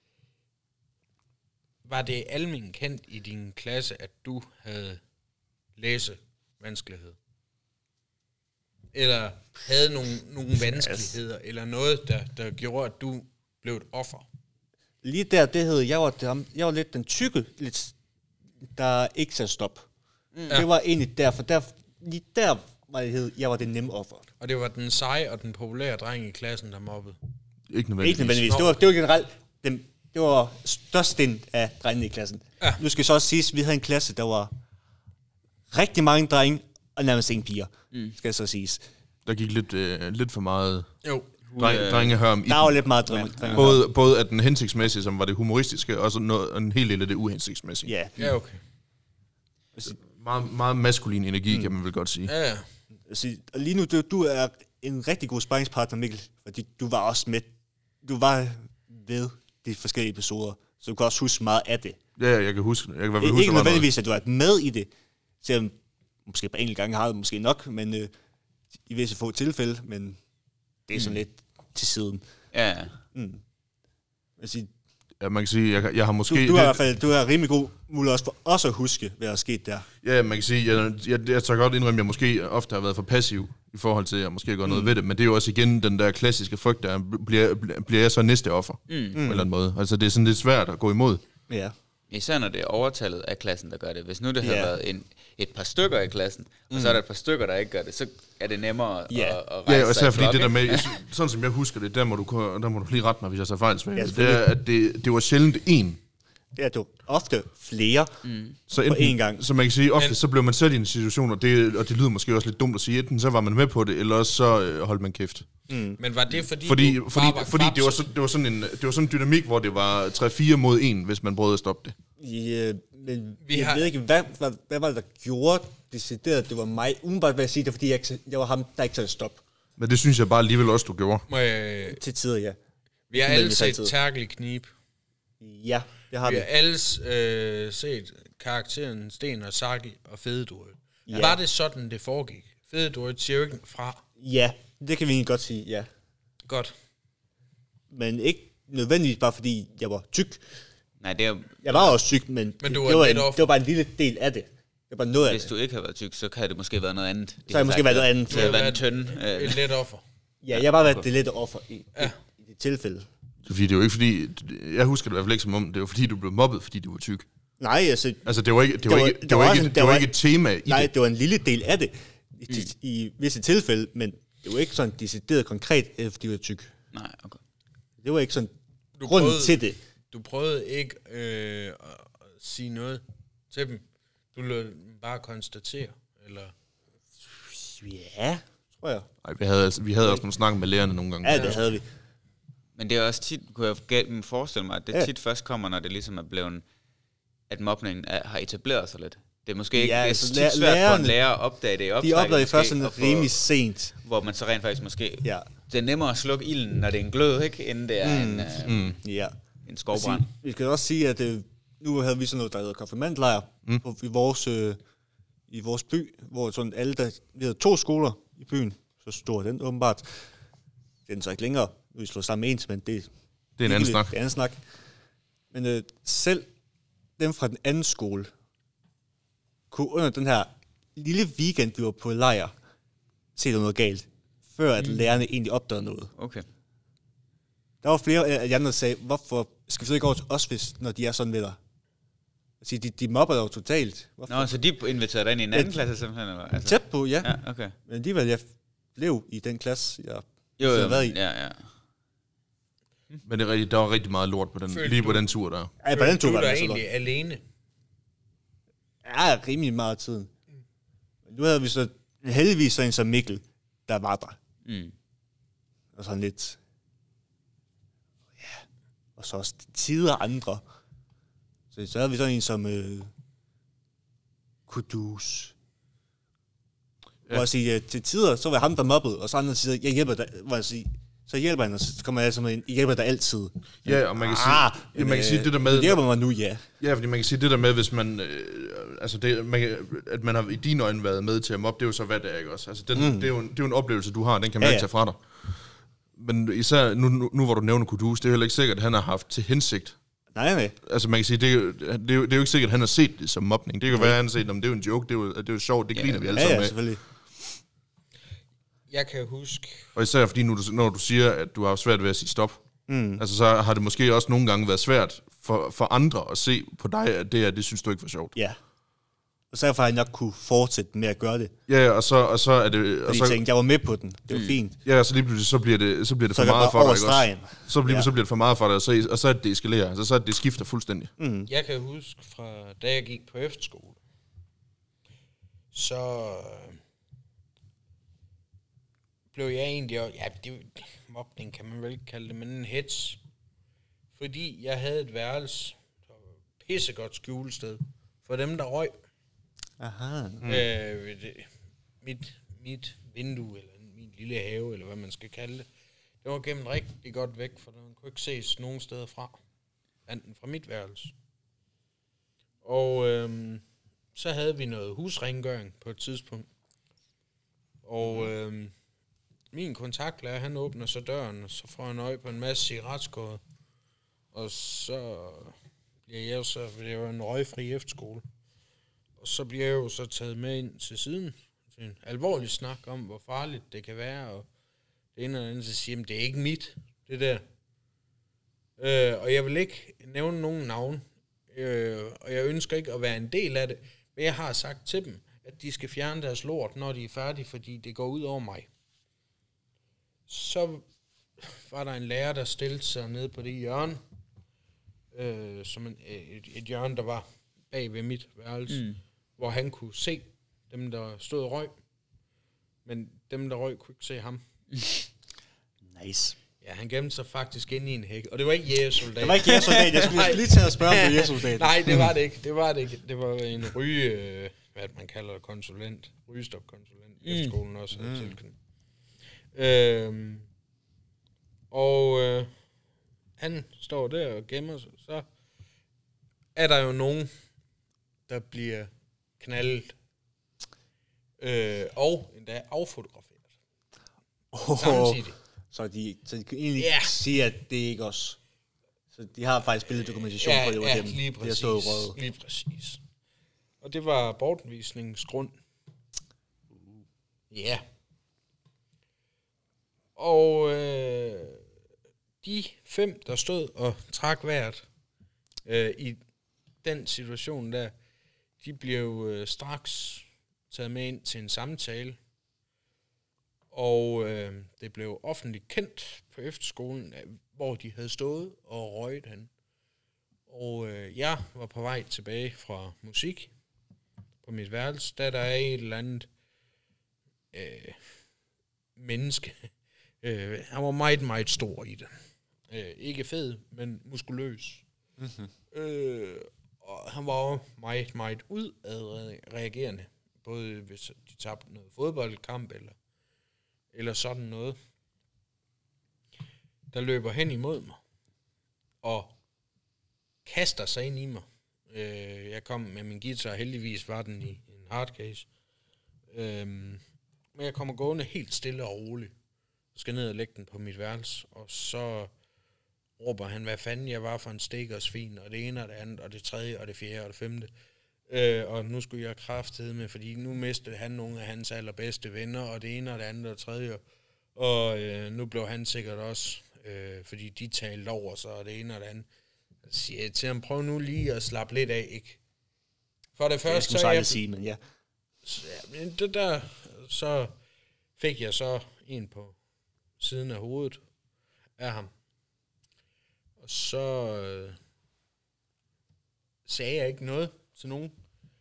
Var det almen kendt i din klasse, at du havde læsevanskelighed? Eller havde nogle vanskeligheder, eller noget, der gjorde, at du blev et offer? Lige der, det hed, jeg var lidt den tykke, der ikke sagde stop. Det var egentlig derfor, lige der var det hed, jeg var det nemme offer. Og det var den seje og den populære dreng i klassen, der mobbede? Ikke nødvendigvis. Ikke nødvendigvis. Det var generelt, det var størstedelen af drengene i klassen. Ja. Nu skal så også siges, at vi havde en klasse, der var rigtig mange drenge, og nærmest ingen piger, skal så siges. Der gik lidt for meget Jo. drengehørm i Der var lidt meget drenge. både af den hensigtsmæssige, som var det humoristiske, og så en hel del af det uhensigtsmæssige. Ja. Ja, okay. Meget, meget maskulin energi, kan man vel godt sige. Ja, ja. Og lige nu, du er en rigtig god sparringspartner, Mikkel, fordi du var også med, du var ved de forskellige episoder, så du kan også huske meget af det. Ja, jeg kan huske det. Jeg kan i hvert fald huske, Ikke der var nødvendigvis, at du er med i det, selvom måske på enkelt gange har du måske nok, men i visse få tilfælde, men det er sådan lidt til siden. Ja. Altså, Ja, man kan sige, jeg har måske... du har i hvert fald, du har rimelig god mulighed også for også at huske, hvad der er sket der. Ja, man kan sige, jeg tager godt indrømme, at jeg måske ofte har været for passiv i forhold til, at jeg måske gør noget ved det, men det er jo også igen den der klassiske frygt, der bliver jeg så næste offer, på en eller anden måde. Altså, det er sådan lidt svært at gå imod. Ja. Især når det er overtallet af klassen, der gør det. Hvis nu det havde været et par stykker i klassen, og så er der et par stykker, der ikke gør det, så er det nemmere at rejse ja, og sig i fordi flok, det der ikke? med, sådan som jeg husker det, der må du lige rette mig, hvis jeg så fejl, det er, at det var sjældent én. Det er jo ofte flere Så på én gang. Så man kan sige, ofte så blev man sat i en situation, og det lyder måske også lidt dumt at sige, enten så var man med på det, eller også så holdt man kæft. Men var det fordi Fordi var det var sådan en dynamik, hvor det var 3-4 mod 1, hvis man prøvede at stoppe det. Ja, men jeg ved ikke, hvad var det, der gjorde decideret, det var mig. Umiddelbart vil jeg sige, det er, fordi jeg var ham, der ikke tager stop. Men det synes jeg bare alligevel også, du gjorde. Til tider, ja. Vi har alle set Terkel Knib. Ja, det har vi. Vi har alle set karakteren Sten og Saki og Fede Dorrit. Ja. Var det sådan, det foregik? Fede Dorrit siger jo ikke fra. Ja, det kan vi egentlig godt sige, ja. Godt. Men ikke nødvendigvis bare fordi jeg var tyk. Nej, det er Jeg var også tyk, men det var bare en lille del af det. Det var bare noget hvis af du det. ikke har været tyk, så kan det måske være noget andet. Så har det måske været noget andet. Det har været en tynde. Et let offer. Ja, jeg har bare været det lette offer i det tilfælde. Fordi det er jo ikke fordi, jeg husker det i hvert fald ikke som om, det var fordi, du blev mobbet, fordi du var tyk. Nej, altså... Altså, det var ikke et tema i nej, det. det var en lille del af det i visse tilfælde, men det var ikke sådan decideret konkret, fordi du var tyk. Nej, okay. Det var ikke sådan grunden til det. Du prøvede ikke at sige noget til dem. Du lød bare konstatere, eller... Ja, tror jeg. Nej, vi havde også nogle snakke med lærerne nogle gange. Ja, det havde vi. Men det er også tit, kunne jeg forestille mig, at det tit først kommer, når det ligesom er blevet, at mobningen har etableret sig lidt. Det er måske ikke altså, tit svært for en lærer at opdage det i optrækket. De opdager det først sådan rimelig sent. Hvor man så rent faktisk måske... Ja. Det er nemmere at slukke ilden, når det er en glød, ikke? Inden det er en skovbrand. Vi skal også sige, at nu havde vi sådan noget, der hedder konfirmandlejr i vores by, hvor sådan alle, vi havde 2 skoler i byen, så stor den åbenbart. Den er så ikke længere, vi slår sammen med ens, men det er en anden snak. Det er en anden snak. Men selv dem fra den anden skole, kunne under den her lille weekend, vi var på lejr, se der noget galt, før at lærerne egentlig opdagede noget. Okay. Der var flere af de andre, der sagde, hvorfor skal vi så ikke over til os, når de er sådan ved dig? Altså, de mobber jo totalt. Hvorfor? Nå, så de inviterede dig ind i en anden klasse simpelthen? Eller? Altså. Tæt på, ja. Ja, okay. Men alligevel, jeg blev i den klasse, jeg Jo, været i. ja. Men det er rigtigt, der var rigtig meget lort på på den tur der. Ja, på den tur du var der det så egentlig alene? Ja, rimelig meget tid. Men nu havde vi så heldigvis så en som Mikkel, der var der. Og sådan lidt... Ja. Og så også tider andre. Så havde vi sådan en som... Kudus. Ja. Hvor jeg siger, til tider, så var ham, der mobbede, og så andre siger, jeg hjælper dig, hvor jeg siger, så hjælper han, og så kommer jeg med, jeg hjælper dig altid. Ja, og man kan sige det der med... Det hjælper mig nu, ja. Ja, fordi man kan sige det der med, hvis man... at man har i dine øjne været med til at mobbe, det er jo så hvad det er, ikke også? Altså, det er jo en oplevelse, du har, den kan man ikke tage fra dig. Men især nu hvor du nævner Kudus, det er heller ikke sikkert, at han har haft til hensigt. Nej. Altså man kan sige, det er jo ikke sikkert, at han har set det som mobning. Det kan være, at han har set, det er jo en joke, det er jo sjovt, det griner vi alle sammen med. Ja, selvfølgelig. Jeg kan huske... Og især fordi, når du siger, at du har svært ved at sige stop, altså så har det måske også nogle gange været svært for andre at se på dig, at det synes du ikke var sjovt. Ja. Og så har jeg nok kunne fortsætte med at gøre det. Ja, og så er det... Fordi jeg tænkte, jeg var med på den. Det var fint. Ja, og så lige pludselig, så bliver det for meget for dig, ikke også? Så bliver det for meget for dig, og så er det eskalerer. Altså, så er det skifter fuldstændig. Jeg kan huske fra, da jeg gik på efterskole, så blev jeg egentlig... Ja, mobning kan man vel ikke kalde det, men en hets. Fordi jeg havde et værelse, der var pissegodt skjulested for dem, der røg. Aha. Mit vindue, eller min lille have, eller hvad man skal kalde det, det var gemt rigtig godt væk, for man kunne ikke ses nogen steder fra. Enten fra mit værelse. Og så havde vi noget husrengøring på et tidspunkt. Og min kontaktlærer, han åbner så døren, og så får han øje på en masse cigaretskåret. Og så bliver jeg jo så, det var en røgfri efterskole. Og så bliver jeg jo så taget med ind til siden. Til en alvorlig snak om, hvor farligt det kan være. Og det ene og det andet, så siger, det er ikke mit, det der. Og jeg vil ikke nævne nogen navn. Og jeg ønsker ikke at være en del af det. Men jeg har sagt til dem, at de skal fjerne deres lort, når de er færdige, fordi det går ud over mig. Så var der en lærer, der stillede sig ned på det hjørne, som et hjørne, der var bag ved mit værelse, hvor han kunne se dem, der stod og røg. Men dem, der røg, kunne ikke se ham. Nice. Ja, han gemte sig faktisk inde i en hæk, og det var ikke jægersoldat. Det var ikke jægersoldat, jeg skulle lige til at spørge om det var jægersoldat. Nej, det var det ikke. Det var en hvad man kalder det, konsulent, rygestopkonsulent i efterskolen også. Han står der og gemmer sig, så er der jo nogen, der bliver knaldet, og endda affotograferet. Samtidig. Så de kan egentlig sige, at det er ikke os. Så de har faktisk billeddokumentation på, at det var dem, lige præcis, de har stået og røget. lige præcis. Og det var bortvisningsgrund. Ja. Og de 5, der stod og trak vejret i den situation der, de blev straks taget med ind til en samtale. Og det blev offentligt kendt på efterskolen, hvor de havde stået og røget hen. Og jeg var på vej tilbage fra musik på mit værelse, da der er et eller andet menneske. Han var meget, meget stor i det. Ikke fed, men muskuløs. Mm-hmm. Og han var også meget, meget udadreagerende. Både hvis de tabte noget fodboldkamp eller sådan noget. Der løber hen imod mig og kaster sig ind i mig. Jeg kom med min guitar, heldigvis var den i en hardcase. Men jeg kommer gående helt stille og roligt. Skal ned og lægge den på mit værelse, og så råber han, hvad fanden jeg var for en stik og svin, og det ene og det andet, og det tredje, og det fjerde, og det femte. Og nu skulle jeg kraftedeme med, fordi nu mistede han nogle af hans allerbedste venner, og det ene og det andet og det tredje. Og nu blev han sikkert også, fordi de talte over sig, og det ene og det andet. Så siger jeg til ham, prøv nu lige at slappe lidt af, ikke? For det første, så fik jeg så en på siden af hovedet af ham. Og så sagde jeg ikke noget til nogen.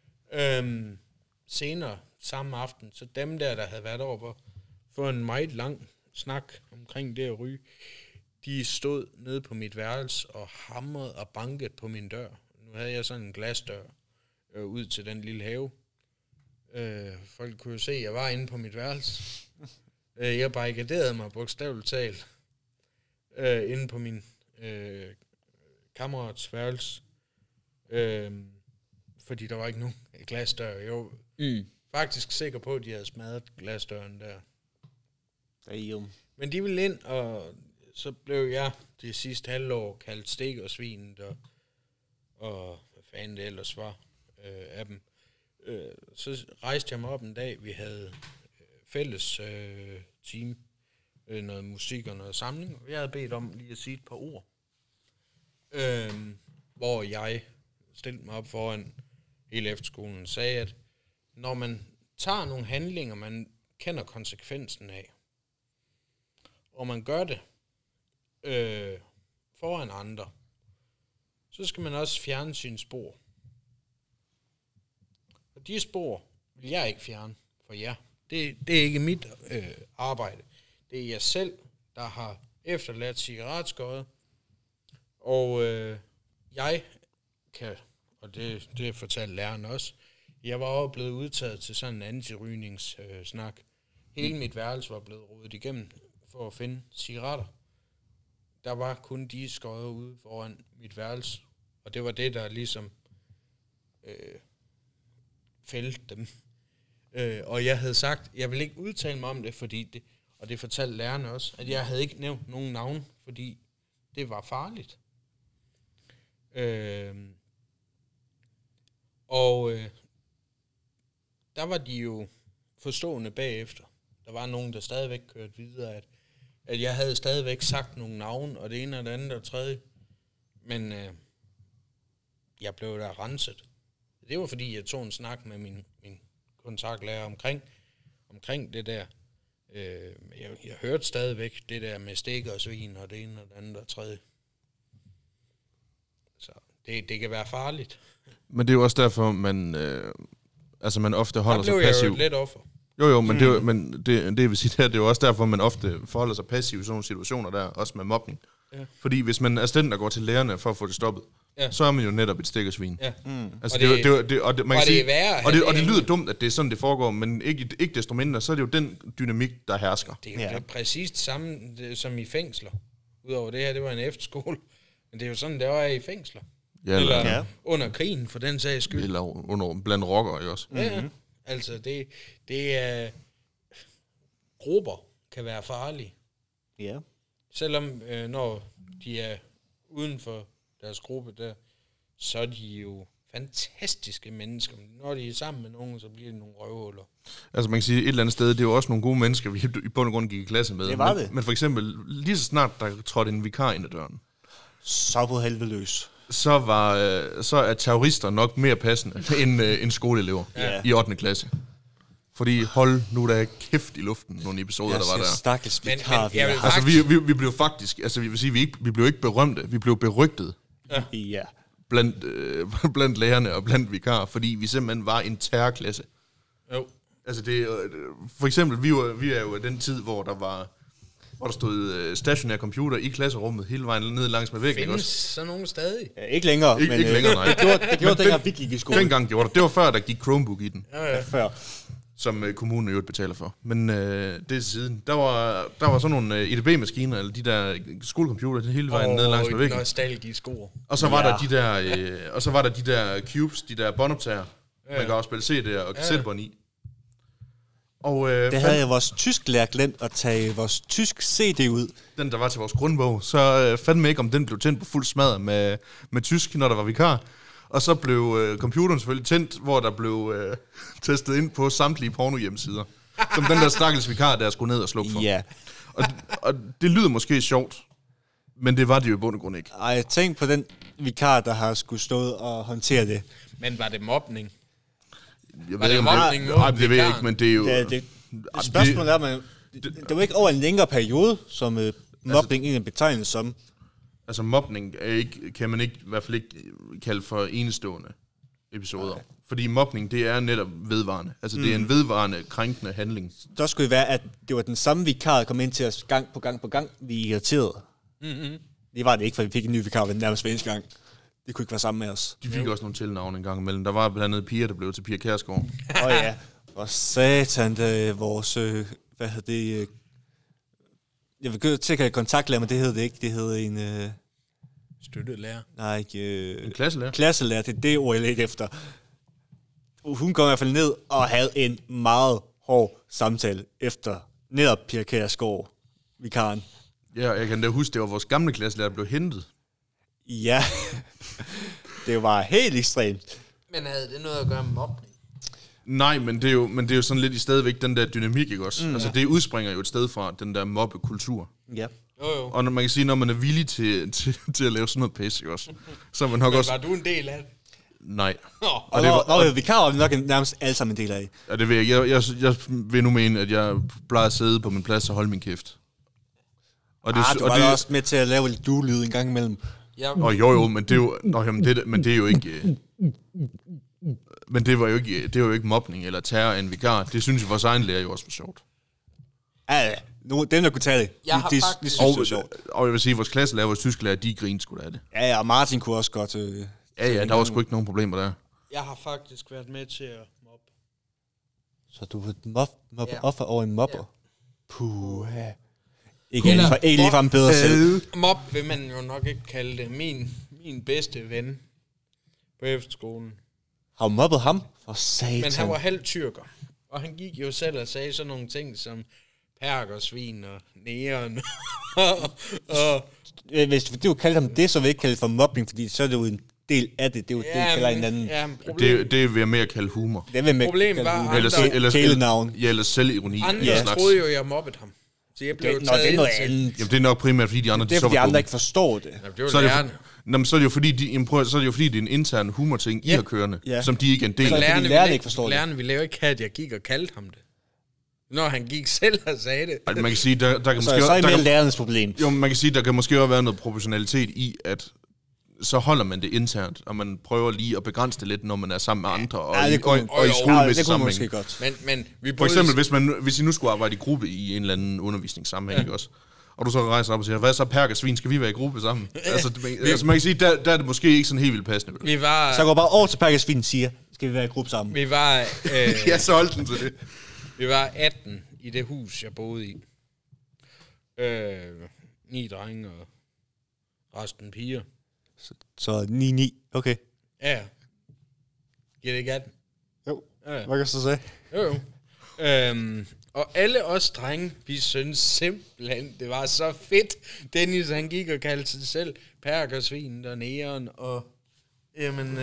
Senere samme aften, så dem der havde været over på for en meget lang snak omkring det at ryge, de stod nede på mit værelse og hamrede og bankede på min dør. Nu havde jeg sådan en glasdør ud til den lille have. Folk kunne jo se, at jeg var inde på mit værelse. Jeg barrikaderede mig bogstaveligt talt inde på min kammerats værelse. Fordi der var ikke nogen glasdør. Jeg var faktisk sikker på, at de havde smadret glasdøren der. Men de ville ind, og så blev jeg det sidste halvår kaldt stik og svin, og hvad fanden det ellers var af dem. Så rejste jeg mig op en dag, vi havde fælles team, noget musik og noget samling, og jeg havde bedt om lige at sige et par ord, hvor jeg stillede mig op foran hele efterskolen og sagde, at når man tager nogle handlinger, man kender konsekvensen af, og man gør det foran andre, så skal man også fjerne sine spor. Og de spor vil jeg ikke fjerne for jer. Det er ikke mit arbejde. Det er jeg selv, der har efterladt cigaretskåret. Og jeg kan, og det fortalte læreren også, jeg var også blevet udtaget til sådan en antirygningssnak. Hele mit værelse var blevet rodet igennem for at finde cigaretter. Der var kun de skåret ude foran mit værelse. Og det var det, der ligesom fældte dem. Og jeg havde sagt, jeg vil ikke udtale mig om det, fordi det, og det fortalte lærerne også, at jeg havde ikke nævnt nogen navn, fordi det var farligt. Der var de jo forstående bagefter. Der var nogen, der stadigvæk kørte videre, at jeg havde stadigvæk sagt nogle navn, og det ene og det andet og tredje. Men jeg blev der renset. Det var fordi, jeg tog en snak med min kontaktlærer omkring det der. Jeg hørte stadigvæk det der med stik og svin og det ene og det andet og tredje. Så det kan være farligt. Men det er jo også derfor, man ofte holder sig passiv. Der blev jeg jo et let offer. Jo, men, det vil sige, det er jo også derfor, man ofte forholder sig passiv i sådan nogle situationer der, også med mobning. Ja. Fordi hvis man er den, der går til lærerne for at få det stoppet, så er man jo netop et stikkersvin. Ja. Altså, og det lyder dumt, at det er sådan, det foregår, men ikke desto mindre, så er det jo den dynamik, der hersker. Det er jo præcis det samme som i fængsler. Udover det her, det var en efterskole. Men det er jo sådan, det var i fængsler. Ja, eller under krigen, for den sags skyld. Eller blandt rockere, ikke også? Ja, altså det er... Grupper kan være farlige. Ja. Selvom når de er uden for deres gruppe der, så er de jo fantastiske mennesker. Når de er sammen med nogen, så bliver de nogle røvhuller. Altså man kan sige, et eller andet sted, det er jo også nogle gode mennesker, vi i bund og grund gik i klasse med. Det var det. Men for eksempel, lige så snart der trådte en vikar ind ad døren, så på helvede løs. Så er terrorister nok mere passende end skoleelever i 8. klasse. Fordi hold nu der kæft i luften nogle episoder, der var der. Stakkels vikar. Altså vi blev faktisk, altså vi vil sige, vi blev ikke berømte, vi blev berygtet. Ja. Blandt lærerne og blandt vikarer, fordi vi simpelthen var en terrorklasse. Jo. Altså det, for eksempel, vi er jo den tid, hvor der stod stationær computer i klasserummet hele vejen ned langs med væggen. Findes så nogen stadig? Ja, ikke længere. Ikke længere, nej. Det gjorde dengang vi gik i skole. Dengang gjorde det. Det var før, der gik Chromebook i den. Ja. Før. Som kommunen jo betaler for. Men det er siden. Der var sådan nogle EDB-maskiner, eller de der skolecomputer, hele vejen ned langs med væggen. Nostalgisk ord. Og så var der de der cubes, de der båndoptager. Man kan også spille CD'er og kassettebånd i. Og, det havde jeg vores tysklærer glemt at tage vores tysk CD ud. Den, der var til vores grundbog. Så fandme ikke, om den blev tændt på fuld smadre med tysk, når der var vikar. Og så blev computeren selvfølgelig tændt, hvor der blev testet ind på samtlige porno-hjemmesider. Som den der stakkels vikar, der skulle ned og slukke for. Ja. Og det lyder måske sjovt, men det var det jo i bund og grund ikke. Ej, tænk på den vikar, der har skulle stået og håndtere det. Men var det mobning? Jeg ved ikke, det ved jeg ikke, men det er jo... Det spørgsmålet er, men det var ikke over en længere periode, som mobning egentlig betegnes som. Altså mobning kan man ikke, i hvert fald ikke kalde for enestående episoder. Okay. Fordi mobning, det er netop vedvarende. Altså det er en vedvarende, krænkende handling. Der skulle det være, at det var den samme vikar, der kom ind til os gang på gang, vi irriterede. Mm-hmm. Det var det ikke, for vi fik en ny vikar ved den nærmest hver eneste gang. Det kunne ikke være sammen med os. De fik også nogle tilnavne en gang imellem. Der var blandt andet piger, der blev til Pia Kjærsgaard. Ja. Og satan, vores... hvad hedder det... Jeg vil gå til at kalde kontaktlærer, men det hed det ikke. Det hed en... Støttelærer? Nej, ikke... En klasselærer? Klasselærer, det er det ord, jeg ikke efter. Hun kom i hvert fald ned og havde en meget hård samtale efter netop Pia Kjærsgaard, vikaren. Ja, jeg kan da huske, det var vores gamle klasselærer, der blev hentet. Ja, det var helt ekstremt. Men havde det noget at gøre med mobning? Nej, men det er jo sådan lidt i stadigvæk den der dynamik, ikke også? Altså det udspringer jo et sted fra den der mobbekultur. Ja. Jo. Og når man kan sige, når man er villig til at lave sådan noget pis, ikke også? Så er man nok også... Var du en del af det? Nej. Og det var vikar var nok nærmest alle sammen en del af. Ja, det vil jeg vil nu mene, at jeg plejer at sidde på min plads og holde min kæft. Og det, du var også med til at lave lidt du-lyd en gang imellem. Ja. Jo, men det er jo... men det er jo ikke... Men det var jo ikke mobning eller terror af en vikar. Det synes jeg vores egen lærer jo også var sjovt. Ja, dem der kunne tage det. Det synes jeg var sjovt. Og jeg vil sige, vores klasselærer, vores tysklærer, de grinede sgu da af det. Ja, og Martin kunne også godt... Ja, der var sgu ikke nogen problemer der. Jeg har faktisk været med til at mobbe. Så du var offer over en mobber? Ja. Puha. Ikke lige fra en bedre selv. Mob vil man jo nok ikke kalde det. Min bedste ven på efterskolen. Har du mobbet ham? For satan. Men han var halvt tyrker. Og han gik jo selv og sagde sådan nogle ting som, perker, svin og næren. og Hvis du kalder ham det, så vil jeg ikke kalde det for mobbing, fordi så er det jo en del af det. Det er jo det, jeg kalder hinanden. Ja, Det vil jeg mere kalde humor. Det vil jeg Problemet var, kalde kælenavn. Ja, eller selvironi. Andre troede jo, jeg mobbede ham. Så jeg blev Det er noget andet. Jamen, det er nok primært, fordi de andre... Det er, fordi de andre ikke forstår det. Ja, det var så er det, lærerne. så er det jo fordi, det er en intern humorting, I har kørende, som de ikke er en del Men af. lærerne ikke forstår det. Lærerne ville jo ikke have, at jeg gik og kaldte ham det. Når han gik selv og sagde det. Man kan sige, der kan Så måske... er mere lærernes problem. Jo, man kan sige, der kan måske også være noget proportionalitet i, at så holder man det internt, og man prøver lige at begrænse det lidt, når man er sammen med andre, og i skolemæssig sammenhæng. Godt. Men vi For eksempel, hvis I nu skulle arbejde i gruppe i en eller anden undervisningssammenhæng, ikke også? Og du så rejser op og siger, hvad så perker svin, skal vi være i gruppe sammen? Altså man kan sige, der er det måske ikke sådan helt vildt passende. Så går bare over til perkersvin og siger, skal vi være i gruppe sammen? Vi var... Ja, så holdt den til det. Vi var 18 i det hus, jeg boede i. 9 drenge og resten piger. Så 9-9, okay. Ja. Giver det ikke 18? Jo, Ja. hvad kan jeg så sige? Jo. Og alle os drenge, vi synes simpelthen, det var så fedt. Dennis, han gik og kaldte sig selv perkersvin og næren, og jamen...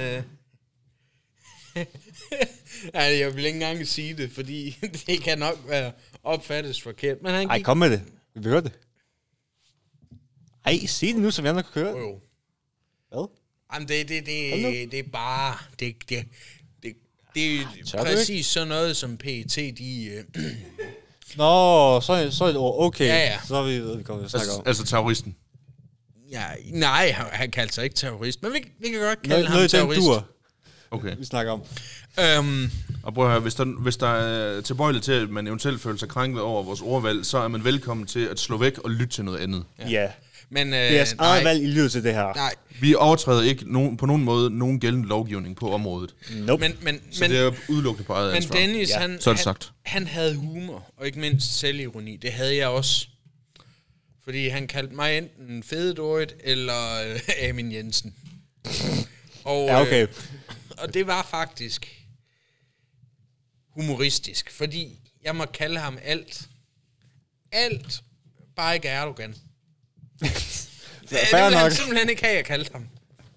jeg vil ikke engang sige det, fordi det kan nok være opfattes forkert. Men han gik... Ej, kom med det. Vi vil høre det. Ej, sig det nu, så vi andre kan køre det. Jo. Hvad? Jamen, det er bare... Det er Tør du præcis sådan noget, som PET, de... Nå, så er det okay. Ja. Så er vi kommer til at snakke om. Altså terroristen. Ja, nej, han kaldte sig ikke terrorist, men vi kan godt kalde ham Noget i den terrorist. dur, Okay. vi snakker om. Og prøv at høre, hvis der er tilbøjeligt til, at man eventuelt føler sig krænket over vores ordvalg, så er man velkommen til at slå væk og lytte til noget andet. Ja. Men, Det er jeres eget valg, I lyder til det her. Nej, Vi overtræder ikke på nogen måde nogen gældende lovgivning på området. Nope. Så det er udelukkende på eget men ansvar. Dennis, Ja, han, så er det sagt. han havde humor, og ikke mindst selvironi. Det havde jeg også. Fordi han kaldte mig enten Fede Dorit eller Amin Jensen. Og, Ja, okay. Og det var faktisk humoristisk, fordi jeg må kalde ham alt. Alt, bare ikke Erdogan. Det Fair ville han nok. simpelthen ikke have, jeg kaldte ham.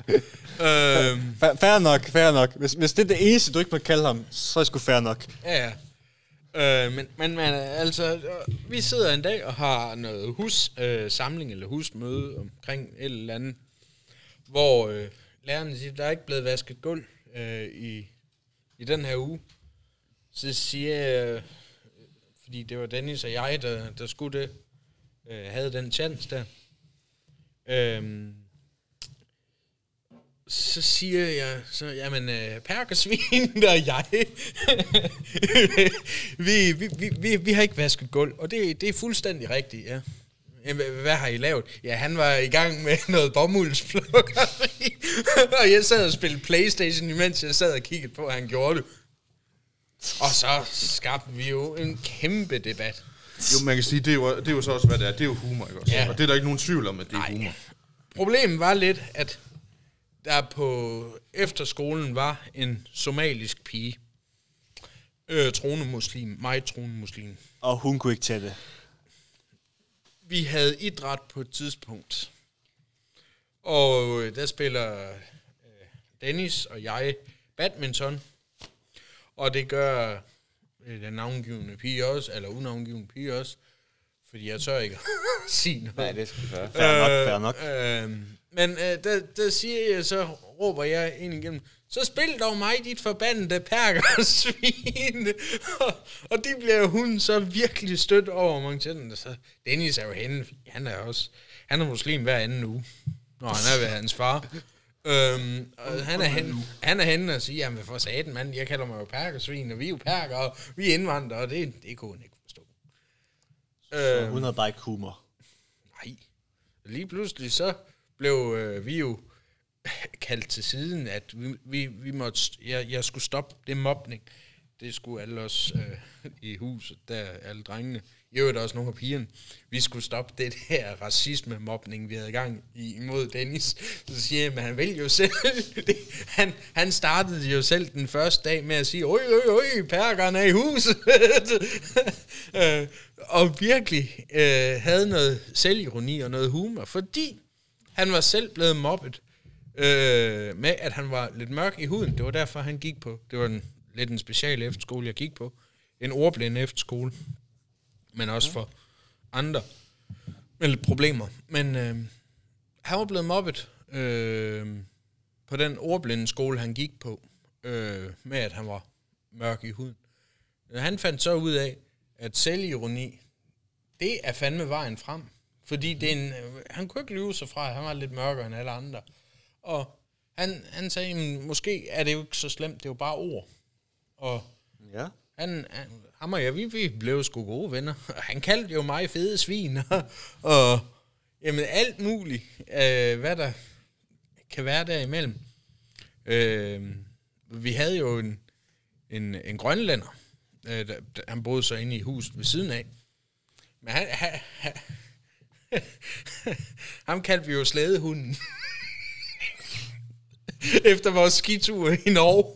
Fair nok. Hvis det er det eneste, du ikke må kalde ham, så er det sgu fair nok. Ja. Men altså, vi sidder en dag og har noget samling eller husmøde omkring et eller andet, hvor lærerne siger, der er ikke blevet vasket gulv i den her uge. Så siger jeg, fordi det var Dennis og jeg, der skulle det, havde den chance der. Så siger jeg, jamen, perkersvin og jeg, vi har ikke vasket gulv, og det er fuldstændig rigtigt, ja. Jamen, hvad har I lavet? Ja, han var i gang med noget bomuldsplukkeri, og jeg sad og spillede PlayStation, imens jeg sad og kiggede på, at han gjorde det. Og så skabte vi jo en kæmpe debat. Jo, man kan sige, det er jo så også, hvad det er. Det er jo humor, ikke også? Ja. Og det er der ikke nogen tvivl om, at det er Nej. humor. Problemet var lidt, at der på efterskolen var en somalisk pige. Troende muslim. Meget troende muslim. Og hun kunne ikke tage det. Vi havde idræt på et tidspunkt. Og der spiller Dennis og jeg badminton. Og det gør den navngivende pige også, eller unavngivende pige også. Fordi jeg tør ikke at sige noget. Nej, det skal vi gøre. Fair nok. Men der siger jeg, så råber jeg ind igennem, så spil dog mig, dit forbandede perkersvin. og de bliver hun så virkelig stødt over mange. Så Dennis er jo henne, han er muslim hver anden uge, når han er ved hans far. Og han er henne og siger, jamen for satan mand, jeg kalder mig jo perkersvin, og vi er jo perker, og vi er indvandrere, og det kunne hun ikke forstå. Hun havde bare ikke humor. Nej. Lige pludselig så blev vi jo kaldt til siden, at vi måtte, jeg skulle stoppe det mobning. det skulle alle os i huset, der alle drengene, i øvrigt også nogle af pigerne, vi skulle stoppe det her racisme-mobning, vi havde i gang imod Dennis. Så siger jeg, men han vil jo selv, han startede jo selv den første dag med at sige, oj, perkerne er i huset. Og virkelig havde noget selvironi og noget humor, fordi han var selv blevet mobbet med, at han var lidt mørk i huden. Det var derfor, han gik på. Det var lidt en special efterskole, jeg gik på. En ordblind efterskole. Men også for andre med lidt problemer. Men han var blevet mobbet på den ordblinde skole, han gik på, med at han var mørk i huden. Han fandt så ud af, at selvironi, det er fandme vejen frem. Fordi det er han kunne ikke lyve sig fra, at han var lidt mørkere end alle andre. Og han sagde, måske er det jo ikke så slemt, det er jo bare ord. Og Ja. ham og jeg, vi blev sgu gode venner. Han kaldte jo mig fede svin, og jamen alt muligt, hvad der kan være derimellem. Vi havde jo en grønlænder, han boede så inde i huset ved siden af. Men ham kaldte vi jo slædehunden. Efter vores skitur i Norge.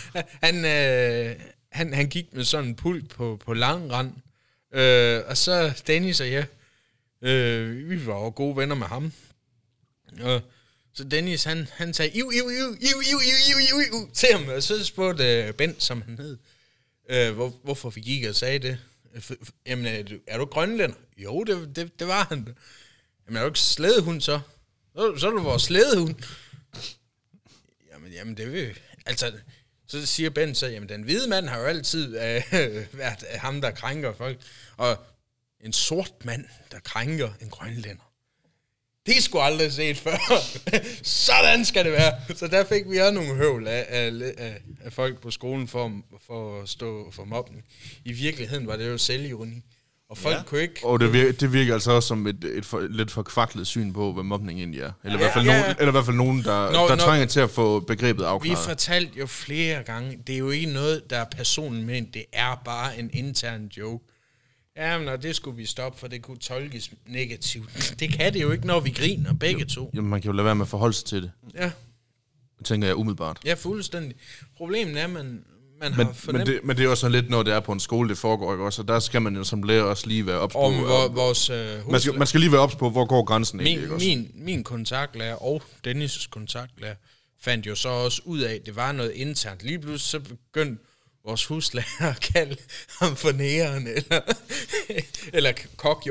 Han gik med sådan en pult på lang rand. Og så Dennis og jeg, vi var jo gode venner med ham. Og så Dennis, han sagde, iu, til ham. Og så spurgte Bent, som han hed, hvorfor vi gik og sagde det. Jamen, er du grønlænder? Jo, det var han. Jamen, er du ikke slædehund så? Så er du vores slædehund. Jamen, det vil... Altså, så siger Ben så, jamen, den hvide mand har jo altid været ham, der krænker folk. Og en sort mand, der krænker en grønlænder. Det er sgu aldrig set før. Sådan skal det være. Så der fik vi også nogle høvl af folk på skolen for at stå for mobning. I virkeligheden var det jo selvironi. Og folk kunne ikke... Og det virker altså også som et lidt for kvaklet syn på, hvad mobning egentlig er. Eller, i hvert fald nogen, der trænger til at få begrebet afklaret. Vi fortalte jo flere gange, det er jo ikke noget, der er personen med, det er bare en intern joke. Jamen, og det skulle vi stoppe, for det kunne tolkes negativt. Det kan det jo ikke, når vi griner begge to. Jamen, man kan jo lade være med at forholde sig til det. Ja. Det tænker jeg umiddelbart. Ja, fuldstændig. Problemet er, man har fornemt... Men det er også lidt, når det er på en skole, det foregår, ikke også? Og der skal man jo som lærer også lige være ops på. Man skal lige være ops på, hvor går grænsen egentlig, også? Min kontaktlærer og Dennis' kontaktlærer fandt jo så også ud af, at det var noget internt. Lige pludselig så begyndte vores huslærer at kalde ham for næren, eller kokjo.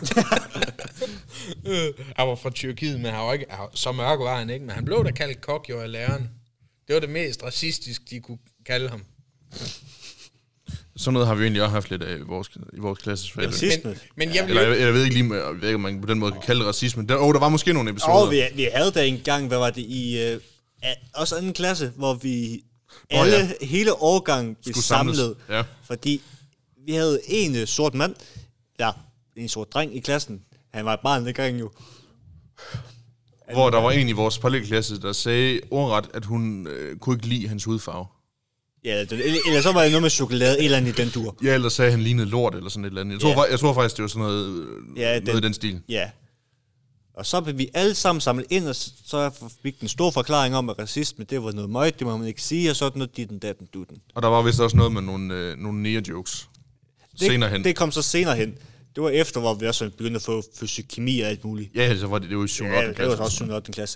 Han var fra Tyrkiet, men han var ikke, så mørk var han ikke, men han blev da kaldt kokjo af læreren. Det var det mest racistiske, de kunne kalde ham. Sådan noget har vi egentlig også haft lidt af i vores klassesfag. Racisme. Men jeg ved ikke lige, jeg ved ikke, om man på den måde kan kalde det racisme. Der var måske nogle episoder. Vi havde da engang, hvad var det, i også anden klasse, hvor vi hele årgangen blev samlet. Ja. Fordi vi havde en sort mand, en sort dreng i klassen. Han var et barn dengang jo. Hvor der var en i vores parallelklasse, der sagde ordret, at hun kunne ikke lide hans hudfarve. Ja, eller så var det noget med chokolade, eller andet i den dur. Ja, ellers sagde han lignede lort, eller sådan et eller andet. Jeg tror faktisk, det var sådan noget, noget i den stil. Ja. Og så blev vi alle sammen samlet ind, og så fik den store forklaring om, at racisme, det var noget møjt, det må man ikke sige, og sådan noget, ditten, datten, dutten. Og der var vist også noget med nogle nære-jokes senere hen. Det kom så senere hen. Det var efter, hvor vi også begyndte at få fysik, kemi og alt muligt. Ja, så var det jo i 7. klasse. Ja, det var også 7. 8. klasse.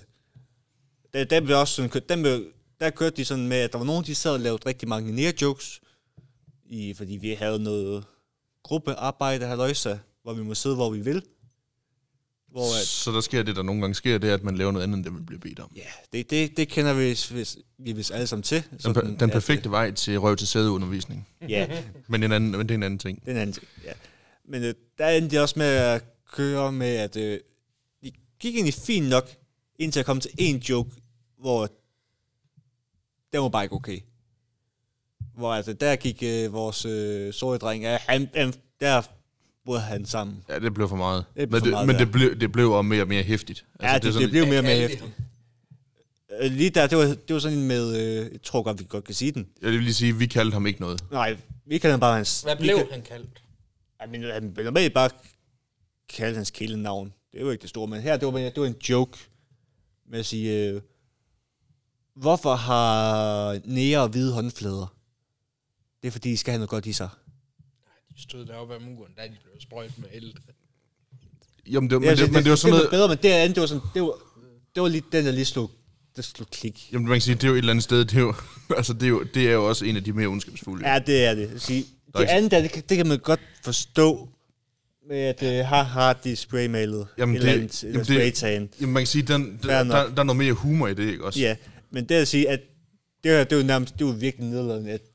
Der kørte de sådan med, at der var nogen, de sad og lavede rigtig mange nære-jokes, fordi vi havde noget gruppearbejde, halløjsa, hvor vi må sidde, hvor vi vil. Så der sker det, der nogle gange sker, det er, at man laver noget andet, end det man bliver bedt om. Ja, det kender vi vist alle sammen til. Den perfekte vej til røv til sædeundervisning. Ja. Men det er en anden ting. Det er en anden ting, ja. Men der endte de også med at køre med, at vi gik egentlig fint nok, indtil jeg kom til en joke, hvor den var bare ikke okay. Hvor altså, der gik vores sorte dreng, der brød han sammen. Ja, det blev for meget. Men det blev også mere og mere hæftigt. Altså, det blev mere og mere hæftigt. Lige der, det var sådan en med, jeg tror godt, vi godt kan sige den. Jeg vil lige sige, at vi kaldte ham ikke noget. Nej, vi kaldte ham bare hans... Hvad blev han kaldt? Han ville normalt bare kalde hans kælenavn. Det er jo ikke det store, men her, det var en joke med at sige, hvorfor har nære hvide håndflader? Det er fordi, de skal have noget godt i sig. De stod deroppe af muren, da de blev sprøjt med eld. Jamen, det var sådan noget... Det var bedre, men det andet, det var lige den, der lige slog klik. Jamen, man kan sige, det er jo et eller andet sted, det er jo, altså, det er jo også en af de mere ondskabsfulde. Ja, det er det. Det andet, det kan man godt forstå, med at de spraymalet. Jamen, spraytagen. Jamen, man kan sige, der er noget mere humor i det, ikke også? Ja, men det at sige, at det er jo nærmest, det er jo virkelig nedladende, at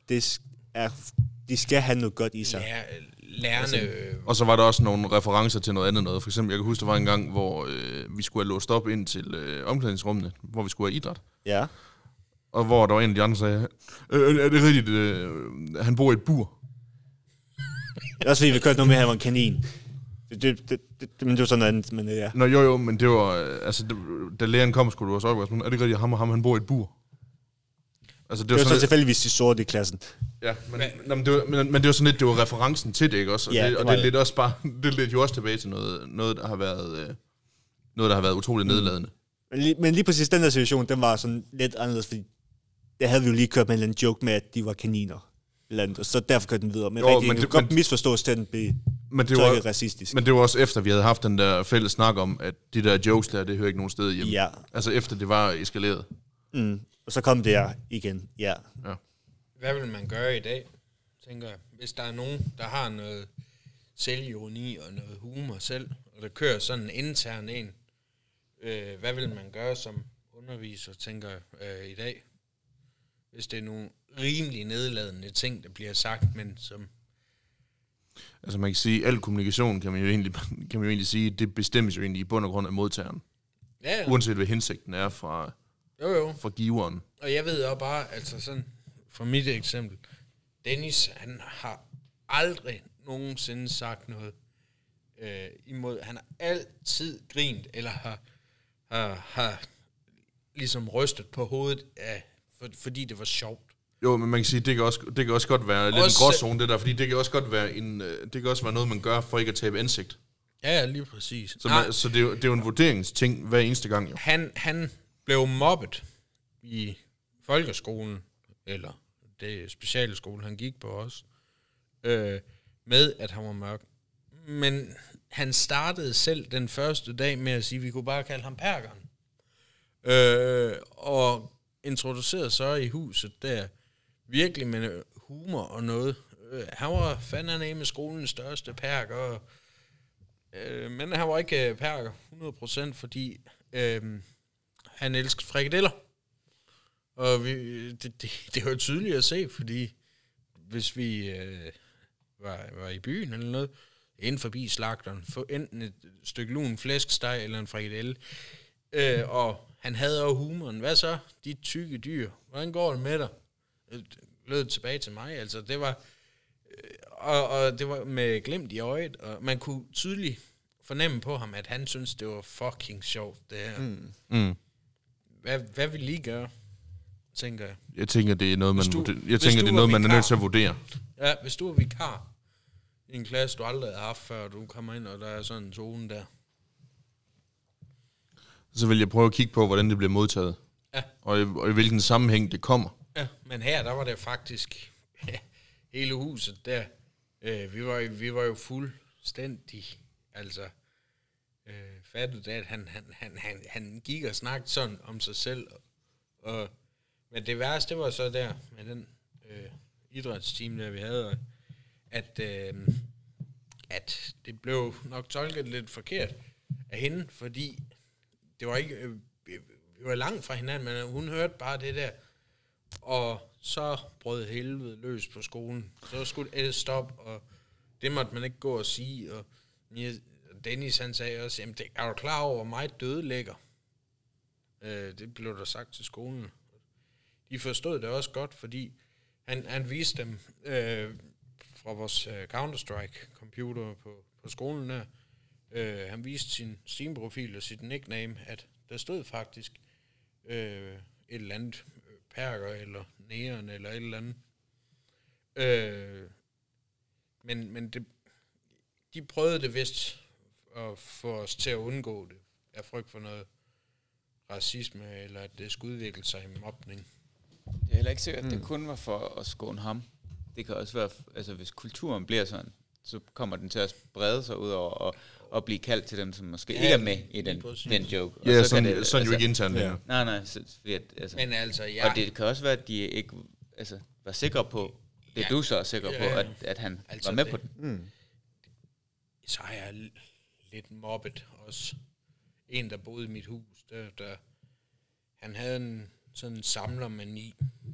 de skal have noget godt i sig. Lærerne... Og så var der også nogle referencer til noget andet noget. For eksempel, jeg kan huske, der var en gang, hvor vi skulle have låst op ind til omklædningsrummene, hvor vi skulle have idræt. Ja. Og hvor der var en af de andre, der sagde, er det rigtigt, han bor i et bur? Det er også fordi, vi kørte noget med, at han var en kanin. Men det var sådan noget andet, men ja. Nå jo, men det var, altså, da læreren kom, skulle du også op, er det ikke rigtigt, ham han bor i et bur? Altså, det var så tilfældigvis de sorte i klassen. Ja, men det var sådan lidt, det var referencen til det, ikke også? Og, ja, det er lidt også bare, det lidt jo også tilbage til noget der har været utroligt nedladende. Men lige præcis den der situation, den var sådan lidt anderledes, fordi der havde vi jo lige kørt med en eller anden joke med, at de var kaniner. Og så derfor kørte den videre. Men det kan godt misforstås til, at den blev tolket racistisk. Men det var også efter, vi havde haft den der fælles snak om, at de der jokes der, det hører ikke nogen sted hjemme. Ja. Altså efter det var eskaleret. Og så kom det her igen, ja. Hvad vil man gøre i dag, tænker jeg? Hvis der er nogen, der har noget selvironi og noget humor selv, og der kører sådan en intern en, hvad vil man gøre som underviser, tænker jeg, i dag? Hvis det er nogle rimelig nedladende ting, der bliver sagt, men som... Altså man kan sige, al kommunikation kan man jo egentlig sige, det bestemmes jo egentlig i bund og grund af modtageren. Ja. Uanset hvad hensigten er fra giveren. Og jeg ved også bare, altså sådan, for mit eksempel, Dennis, han har aldrig nogensinde sagt noget imod. Han har altid grint, eller har ligesom rystet på hovedet, fordi det var sjovt. Jo, men man kan sige, det kan også godt være lidt en gråzone, det der, fordi det kan også godt være det kan også være noget, man gør for ikke at tabe ansigt. Ja, lige præcis. Så det er jo en vurderingsting hver eneste gang, jo. Han blev mobbet i folkeskolen, eller det speciale skole, han gik på også, med at han var mørk. Men han startede selv den første dag med at sige, at vi kunne bare kalde ham Perkeren. Og introducerede så i huset der, virkelig med humor og noget. Han var fandme med skolens største perker, men han var ikke perker 100%, fordi han elskede frikadeller. Og det var tydeligt at se, fordi hvis vi var i byen eller noget, ind forbi slagteren, få enten et stykke lun flæskesteg eller en frikadelle, og han havde jo humoren. Hvad så? De tykke dyr. Hvordan går det med dig? Lød tilbage til mig. Altså, det var... Og det var med glimt i øjet, og man kunne tydeligt fornemme på ham, at han synes det var fucking sjovt, det her. Hvad vil I gøre, tænker jeg? Jeg tænker, det er noget, man er nødt til at vurdere. Ja, hvis du er vikar i en klasse, du aldrig har haft før, du kommer ind, og der er sådan en zone der. Så vil jeg prøve at kigge på, hvordan det bliver modtaget. Ja. Og i hvilken sammenhæng det kommer. Ja, men her, der var det faktisk hele huset der. Vi var jo fuldstændig, altså, fattet af, at han gik og snakkede sådan om sig selv. Men det værste, det var så der, med den idrætsteam, der vi havde, at det blev nok tolket lidt forkert af hende, fordi det var ikke, vi var langt fra hinanden, men hun hørte bare det der, og så brød helvede løs på skolen. Så skulle det stoppe, og det måtte man ikke gå og sige, og Dennis han sagde også, jamen, er du klar over, hvor meget dødelægger? Det blev der sagt til skolen. De forstod det også godt, fordi han viste dem fra vores Counter-Strike-computer på skolen der. Han viste sin Steam-profil og sit nickname, at der stod faktisk et eller andet perker, eller neon, eller et eller andet. Men de prøvede det vist at få os til at undgå det, af frygt for noget racisme, eller at det skulle udvikle sig i mobning. Det er heller ikke sikkert, at det kun var for at skåne ham. Det kan også være, altså hvis kulturen bliver sådan, så kommer den til at sprede sig ud over og blive kaldt til dem, som måske ikke er med i den joke. Ja, og så sådan, kan det, sådan jo altså, ikke internt længere. Nej, fordi at, altså, Men altså, og det kan også være, at de ikke var sikre på, det du så er sikker på, at han altså var med på den. Så har jeg lidt mobbet også. En, der boede i mit hus, der han havde sådan en samlermani.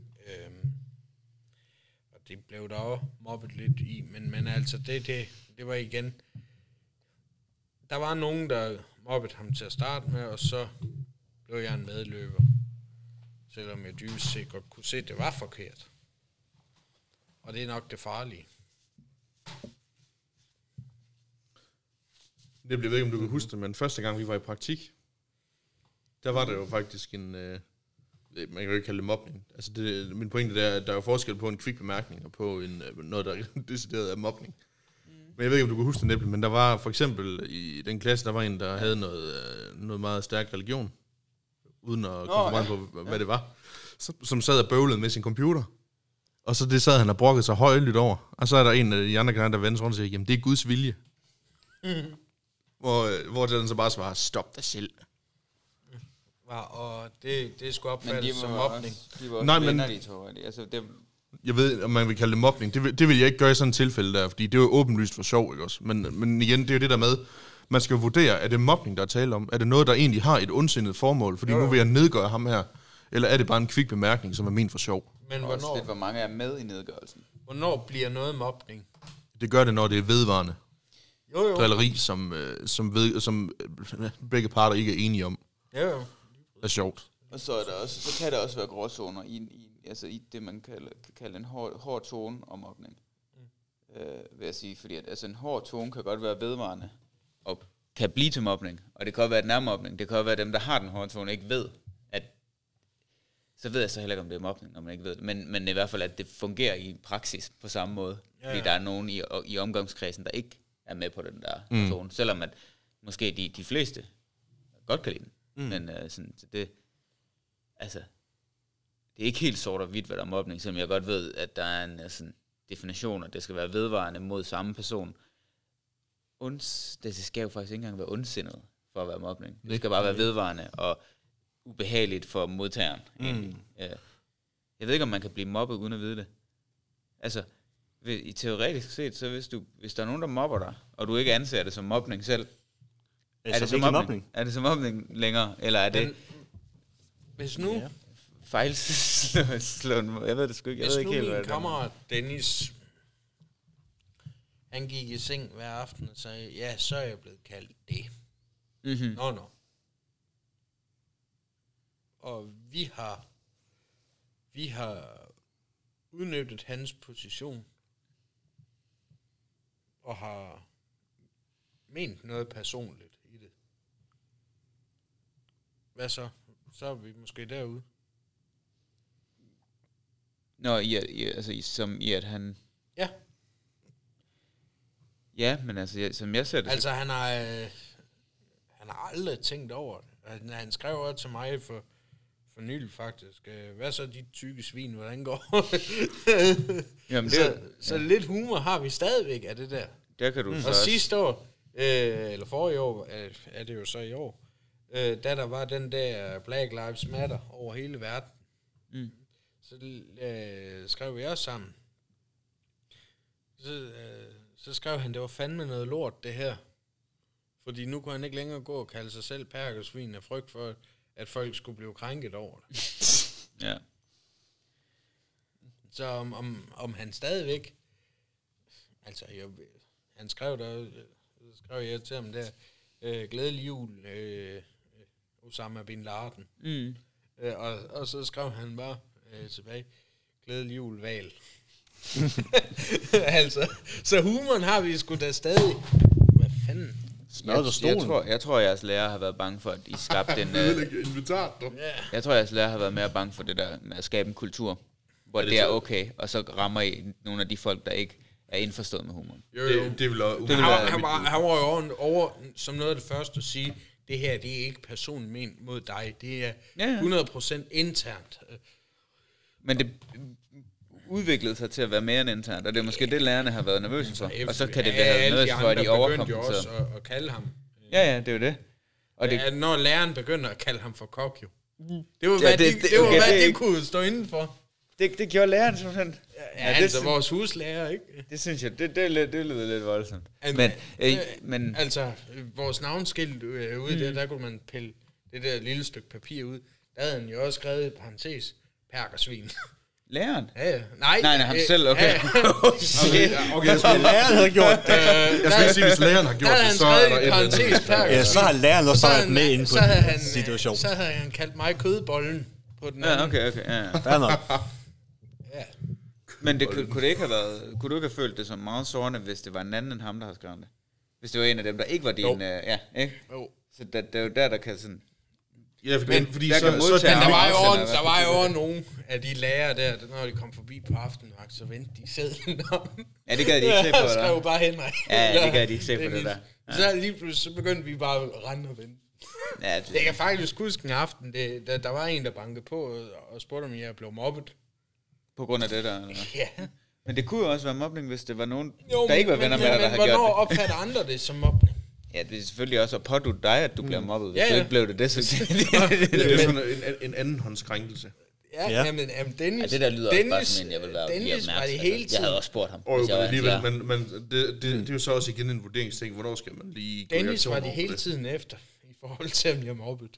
Og det blev der også mobbet lidt i, men altså det var igen. Der var nogen, der mobbede ham til at starte med, og så blev jeg en medløber. Selvom jeg dybest set godt kunne se, at det var forkert. Og det er nok det farlige. Det bliver ved, om du kan huske det, men første gang, vi var i praktik, der var der jo faktisk en, man kan jo ikke kalde det mobning. Altså min pointe er, at der er jo forskel på en kvik bemærkning og på noget, der er decideret af mobning. Men jeg ved ikke, om du kan huske det næppe, men der var for eksempel i den klasse, der var en, der havde noget meget stærk religion, uden at komme frem på, hvad det var, som sad og bøvlede med sin computer. Og så det sad han og brokkede sig højlydt over. Og så er der en af de andre kandidater, der vender rundt og siger, jamen det er Guds vilje. Hvor den så bare svarer, stop dig selv. Og det skulle opfattes som mobning. De var også venner, de to. Altså, det... Jeg ved, om man vil kalde det mobning. Det vil jeg ikke gøre i sådan et tilfælde der, fordi det er jo åbenlyst for sjov, ikke også? Men igen, det er jo det der med, man skal jo vurdere, er det mobning, der er tale om? Er det noget, der egentlig har et ondsindet formål? Fordi nu vil jeg nedgøre ham her. Eller er det bare en kvik bemærkning, som er ment for sjov? Men hvornår? Hvor mange er med i nedgørelsen? Hvornår bliver noget mobning? Det gør det, når det er vedvarende. Jo. Drilleri, som begge parter ikke er enige om. Jo. Det er sjovt. Og så kan der også være gråzoner i det, man kan kalde en hård tone og mobning. Vil jeg sige, fordi at, en hård tone kan godt være vedvarende og kan blive til mobning. Og det kan også være et nærmobning. Det kan også være dem, der har den hårde tone, ikke ved, at så ved jeg så heller ikke, om det er mobning, når man ikke ved det. Men i hvert fald, at det fungerer i praksis på samme måde. Ja. Fordi der er nogen i omgangskredsen, der ikke er med på den der tone. Selvom at måske de fleste godt kan lide den. Men det er ikke helt sort og hvidt, hvad der er mobning, selvom jeg godt ved, at der er en definition, at det skal være vedvarende mod samme person. Det skal jo faktisk ikke engang være ondsindet for at være mobning. Det skal bare være vedvarende og ubehageligt for modtageren. Jeg ved ikke, om man kan blive mobbet uden at vide det. Altså, i teoretisk set, så hvis der er nogen, der mobber dig, og du ikke anser det som mobning selv, er det så mobning? Er det så mobning længere, eller er det... Hvis nu... Fejlslåen, jeg ved det sgu ikke. Hvis nu min kammerat Dennis, han gik i seng hver aften og sagde, ja, så er jeg blevet kaldt det. Nå. Og vi har udnyttet hans position, og har ment noget personligt i det. Hvad så? Så er vi måske derude. Nå, som i at han... Ja. Ja, men altså, som jeg ser det... Altså, han har aldrig tænkt over det. Han skrev også til mig for nylig faktisk. Hvad så de tykke svin, hvordan går? Jamen, så lidt humor har vi stadigvæk af det der. Der kan du og sidste år, eller forrige år, er det jo så i år, da der var den der Black Lives Matter over hele verden, så skrev vi også sammen. Så skrev han, det var fandme noget lort, det her. Fordi nu kunne han ikke længere gå og kalde sig selv perkersvin af frygt for, at folk skulle blive krænket over det. Ja. Så om han stadigvæk... Altså, han skrev der... skrev jeg til ham der... glædelig jul, Osama Bin Laden. Og så skrev han bare tilbage... glædelig jul, Val. Altså, så humoren har vi sgu da stadig. Hvad fanden? Smørret stolen. Jeg tror, jeres lærer har været bange for, at I skabte en... Jeg tror, jeres lærer har været mere bange for det der med at skabe en kultur, hvor det er okay, og så rammer I nogle af de folk, der ikke er indforstået med humoren. Det vil Han var jo over som noget af det første at sige, det her, det er ikke personligt ment mod dig, det er 100% internt. Men det udviklede sig til at være mere end internt, og det er måske det, lærerne har været nervøse for. Og så kan det være nervøse for, at de overkompenserer. Alle de andre begyndte jo også at kalde ham. Ja, det er jo det. Og det når læreren begynder at kalde ham for kok, jo. Det var, hvad de kunne stå indenfor. Det gjorde læreren simpelthen. Ja, altså vores huslærer, ikke? Det synes jeg, det lyder lidt voldsomt. Men altså, vores navnskilt ude der kunne man pille det der lille stykke papir ud. Der havde han jo også skrevet i parentes, perkersvin. Læreren? Ja. Nej, ham selv, okay. Okay, læreren havde gjort det. Jeg skal sige, hvis læreren har gjort det, så er der et parentes, ja, så har læreren også været med inde på den situation. Så havde han kaldt mig kødbollen på den anden. Ja, okay. Ja. Der er nok. Ja. Men det, kunne det ikke have været, kunne du ikke have følt det som meget sårende, hvis det var en anden end ham, der havde skrevet det? Hvis det var en af dem, der ikke var din... ja, ikke? Jo. Så det er jo der kan sådan... Ja, fordi der var jo nogle af de lærere der, når de kom forbi på aftenvagt, så vendte de sædlen om. Ja, det gad de ikke se på det. skrev bare Henrik. Ja, det gad de ikke se på det der. Ja. Så lige pludselig så begyndte vi bare at rende og vende. Ja, jeg kan faktisk huske en aften, der var en, der bankede på og spurgte, om jeg blev mobbet. På grund af det der? Eller? Ja. Men det kunne jo også være mobning, hvis det var nogen, der ikke var venner med dig, der havde gjort det. Men hvornår opfatter andre det som mobning? Ja, det er selvfølgelig også at pådutte dig, at du bliver mobbet. Hvis du ikke blev det, så... det er sådan en anden håndskrænkelse. Ja. Jamen Dennis... Ja, det der lyder Dennis, også bare som en, jeg vil være Dennis var det hele tiden. Jeg havde også spurgt ham. Men det er jo så også igen en vurderingsting. Hvornår skal man lige... Dennis var det hele tiden efter, i forhold til at blive mobbet.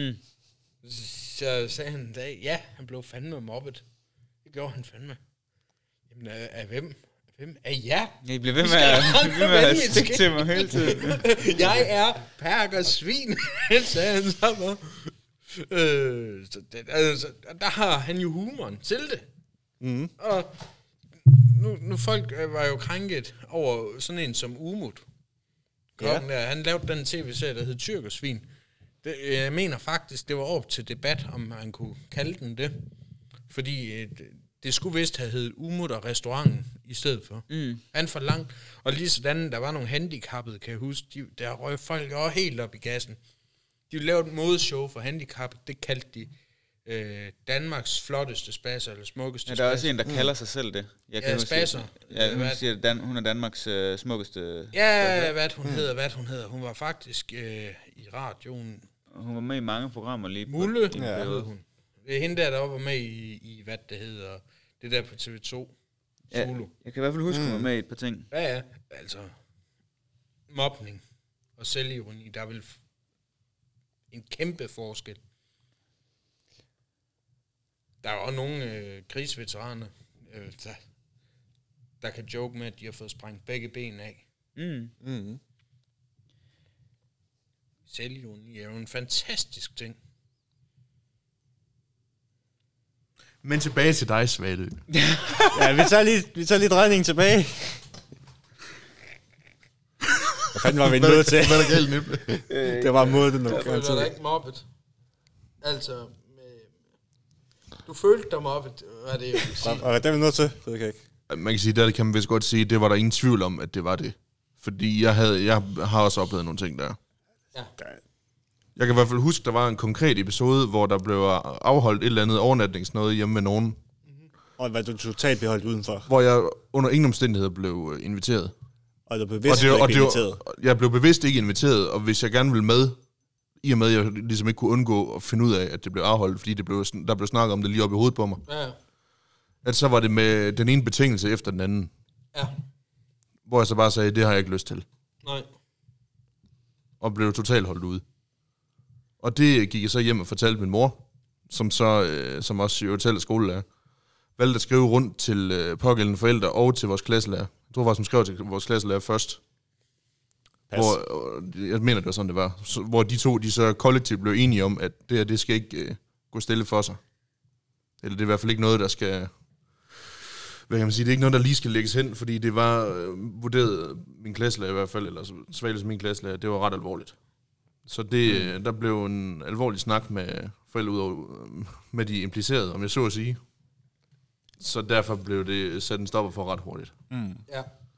Så sagde han en dag, ja, han blev fandme mobbet. Det gjorde han fandme. Jamen, af hvem? Af jer? I bliver ved med at stikke til mig hele tiden. Jeg er perkersvin, sagde han så bare. Der har han jo humoren til det. Mm. Og nu folk var jo krænket over sådan en som Umut. Kokken der, han lavede den tv-serie, der hed Tyrkersvin. Jeg mener faktisk, det var op til debat, om man kunne kalde den det. Fordi det skulle vist have heddet Umut og restauranten i stedet for. Han for langt. Og lige sådan, der var nogle handicappede, kan jeg huske. Der røg folk også helt op i gassen. De lavede et modeshow for handicappede. Det kaldte de Danmarks flotteste spasser, eller smukkeste spasser. Ja, der er også en, der kalder sig selv det. Spasser. Ja, hun siger, hun er Danmarks smukkeste... Ja, hvad hun hedder. Hun var faktisk i radioen. Hun var med i mange programmer lige Mulle, hed hun. Det er hende der var med i hvad det hedder, det der på TV2. Solo. Ja, jeg kan i hvert fald huske, hun var med i et par ting. Ja, altså mobning og selvironi, der er vel en kæmpe forskel. Der er også nogle krigsveteraner, der kan joke med, at de har fået sprængt begge ben af. Selvironi er jo en fantastisk ting. Men tilbage til dig, Svalø. Ja, vi tager lige drejningen tilbage. Hvad fanden var vi nødt til? Hvad er der galt, Nible? Det var mod den. Jeg følte dig ikke mobbet. Altså, du følte dig mobbet, var det jo at sige. Og det er vi nødt til, det kan ikke. Man kan sige, der kan man vist godt sige, det var der ingen tvivl om, at det var det. Fordi jeg har også oplevet nogle ting der. Ja. Jeg kan i hvert fald huske, der var en konkret episode, hvor der blev afholdt et eller andet overnatningsnøde hjemme med nogen. Og var du totalt beholdt udenfor? Hvor jeg under ingen omstændigheder blev inviteret. Og du bevidst ikke inviteret? Jeg blev bevidst ikke inviteret, og hvis jeg gerne ville med, i og med, at jeg ligesom ikke kunne undgå at finde ud af, at det blev afholdt, fordi der blev snakket om det lige op i hovedet på mig. Ja. At så var det med den ene betingelse efter den anden. Ja. Hvor jeg så bare sagde, det har jeg ikke lyst til. Nej. Og blev totalt holdt ude. Og det gik jeg så hjem og fortalte min mor, som også jo selv skolelærer, valgte at skrive rundt til pågældende forældre og til vores klasselærer. Jeg tror faktisk, hun skrev til vores klasselærer først. Hvor, jeg mener, det var sådan, det var. Hvor de så kollektivt blev enige om, at det skal ikke gå stille for sig. Eller det er i hvert fald ikke noget, der skal hvad kan man sige, det er ikke noget, der lige skal lægges hen, fordi det var vurderet, min klasselærer i hvert fald, eller Svales min klasselærer, det var ret alvorligt. Så der blev en alvorlig snak med forældre ud over, med de implicerede, om jeg så at sige. Så derfor blev det sat en stopper for ret hurtigt. Ja.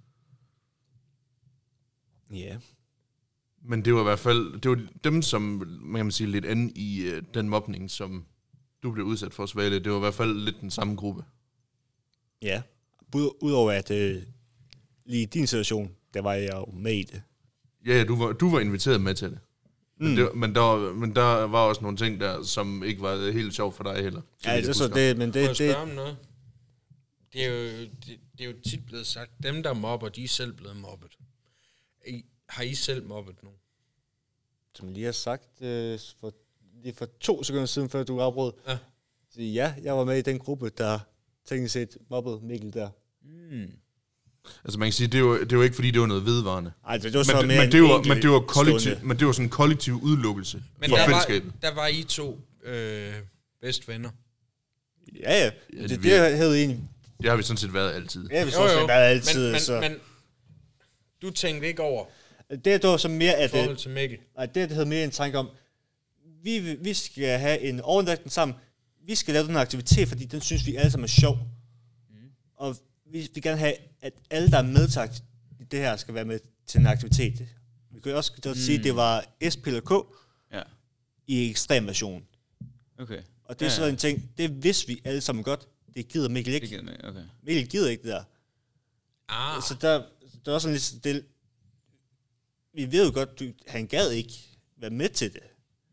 Ja. Men det var i hvert fald, det var dem, som man kan sige lidt anden i den mobning, som du blev udsat for, Svale. Det var i hvert fald lidt den samme gruppe. Ja. Udover at lige i din situation, der var jeg jo med i det. Ja, du var inviteret med til det. Men der var også nogle ting der, som ikke var helt sjovt for dig heller. Ja, det er så det, men Må jeg det... spørge om noget? Det er jo tit blevet sagt, dem der mobber, de er selv blevet mobbet. Har I selv mobbet nogen? Som jeg lige har sagt for 2 sekunder siden, før du afbrød. Ja. Så ja, jeg var med i den gruppe, der teknisk set mobbede Mikkel der. Altså man kan sige, det er jo ikke fordi, det var noget vedvarende. Altså, det var så mere men det var kollektiv, men det var sådan en kollektiv udelukkelse for fællesskabet. Der var I 2 bedste venner. Ja. Det havde egentlig... Det har vi sådan set været altid. Ja, vi har været altid. Men du tænkte ikke over det var så mere, at... forhold til Mikkel? Nej, det havde mere en tanke om, vi skal have en overnatning sammen. Vi skal lave den her aktivitet, fordi den synes vi alle sammen er sjov. Og vi vil gerne have, at alle, der er med til det her, skal være med til en aktivitet. Vi kan også sige, at det var S, P eller K i ekstrem version. Okay. Og det er sådan en ting, det vidste vi alle sammen godt. Det gider Mikkel ikke. Det gider okay. Mikkel gider ikke det der. Så der er sådan lidt stille. Vi ved jo godt, han gad ikke være med til det.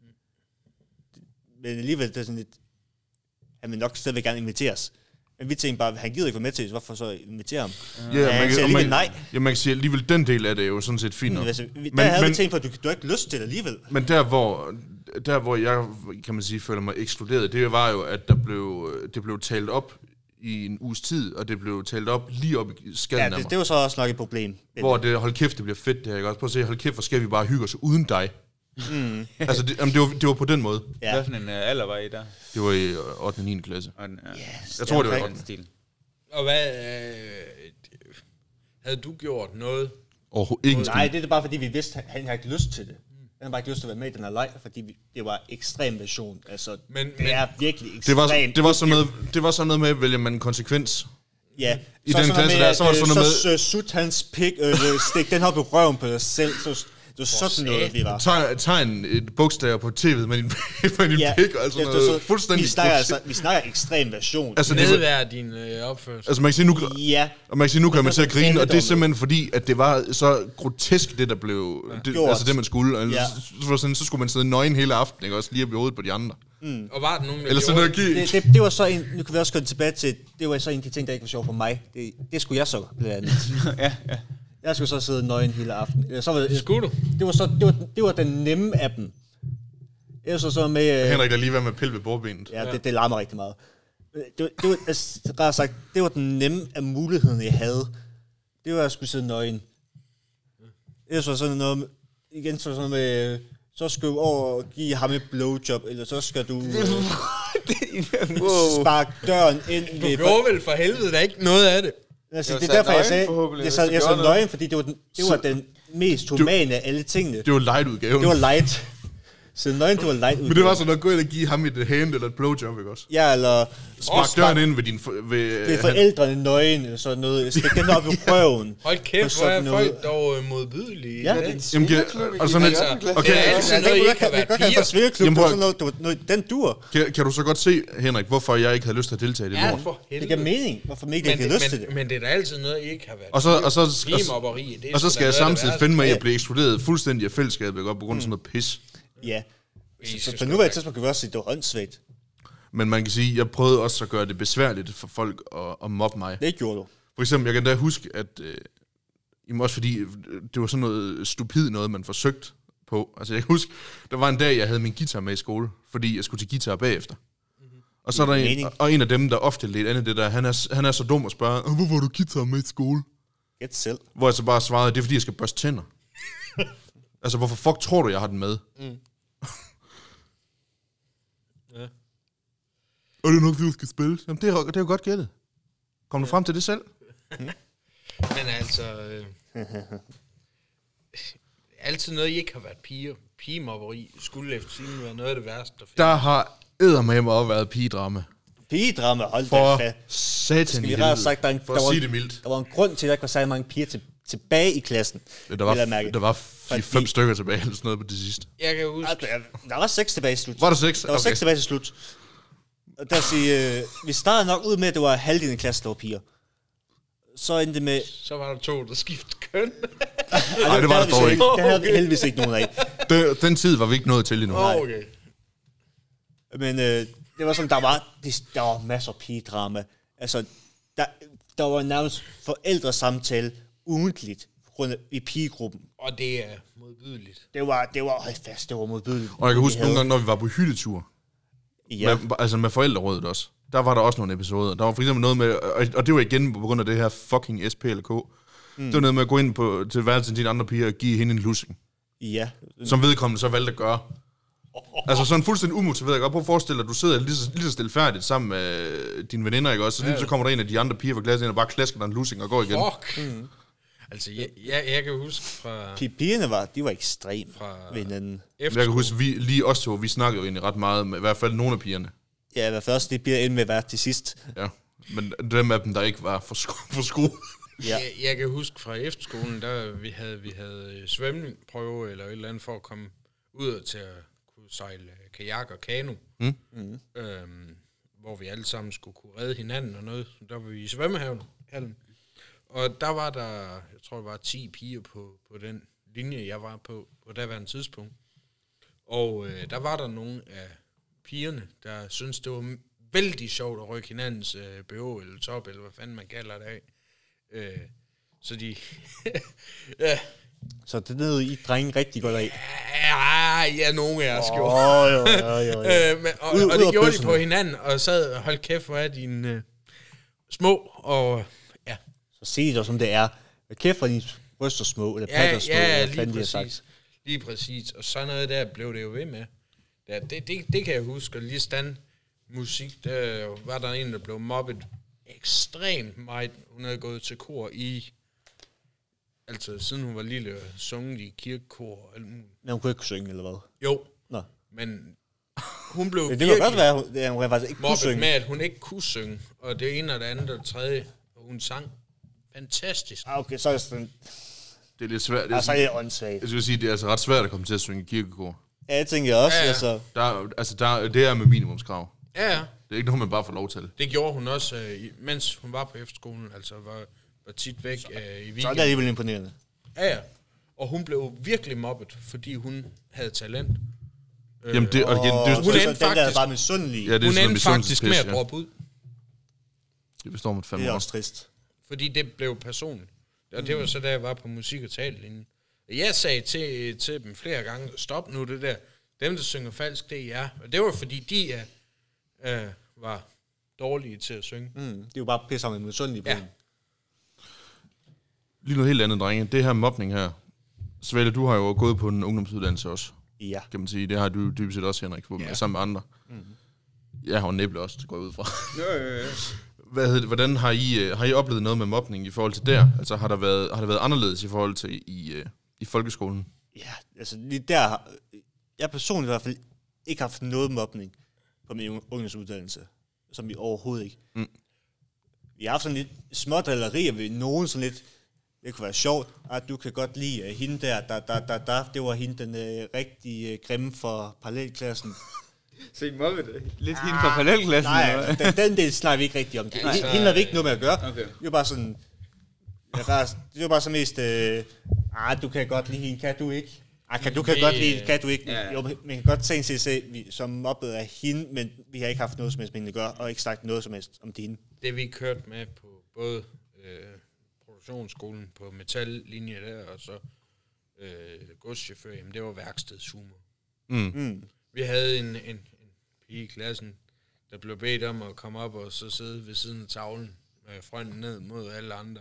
Men alligevel, det er sådan lidt, han vil nok stadigvæk gerne inviteres. Men vi tænkte bare, han gider ikke være med til det, så hvorfor så invitere ham? Man kan sige, alligevel den del af det er jo sådan set fint nok. Der havde vi tænkt på, at du har ikke lyst til det alligevel. Men der hvor jeg, kan man sige, føler mig ekskluderet, det var jo, at det blev talt op i en uges tid, og det blev talt op lige op i skallen af mig. Det var så også nok et problem. Hvor det, hold kæft, det bliver fedt, det her, ikke også? Prøv at se, hold kæft, hvor skal vi bare hygge os uden dig. Altså, det var på den måde. Ja. Hvad for en alder var I der? Det var i 8. og 9. klasse. Yes, jeg tror, det var 8. stil. Og hvad... havde du gjort noget? Overhovedet Nej, det er bare fordi, vi vidste, at han har ikke lyst til det. Han har bare ikke lyst til at være med i den her leg, fordi det var ekstrem version. Altså, det er virkelig ekstremt. Det var sådan noget med, at vælge man en konsekvens. Ja. I den klasse der, så var det sådan noget med... Så sut hans pik, stik den op i røven på dig selv. Det var sådan noget, vi var. Tegn et bogstav på tv'et med din pik, og altså noget fuldstændig... Vi snakker ekstrem version. Altså, nedværd din opførsel. Altså, man kan sige, nu kan man til at grine, og det er simpelthen fordi, at det var så grotesk, det der blev... Altså, det man skulle. Så skulle man sidde nøgen hele aftenen, ikke? Også lige op i hovedet på de andre. Og var der nogen, der eller sådan det var så en... Nu kan vi også gå tilbage til... Det var så en af de ting, der ikke var sjov for mig. Det skulle jeg så blandt andet. Ja. Jeg skulle så sidde nøgen hele aftenen. Skulle du? Det var den nemme af dem. Jeg så med... Henrik er lige været med at pille ved bordbenet. Ja, det larmer rigtig meget. Det var ret sagt, det var den nemme af muligheden, jeg havde. Det var, at jeg skulle sidde nøgen. Det var sådan noget... Igen så sådan med... Så skal du over og give ham et blowjob, eller så skal du sparke døren ind. Du gjorde vel for helvede der ikke noget af det. Altså, det er derfor, jeg sagde nøgen, fordi det var den mest humane af alle tingene. Det var light-udgaven. Det var light. Så nøgen, det var light-udgaven. Men det var sådan noget, gå ind og give ham et hand eller et blowjob, ikke også? Ja, eller... Spark døren ind ved din... Det er forældrene nøgen, eller sådan noget. Stik den op i røven. Hold kæft, hvor er folk dog modbydelige. Ja, og sådan lidt... Okay, jeg kan få svingerklub, den dur. Kan du så godt se, Henrik, hvorfor jeg ikke havde lyst til at deltage i det lort? Det giver mening, hvorfor Mikkel ikke havde lyst til det. Men det er da altid noget, I ikke har været. Og så skal jeg samtidig finde mig, at jeg bliver ekskluderet fuldstændig af fællesskabet, på grund af sådan noget pis. Ja. Så på nuværende tidspunkt kan vi også sige, at det var åndssvagt. Men man kan sige, at jeg prøvede også at gøre det besværligt for folk at mobbe mig. Det gjorde du. For eksempel, jeg kan da huske, at også fordi det var sådan noget stupid noget, man forsøgte på. Altså jeg kan huske, der var en dag, jeg havde min guitar med i skole, fordi jeg skulle til guitar bagefter. Og så er der en af dem, der ofte lidt andet det der, han er så dum at spørge, hvorfor har du guitar med i skole? Gæt selv. Hvor jeg så bare svarede, det er fordi, jeg skal børste tænder. Altså, hvorfor fuck tror du, jeg har den med? Ja. Og det er nok, fordi du skal spille. Jamen, det er jo godt gættet. Kom du frem til det selv? Men altså... altid noget, I ikke har været piger. Pigemobberi skulle efter sigende være noget af det værste, der findes. Der har eddermame også været pigedrama. Pigedrama, hold da For fast. satan Skal i vi helvede. have sagt, For at sige det mildt. der var en grund til, at der ikke var særlig mange piger tilbage i klassen. Der var 5 stykker tilbage, eller sådan noget på det sidste. Jeg kan huske... Der var 6 tilbage i slut. Var der 6? Der var 6 tilbage til slut. Og der siger, vi startede nok ud med, at det var halvdelen af klassen, der var piger. Så endte det med... Så var der 2, der skiftede køn. Nej, det var der dog ikke. Det havde vi heldigvis ikke nogen af. Den tid var vi ikke nået til endnu. Okay. Men det var sådan, der var masser af pigedrama. Altså, der var nærmest forældresamtale ugentligt i pigegruppen. Og det er modbydeligt. Det var modbydeligt. Og jeg kan huske nogle gange, når vi var på hyttetur, Ja. med forældrerådet også, der var der også nogle episoder. Der var for eksempel noget med, og det var igen på grund af det her fucking SPLK. Det var noget med at gå ind til værelsen til de andre piger og give hende en lussing. Ja. Som vedkommende så valgte at gøre. Altså sådan fuldstændig umotiveret. Jeg kan godt prøve at forestille dig, at du sidder lige så stilfærdigt sammen med dine veninder, ikke også? Så kommer der en af de andre piger fra klassen ind og bare klasker dig en lussing og går igen. Fuck. Altså, jeg kan huske fra... Pigerne var ekstrem ved hinanden. Jeg kan huske, lige os to, vi snakkede jo egentlig ret meget med i hvert fald nogle af pigerne. Ja, hvad først, det bliver ind med at være til sidst. Ja, men dem af dem, der ikke var for skru. Ja. Jeg kan huske fra efterskolen, der vi havde svømmeprøve eller et eller andet for at komme ud til at kunne sejle kajak og kano. Hvor vi alle sammen skulle kunne redde hinanden og noget. Der var vi i svømmehallen. Og der var der, jeg tror det var 10 piger på den linje, jeg var på daværende tidspunkt. Og der var der nogle af pigerne, der syntes, det var vældig sjovt at rykke hinandens BH eller top, eller hvad fanden man kalder det af. Så de... ja. Så det nød I drenge rigtig godt af. Ja, nogle af os gjorde. Jo. Og det gjorde de på hinanden, og sad og holdt kæft for at dine små, og ja. Så sig det som det er. Kæft for dine bryster små, eller patter små, ja, hvad lige præcis. Lige præcis. Og sådan noget der blev det jo ved med. Ja, det kan jeg huske. Og lige stand musik, der var der en, der blev mobbet ekstremt meget. Hun havde gået til kor altså siden hun var lille, sunget i kirkekor og alt muligt. Men hun kunne ikke synge, eller hvad? Jo. Nå. Men hun blev det kan godt være, hun faktisk ikke kunne synge. med, at hun ikke kunne synge. Og det ene og det andet og det tredje. Og hun sang fantastisk. Okay, så er det sådan... Det er lidt svært. Altså, det er åndssvagt. Jeg skal sige, det er altså ret svært at komme til at synge i kirkekor. Ja, det tænker jeg også. Ja. Altså. Det er med minimumskrav. Ja. Det er ikke noget, man bare får lov til. Det gjorde hun også, mens hun var på efterskolen. Altså var tit væk i weekenden. Så er det alligevel imponerende. Ja. Og hun blev virkelig mobbet, fordi hun havde talent. Jamen det, og igen, det, hun det, endte den der er faktisk, bare misundelig. ja, det er hun sådan endte noget faktisk med at droppe ud. Det består man fandme Det er også. også trist. Fordi det blev personligt. Og det var så, da jeg var på musik- og talelinjen. Jeg sagde til dem flere gange, stop nu det der. Dem, der synger falsk, det er jer. Og det var, fordi de var dårlige til at synge. Det er jo bare pisse om en misundelig på Ja. hende. Lige noget helt andet, drenge. Det her mobning her. Svale, du har jo gået på en ungdomsuddannelse også, Ja. kan man sige. Det har du dybest set også, Henrik, sammen med andre. Jeg har jo næble også, det går jeg ud fra. Ja. Hvordan har I oplevet noget med mobning i forhold til der? Altså har det været anderledes i forhold til i folkeskolen? Ja, altså lige der har jeg personligt i hvert fald ikke haft noget mobning på min ungdomsuddannelse, som vi overhovedet ikke. Vi har haft sådan lidt smådrillerier ved nogen, sådan lidt, det kunne være sjovt, at du kan godt lide hende der, det var hende den rigtig grimme for parallelklassen. Så I mobbede lidt hende fra parallelklassen? Nej, den del snakker vi ikke rigtig om. Hende har vi ikke noget med at gøre. Okay. Det var bare sådan, det var bare så mest, du kan godt lide hende, kan du ikke? Du kan godt lide, kan du ikke? Ja. Jo, man kan godt tænke sig, som mobbet af hende, men vi har ikke haft noget som helst med hende at gøre, og ikke sagt noget som helst om hende. Det vi kørte med på både produktionsskolen på metallinje der, og så godschauffør, jamen det var værkstedshumor. Vi havde en pige i klassen, der blev bedt om at komme op og så sidde ved siden af tavlen med fronten ned mod alle andre.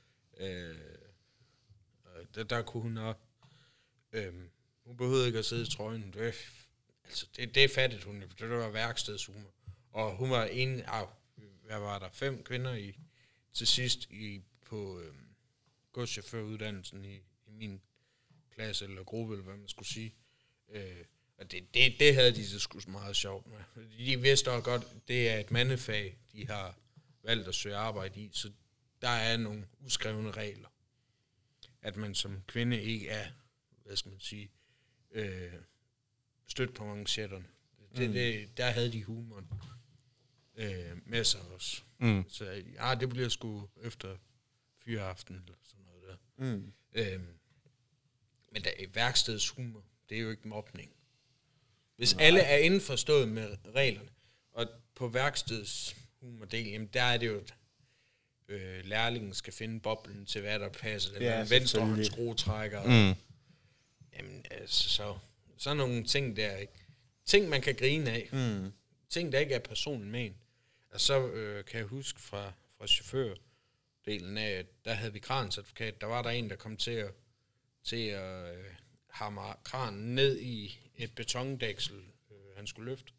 Der kunne hun op. Hun behøvede ikke at sidde i trøjen. Det er fattigt, hun. Det var værkstedshumor. Og hun var hvad var der, 5 kvinder i til sidst på godschaufføruddannelsen i min klasse eller gruppe, eller hvad man skulle sige. Og det havde de så sgu meget sjovt med. De vidste også godt, det er et mandefag, de har valgt at søge arbejde i, så der er nogle uskrevne regler. At man som kvinde ikke er, hvad skal man sige, stødt på manchetterne. Der havde de humoren med sig også. Så det bliver sgu efter fyreaften eller sådan noget der. Men der er værkstedshumor, det er jo ikke mobning. Hvis alle er indforstået med reglerne, og på værkstedshumordel, jamen der er det jo, lærlingen skal finde boblen til hvad der passer, eller venstre hånd skruetrækker. Jamen altså, så nogle ting der, ikke? Ting man kan grine af. Ting der ikke er personen men. Og så kan jeg huske fra chaufførdelen af, at der havde vi krancertifikat, der var der en, der kom til at hamre kranen ned i et betondæksel, han skulle løfte.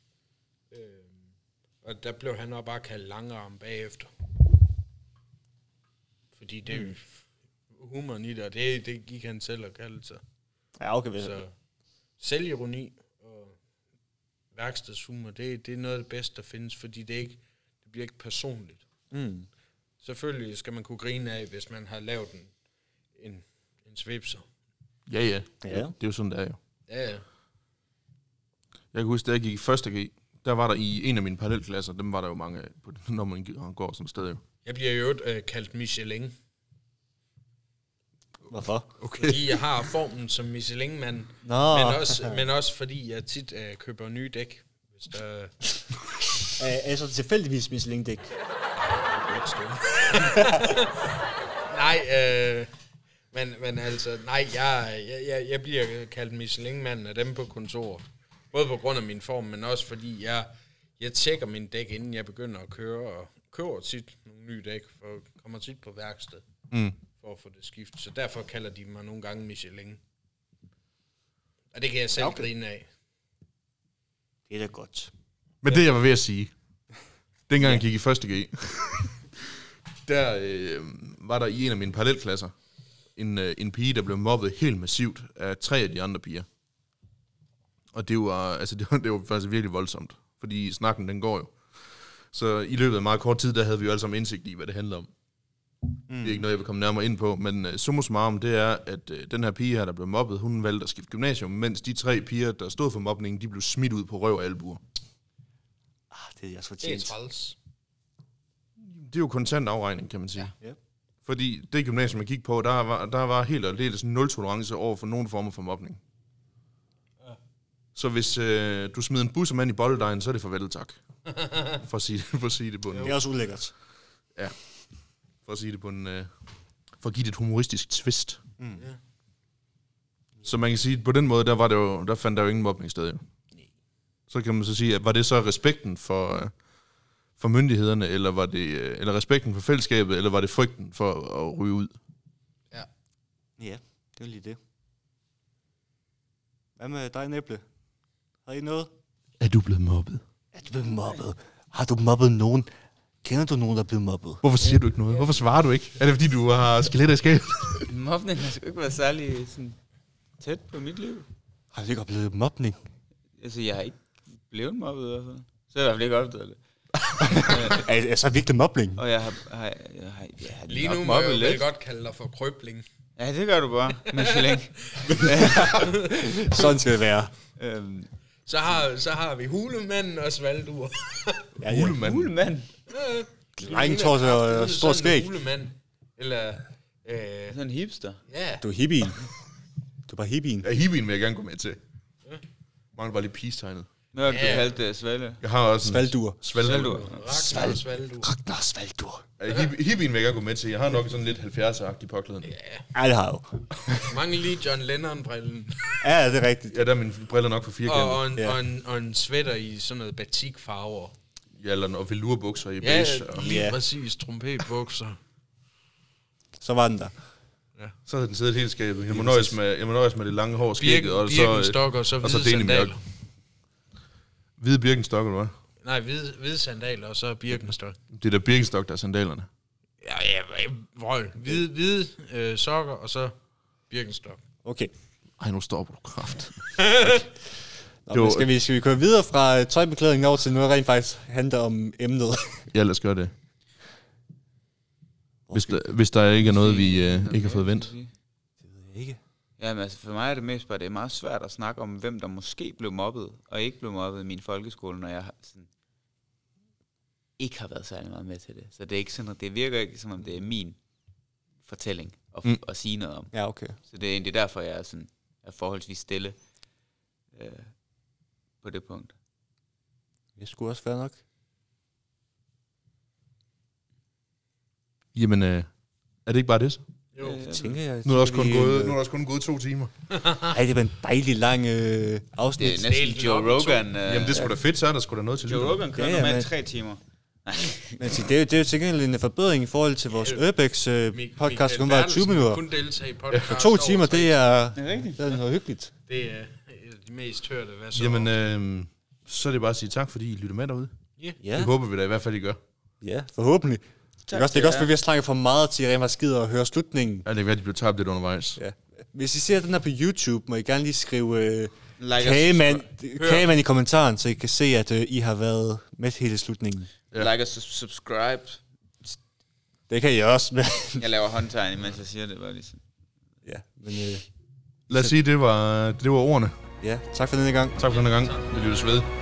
Og der blev han også bare kaldt langarm bagefter. Fordi det humoren i det, og det gik han selv og kaldte sig. Ja, okay. Så selvironi og værkstedshumor, det er noget af det bedste, der findes, fordi det bliver ikke personligt. Selvfølgelig skal man kunne grine af, hvis man har lavet en svipser. Ja. Det er jo sådan, det er jo. Ja. Jeg kan huske, da jeg gik i 1. G, der var der i en af mine parallelklasser, dem var der jo mange af, når man går sådan et sted jo. Jeg bliver jo kaldt Michelin. Hvorfor? Okay. Fordi jeg har formen som Michelin-mand, men også fordi jeg tit køber nye dæk. Hvis der... Altså tilfældigvis Michelin-dæk? Nej, men altså, nej, jeg bliver kaldt Michelin-manden af dem på kontoret. Både på grund af min form, men også fordi jeg tjekker min dæk, inden jeg begynder at køre, og køber tit nogle nye dæk, for jeg kommer tit på værksted for at få det skiftet. Så derfor kalder de mig nogle gange Michelin. Og det kan jeg selv grine af. Det er da godt. Men det, jeg var ved at sige, dengang jeg gik i 1. G, der var der i en af mine parallelklasser en pige, der blev mobbet helt massivt af 3 af de andre piger. Og det var faktisk virkelig voldsomt, fordi snakken, den går jo. Så i løbet af meget kort tid, der havde vi jo alle sammen indsigt i, hvad det handler om. Det er ikke noget, jeg vil komme nærmere ind på, men summa summarum, det er, at den her pige her, der blev mobbet, hun valgte at skifte gymnasium, mens de 3 piger, der stod for mobningen, de blev smidt ud på røv og albuer. Det er jeg så Det er træls. Det er jo kontant afregning, kan man sige. Ja. Fordi det gymnasium, jeg gik på, der var helt og aldeles nul tolerance over for nogen former for mobning. Ja. Så hvis du smider en bussemand i bolledejen, så er det farvel, tak. For at sige det på en... Det er også ulækkert. Ja. For at sige det på en... for at give det et humoristisk twist. Ja. Så man kan sige, at på den måde, der fandt der jo ingen mobning sted. Så kan man så sige, at var det så respekten for myndighederne, eller var det eller respekten for fællesskabet, eller var det frygten for at ryge ud? Ja. Ja, det er lige det. Hvad med dig, Næble? Har I noget? Er du blevet mobbet? Er du blevet mobbet? Har du mobbet nogen? Kender du nogen, der er blevet mobbet? Hvorfor siger du ikke noget? Hvorfor svarer du ikke? Er det fordi, du har skeletter i skabet? Mobning har sgu ikke været særlig sådan, tæt på mit liv. Har du ikke oplevet mobning? Altså, jeg har ikke blevet mobbet i hvert fald. Så har jeg i hvert fald ikke opdaget det. Er så virkelig mobning? Og jeg har Lige nok nu må mobbet jeg lidt. vel godt kalde dig for krøbling. Ja, det gør du bare. Michelin. Sådan skal det være. Så har vi hulemanden og Svaldur. Hulemand. Drengtors og stor skæg. Hulemand. Eller... Sådan en hipster. Ja. Du er hippien. Du er bare hippien. Ja, hippien vil jeg gerne gå med til. Mangler bare lige peace-tegnet. Hvad har du kaldt det? Svalle? Jeg har også Svaldur. Svaldur. Ragnar Svaldur. Hippien vil jeg gerne gå med til. Jeg har nok sådan lidt 70'er-agtig påklædning. Ja, det har jeg jo. Mange lige John Lennon-brillen. Ja, det er rigtigt. Ja, der er mine briller nok for firkantet. Og en sweater i sådan noget batikfarver. Ja, eller noget velurbukser i Ja, beige. Og lige præcis. Trompetbukser. Så var den der. så havde den siddet helt skabet. Jeg må nøjes med det lange hår, skægget, og Birkenstock og så hvide sandaler. Hvide Birkenstock, eller hvad? Nej, hvide sandaler og så Birkenstock. Det er der Birkenstock, der er sandalerne. Hvide sokker, og så Birkenstock. Okay. Ej, nu stopper du kraft. Nå, men skal vi køre videre fra tøjbeklædning over til noget, der rent faktisk handler om emnet? Ja, lad os gøre det. Hvis der ikke er noget, vi ikke har fået vendt. Det ved jeg ikke. Jamen altså for mig er det mest bare, det er meget svært at snakke om, hvem der måske blev mobbet, og ikke blev mobbet i min folkeskole, når jeg sådan, ikke har været særlig meget med til det. Så det er ikke sådan, det virker ikke som om det er min fortælling at sige noget om. Ja, okay. Så det er egentlig derfor, jeg er forholdsvis stille på det punkt. Det skulle også være nok. Jamen, er det ikke bare det så? Jo. Tænker jeg. Nu er der også kun gået 2 timer. Ej, det var en dejlig lang afsnit. Det er næsten Joe Rogan. Jamen, det skulle da fedt, så er der sgu da noget til Joe Rogan kører normalt 3 timer. Men det er jo til gengæld en forbedring i forhold til vores Urbex podcast, som var 20 minutter. Kun deltage i podcast. For 2 timer, det er rigtigt. Det er noget hyggeligt. Det er de mest hørte. Jamen, så er det bare at sige tak, fordi I lytter med derude. Ja. Det håber vi da i hvert fald, I gør. Ja, forhåbentlig. Det er også fordi vi har snakket for meget til at rent skider og høre slutningen. Ja, det er ved, at de blev tabt lidt undervejs. Ja. Hvis I ser den her på YouTube, må I gerne lige skrive Kagemand i kommentaren, så I kan se, at I har været med hele slutningen. Ja. Like og subscribe. Det kan I også. Jeg laver håndtegn, mens jeg siger det. Bare lige sådan. Ja, men... Lad os sige, det var ordene. Ja, tak for denne gang. Tak for denne gang. Vi lyttes ved.